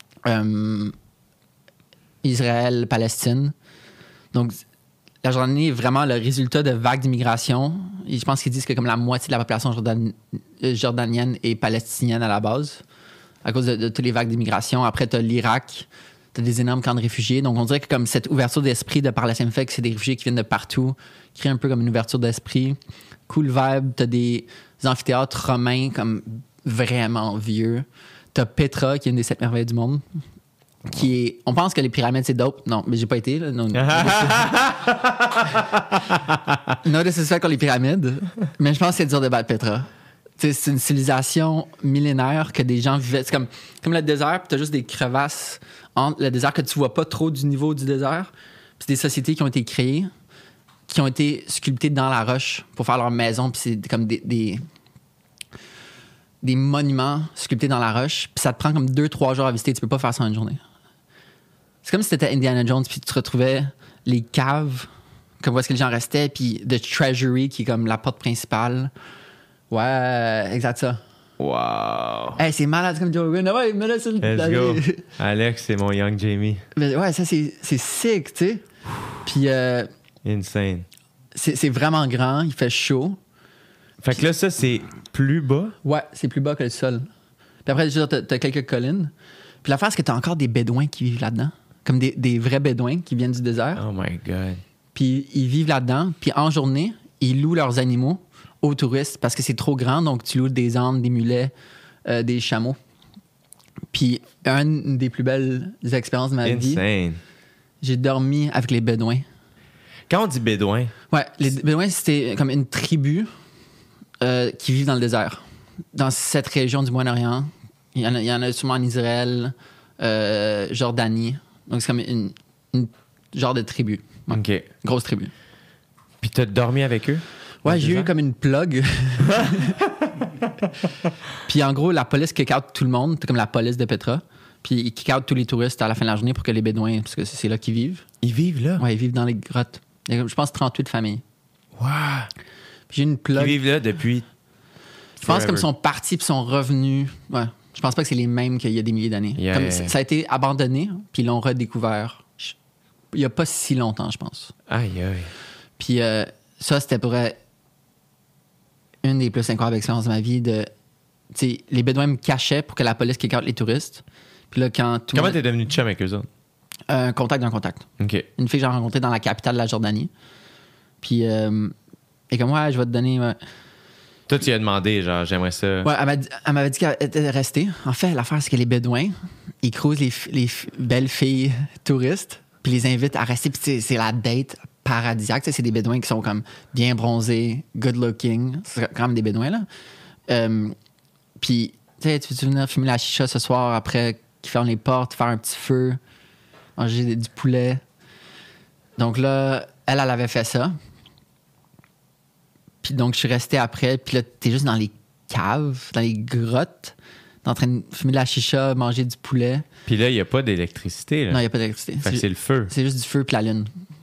Speaker 3: Israël, Palestine. Donc, la Jordanie est vraiment le résultat de vagues d'immigration. Et je pense qu'ils disent que comme la moitié de la population jordanienne est palestinienne à la base, à cause de toutes les vagues d'immigration. Après, tu as l'Irak, tu as des énormes camps de réfugiés. Donc, on dirait que comme cette ouverture d'esprit de par la fait que c'est des réfugiés qui viennent de partout, crée un peu comme une ouverture d'esprit. Cool vibe, t'as des amphithéâtres romains comme vraiment vieux. T'as Petra, qui est une des 7 merveilles du monde. Qui est... On pense que les pyramides, c'est dope. Non, mais j'ai pas été. Là. No disrespect contre les pyramides. Mais je pense que c'est dur de battre Petra. T'sais, c'est une civilisation millénaire que des gens vivaient. C'est comme le désert, puis t'as juste des crevasses entre le désert que tu vois pas trop du niveau du désert. Puis c'est des sociétés qui ont été créées, qui ont été sculptées dans la roche pour faire leur maison. Puis c'est comme des monuments sculptés dans la roche. Puis ça te prend comme 2-3 jours à visiter. Tu peux pas faire ça en une journée. C'est comme si t'étais Indiana Jones, puis tu retrouvais les caves, comme où est-ce que les gens restaient, puis The Treasury, qui est comme la porte principale. Ouais, exact ça.
Speaker 2: Wow.
Speaker 3: Hey, c'est malade comme Joe Rogan. Ouais, mais là, c'est
Speaker 2: Let's go. Alex, c'est mon Young Jamie.
Speaker 3: Mais ouais, ça, c'est sick, tu sais. Puis,
Speaker 2: Insane.
Speaker 3: c'est vraiment grand, il fait chaud.
Speaker 2: Fait que là, ça, c'est plus bas?
Speaker 3: Ouais, c'est plus bas que le sol. Puis après, t'as quelques collines. Puis l'affaire, c'est que t'as encore des bédouins qui vivent là-dedans. Comme des vrais bédouins qui viennent du désert.
Speaker 2: Oh my God.
Speaker 3: Puis ils vivent là-dedans. Puis en journée, ils louent leurs animaux aux touristes parce que c'est trop grand. Donc, tu loues des ânes, des mulets, des chameaux. Puis, une des plus belles expériences de ma vie, j'ai dormi avec les bédouins.
Speaker 2: Quand on dit bédouin...
Speaker 3: Ouais, les bédouins, c'était comme une tribu qui vit dans le désert. Dans cette région du Moyen-Orient. Il y en a sûrement en Israël, Jordanie. Donc, c'est comme une genre de tribu. Ouais.
Speaker 2: OK.
Speaker 3: Grosse tribu.
Speaker 2: Puis, t'as dormi avec eux?
Speaker 3: Ouais, j'ai eu comme une plug. Puis en gros, la police kick out tout le monde. C'est comme la police de Petra. Puis ils kick out tous les touristes à la fin de la journée pour que les bédouins, parce que c'est là qu'ils vivent.
Speaker 2: Ils vivent là?
Speaker 3: Ouais, ils vivent dans les grottes. Il y a, je pense, 38 familles.
Speaker 2: Wow!
Speaker 3: Puis j'ai une plug.
Speaker 2: Ils vivent là depuis...
Speaker 3: Je pense comme ils sont partis puis sont revenus. Ouais. Je pense pas que c'est les mêmes qu'il y a des milliers d'années. Ça a été abandonné, puis ils l'ont redécouvert. Il y a pas si longtemps, je pense.
Speaker 2: Aïe, aïe.
Speaker 3: Puis ça, c'était pour une des plus incroyables expériences de ma vie. Les bédouins me cachaient pour que la police kick out les touristes. Puis là, quand tout
Speaker 2: Comment t'es devenu chum avec eux autres?
Speaker 3: Un contact d'un contact.
Speaker 2: OK.
Speaker 3: Une fille que j'ai rencontrée dans la capitale de la Jordanie. Puis, elle est comme, ouais, je vais te donner...
Speaker 2: Toi, tu lui as demandé, genre, j'aimerais ça.
Speaker 3: Ouais, elle m'avait dit qu'elle était restée. En fait, l'affaire, c'est que les bédouins, ils croisent les belles filles touristes, puis les invitent à rester. Puis c'est la date paradisiaque. C'est des bédouins qui sont comme bien bronzés, good looking. C'est quand même des bédouins, là. Puis, tu sais, tu veux venir fumer la chicha ce soir après qu'ils ferment les portes, faire un petit feu, manger du poulet. Donc là, elle avait fait ça. Puis donc, je suis resté après. Puis là, t'es juste dans les caves, dans les grottes, t'es en train de fumer de la chicha, manger du poulet.
Speaker 2: Puis là, il n'y a pas d'électricité, là.
Speaker 3: Non, il n'y a pas d'électricité.
Speaker 2: Fait que c'est le feu.
Speaker 3: C'est juste du feu puis la lune.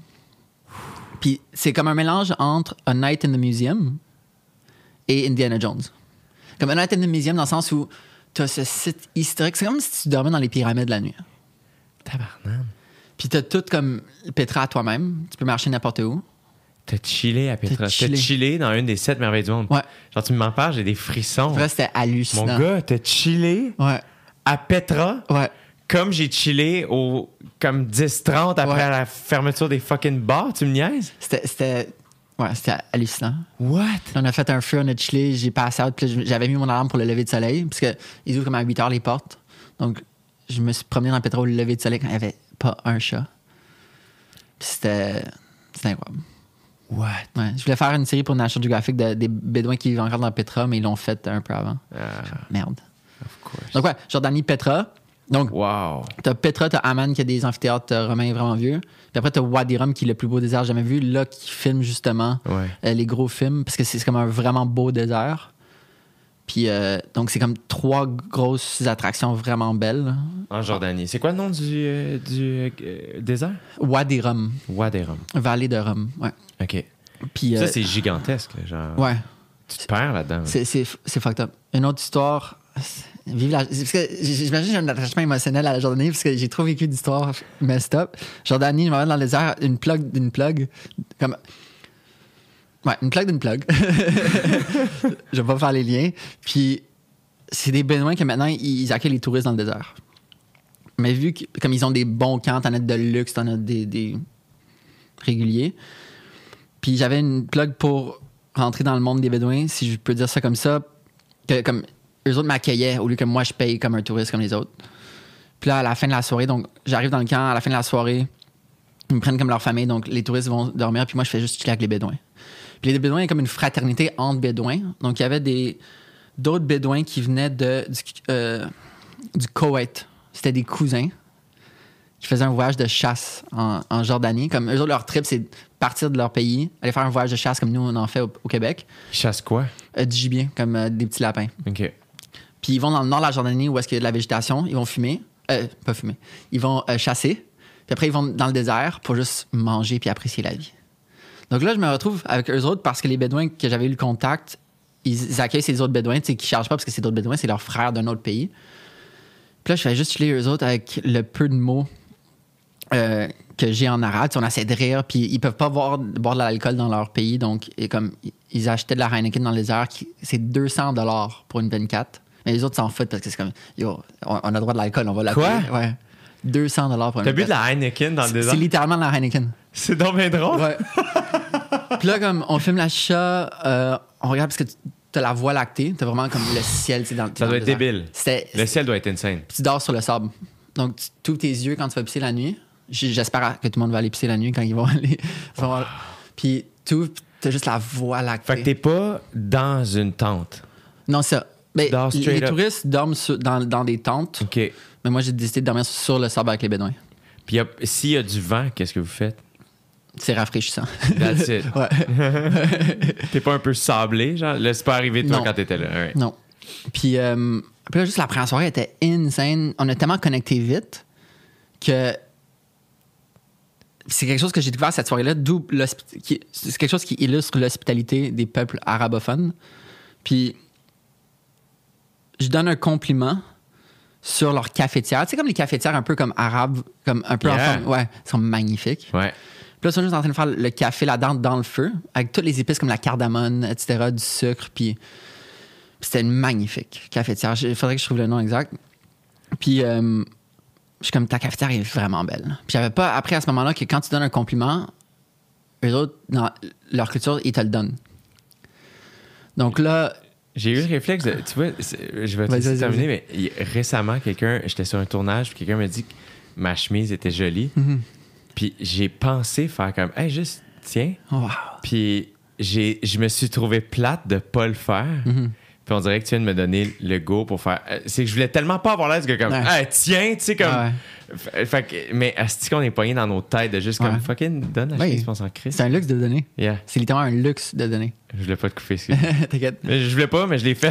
Speaker 3: Puis c'est comme un mélange entre A Night in the Museum et Indiana Jones. Comme A Night in the Museum dans le sens où t'as ce site historique. C'est comme si tu dormais dans les pyramides la nuit.
Speaker 2: Tabarnak.
Speaker 3: Puis t'as tout comme Petra à toi-même. Tu peux marcher n'importe où.
Speaker 2: T'as chillé à Petra. T'as chillé dans une des 7 merveilles du monde.
Speaker 3: Ouais.
Speaker 2: Genre, tu m'en parles, j'ai des frissons.
Speaker 3: Vrai, c'était hallucinant.
Speaker 2: Mon gars, t'as chillé à Petra.
Speaker 3: Ouais.
Speaker 2: Comme j'ai chillé au comme 10-30 après la fermeture des fucking bars, tu me niaises?
Speaker 3: C'était hallucinant.
Speaker 2: What?
Speaker 3: On a fait un feu, on a chillé, j'ai passé out, puis j'avais mis mon alarme pour le lever de soleil, parce qu'ils ouvrent comme à 8 h les portes. Donc, je me suis promené dans le pétrole le lever de soleil quand il n'y avait pas un chat. Puis c'était incroyable.
Speaker 2: What?
Speaker 3: Ouais, je voulais faire une série pour National Geographic des bédouins qui vivent encore dans Petra, mais ils l'ont fait un peu avant. Merde.
Speaker 2: Of course.
Speaker 3: Donc, ouais, Jordanie, Petra. Donc,
Speaker 2: wow.
Speaker 3: T'as Petra, t'as Amman qui a des amphithéâtres romains vraiment vieux. Puis après, t'as Wadi Rum qui est le plus beau désert jamais vu, là, qui filme justement les gros films, parce que c'est comme un vraiment beau désert. Puis, donc, c'est comme 3 grosses attractions vraiment belles.
Speaker 2: En Jordanie. C'est quoi le nom du désert?
Speaker 3: Wadi Rum.
Speaker 2: Wadi Rum.
Speaker 3: Vallée de Rum, ouais.
Speaker 2: OK.
Speaker 3: Puis,
Speaker 2: ça, c'est gigantesque, là, genre.
Speaker 3: Ouais.
Speaker 2: Tu te perds là-dedans.
Speaker 3: C'est fucked up. Une autre histoire... Parce que j'imagine que j'ai un attachement émotionnel à la Jordanie parce que j'ai trop vécu d'histoires messed up. Jordanie, je m'en vais dans le désert, une plug d'une plug. Comme... Ouais, une plug d'une plug. Je vais pas faire les liens. Puis, c'est des bédouins que maintenant, ils accueillent les touristes dans le désert. Mais vu que, comme ils ont des bons camps, t'en as de luxe, t'en as des réguliers. Puis, j'avais une plug pour rentrer dans le monde des Bédouins, si je peux dire ça comme ça, que comme eux autres m'accueillaient au lieu que moi je paye comme un touriste comme les autres. Puis là, à la fin de la soirée, donc j'arrive dans le camp, à la fin de la soirée, ils me prennent comme leur famille, donc les touristes vont dormir, puis moi je fais juste chiller avec les Bédouins. Puis les Bédouins, il y a comme une fraternité entre Bédouins. Donc il y avait d'autres Bédouins qui venaient du Koweït. C'était des cousins qui faisaient un voyage de chasse en Jordanie. Comme eux autres, leur trip, c'est partir de leur pays, aller faire un voyage de chasse comme nous, on en fait au Québec.
Speaker 2: Ils chassent quoi?
Speaker 3: Du gibier, comme des petits lapins.
Speaker 2: OK.
Speaker 3: Puis ils vont dans le nord de la Jordanie où est-ce qu'il y a de la végétation. Ils vont fumer. Pas fumer. Ils vont chasser. Puis après, ils vont dans le désert pour juste manger puis apprécier la vie. Donc là, je me retrouve avec eux autres parce que les Bédouins que j'avais eu le contact, ils accueillent ces autres Bédouins, tu sais, qui ne chargent pas parce que c'est d'autres Bédouins, c'est leurs frères d'un autre pays. Puis là, je fais juste chiller eux autres avec le peu de mots que j'ai en arabe. Tu sais, on essaie de rire, puis ils peuvent pas boire de l'alcool dans leur pays. Donc, comme ils achetaient de la Heineken dans le désert, c'est $200 pour une 24. Mais les autres s'en foutent parce que c'est comme, yo, on a le droit de l'alcool, on va l'appeler.
Speaker 2: Quoi?
Speaker 3: Ouais. $200 pour une 24.
Speaker 2: T'as bu de la Heineken dans le désert?
Speaker 3: C'est littéralement de la Heineken.
Speaker 2: C'est donc bien drôle.
Speaker 3: Ouais. Puis là, comme on filme la chicha, on regarde parce que t'as la voie lactée, t'as vraiment comme le ciel.
Speaker 2: Ça doit être débile. Le ciel doit être insane.
Speaker 3: Puis tu dors sur le sable. Donc, tu ouvres tes yeux quand tu vas pisser la nuit. J'espère que tout le monde va aller pisser la nuit quand ils vont aller. Wow. Puis t'as juste la voie lactée.
Speaker 2: Fait que t'es pas dans une tente.
Speaker 3: Non, ça. Ben, les
Speaker 2: up.
Speaker 3: touristes dorment dans des tentes.
Speaker 2: OK.
Speaker 3: Mais moi, j'ai décidé de dormir sur le sable avec les Bédouins.
Speaker 2: Puis s'il y a du vent, qu'est-ce que vous faites?
Speaker 3: C'est rafraîchissant.
Speaker 2: That's it.
Speaker 3: Ouais.
Speaker 2: T'es pas un peu sablé, genre? Là, c'est pas arrivé toi quand t'étais là. Right.
Speaker 3: Non. Puis là, juste la première soirée était insane. On a tellement connecté vite que c'est quelque chose que j'ai découvert cette soirée-là, c'est quelque chose qui illustre l'hospitalité des peuples arabophones. Puis je donne un compliment sur leur cafetière. Tu sais, comme les cafetières un peu comme arabes, comme un peu en forme. Ouais, ils sont magnifiques.
Speaker 2: Ouais.
Speaker 3: Puis là, ils sont juste en train de faire le café là-dedans dans le feu, avec toutes les épices comme la cardamone, etc., du sucre. Puis c'était une magnifique cafetière. Il faudrait que je trouve le nom exact. Puis je suis comme, ta cafetière est vraiment belle. Puis j'avais pas appris à ce moment-là que quand tu donnes un compliment, eux autres, dans leur culture, ils te le donnent. Donc là...
Speaker 2: J'ai eu le réflexe de... Tu vois, je vais te laisser terminer, mais récemment, j'étais sur un tournage, puis quelqu'un m'a dit que ma chemise était jolie. Mm-hmm. Puis j'ai pensé faire comme, hey, juste, tiens.
Speaker 3: Wow.
Speaker 2: Puis je me suis trouvé plate de pas le faire. Mm-hmm. Puis on dirait que tu viens de me donner le go pour faire... C'est que je voulais tellement pas avoir l'air de comme, hey, tiens, tu sais, comme... Fait que, mais est-ce qu'on est poigné dans nos têtes de juste comme, fucking, donne la chemise, je pense en Christ.
Speaker 3: C'est un luxe de donner.
Speaker 2: Yeah.
Speaker 3: C'est littéralement un luxe de donner.
Speaker 2: Je voulais pas te couper,
Speaker 3: T'inquiète.
Speaker 2: Je voulais pas, mais je l'ai fait.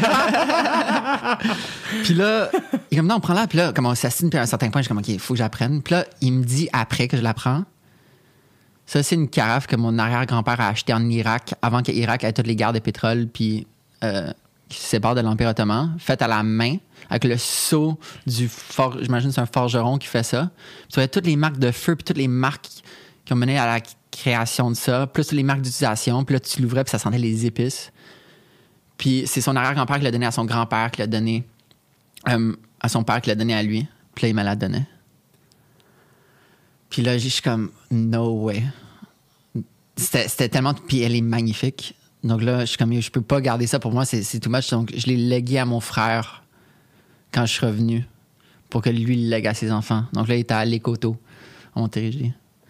Speaker 3: Puis là, il est comme, non, on prend là. Puis là, comme on s'assigne, puis à un certain point, je suis comme, OK, il faut que j'apprenne. Puis là, il me dit après que je l'apprends, ça, c'est une carafe que mon arrière-grand-père a achetée en Irak, avant que l'Irak ait toutes les guerres de pétrole, puis qui se séparent de l'Empire ottoman, faite à la main, avec le sceau du j'imagine que c'est un forgeron qui fait ça. Puis tu vois toutes les marques de feu, puis toutes les marques qui ont mené à la création de ça, plus les marques d'utilisation. Puis là, tu l'ouvrais, puis ça sentait les épices. Puis c'est son arrière-grand-père qui l'a donné à son grand-père, qui l'a donné à son père, qui l'a donné à lui. Puis là, il me la donnait. Puis là, je suis comme, no way. C'était tellement... Puis elle est magnifique. Donc là, je suis comme, je peux pas garder ça pour moi, c'est too much. Donc je l'ai légué à mon frère quand je suis revenu pour que lui le lègue à ses enfants. Donc là, il était à l'Écoto, en Montérégie.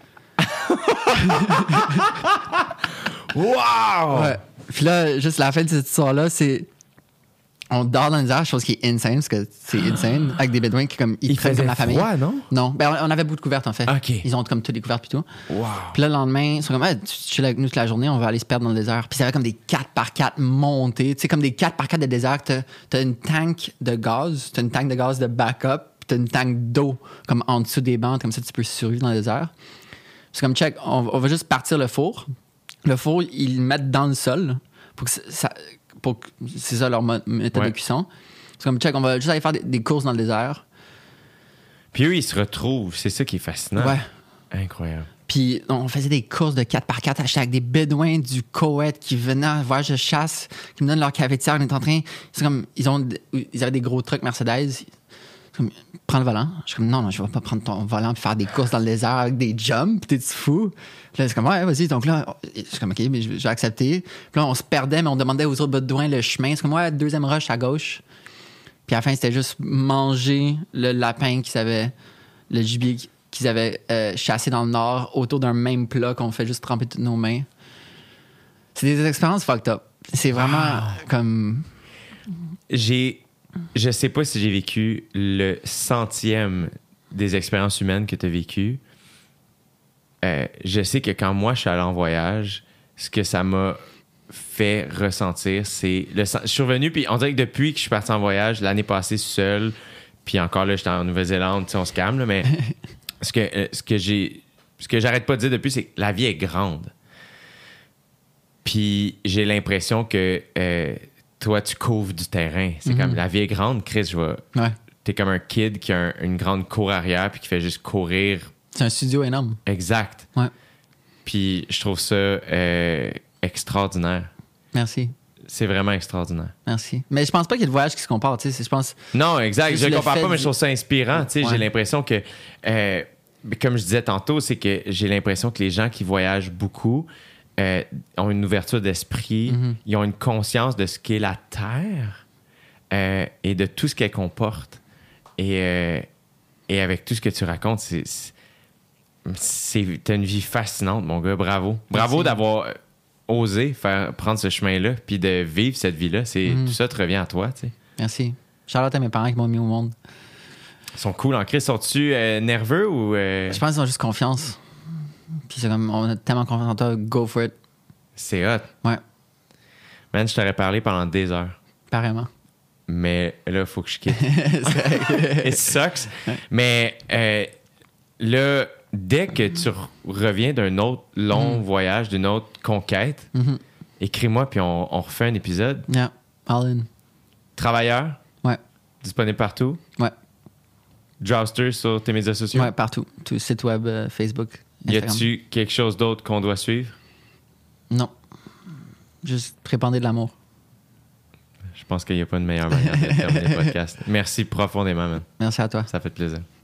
Speaker 2: Wow!
Speaker 3: Ouais. Puis là, juste la fin de cette histoire-là, c'est... On dort dans les airs, chose qui est insane, parce que c'est insane, avec des Bédouins qui comme ils traînent comme la famille.
Speaker 2: Froid, non?
Speaker 3: Non. Ben, on avait beaucoup de couvertes, en fait.
Speaker 2: OK.
Speaker 3: Ils ont comme toutes les couvertes puis tout.
Speaker 2: Wow.
Speaker 3: Puis là, le lendemain, ils sont comme, hey, tu chilles avec nous toute la journée, on va aller se perdre dans le désert. Puis ça avait comme des 4x4 montées. Tu sais, comme des 4x4 de désert. T'as une tank de gaz, t'as une tank de gaz de backup, puis t'as une tank d'eau, comme en dessous des bancs, comme ça, tu peux survivre dans le désert. C'est comme, check, on va juste partir le four. Le four, ils le mettent dans le sol pour que ça... c'est ça leur méthode de cuisson. C'est comme, check, on va juste aller faire des courses dans le désert.
Speaker 2: Puis eux, ils se retrouvent. C'est ça qui est fascinant.
Speaker 3: Ouais.
Speaker 2: Incroyable.
Speaker 3: Puis on faisait des courses de 4x4 achetées avec des Bédouins du Koweït qui venaient en voyage de chasse, qui me donnent leur cafetière. On est en train... C'est comme... Ils avaient des gros trucks Mercedes. C'est Comme, prends le volant. Je suis comme, non, je vais pas prendre ton volant et faire des courses dans le désert avec des jumps. T'es-tu fou? Puis là, c'est comme, ouais, vas-y. Donc là, je suis comme, OK, mais j'ai accepté. Puis là, on se perdait, mais on demandait aux autres Bédouins le chemin. C'est comme, ouais, deuxième rush à gauche. Puis à la fin, c'était juste manger le lapin le gibier qu'ils avaient chassé dans le nord autour d'un même plat qu'on fait juste tremper toutes nos mains. C'est des expériences fucked up. C'est vraiment comme...
Speaker 2: Je sais pas si j'ai vécu le 100e des expériences humaines que tu as vécues. Je sais que quand moi, je suis allé en voyage, ce que ça m'a fait ressentir, c'est... Je suis revenu, puis on dirait que depuis que je suis parti en voyage, l'année passée seul, puis encore là, j'étais en Nouvelle-Zélande, on se calme, là, mais ce que j'arrête pas de dire depuis, c'est que la vie est grande. Puis j'ai l'impression que... toi, tu couvres du terrain. C'est comme la vie est grande, Chris.
Speaker 3: Ouais.
Speaker 2: T'es comme un kid qui a une grande cour arrière puis qui fait juste courir.
Speaker 3: C'est un studio énorme.
Speaker 2: Exact.
Speaker 3: Ouais.
Speaker 2: Puis je trouve ça extraordinaire.
Speaker 3: Merci.
Speaker 2: C'est vraiment extraordinaire.
Speaker 3: Merci. Mais je pense pas qu'il y ait de voyage qui se compare. Tu sais, je pense.
Speaker 2: Non, exact. Je
Speaker 3: le
Speaker 2: compare
Speaker 3: fait
Speaker 2: pas, mais je trouve ça inspirant. Tu sais,
Speaker 3: Ouais.
Speaker 2: j'ai l'impression que, comme je disais tantôt, c'est que j'ai l'impression que les gens qui voyagent beaucoup ont une ouverture d'esprit, ils ont une conscience de ce qu'est la Terre et de tout ce qu'elle comporte. Et avec tout ce que tu racontes, t'as une vie fascinante, mon gars. Bravo. Bravo d'avoir osé prendre ce chemin-là puis de vivre cette vie-là. Tout ça te revient à toi, tu sais.
Speaker 3: Merci. Charlotte à mes parents qui m'ont mis au monde.
Speaker 2: Ils sont cool en crise. Sont-tu nerveux ou...
Speaker 3: Je pense qu'ils ont juste confiance. Puis c'est comme, on a tellement confiance en toi, go for it.
Speaker 2: C'est hot.
Speaker 3: Ouais,
Speaker 2: Man, je t'aurais parlé pendant des heures.
Speaker 3: pareillement.
Speaker 2: Mais là, il faut que je quitte. It sucks. Mais là, dès que tu reviens d'un autre long voyage, d'une autre conquête, écris-moi puis on refait un épisode.
Speaker 3: Yeah, all in.
Speaker 2: Travailleur,
Speaker 3: Ouais,
Speaker 2: disponible partout.
Speaker 3: ouais,
Speaker 2: Dropster sur tes médias sociaux.
Speaker 3: ouais, partout. Tout site web, Facebook,
Speaker 2: Y
Speaker 3: Instagram.
Speaker 2: a-tu quelque chose d'autre qu'on doit suivre?
Speaker 3: Non. Juste répandez de l'amour.
Speaker 2: Je pense qu'il n'y a pas de meilleure manière de terminer le podcast. Merci profondément, man.
Speaker 3: Merci à toi.
Speaker 2: Ça fait plaisir.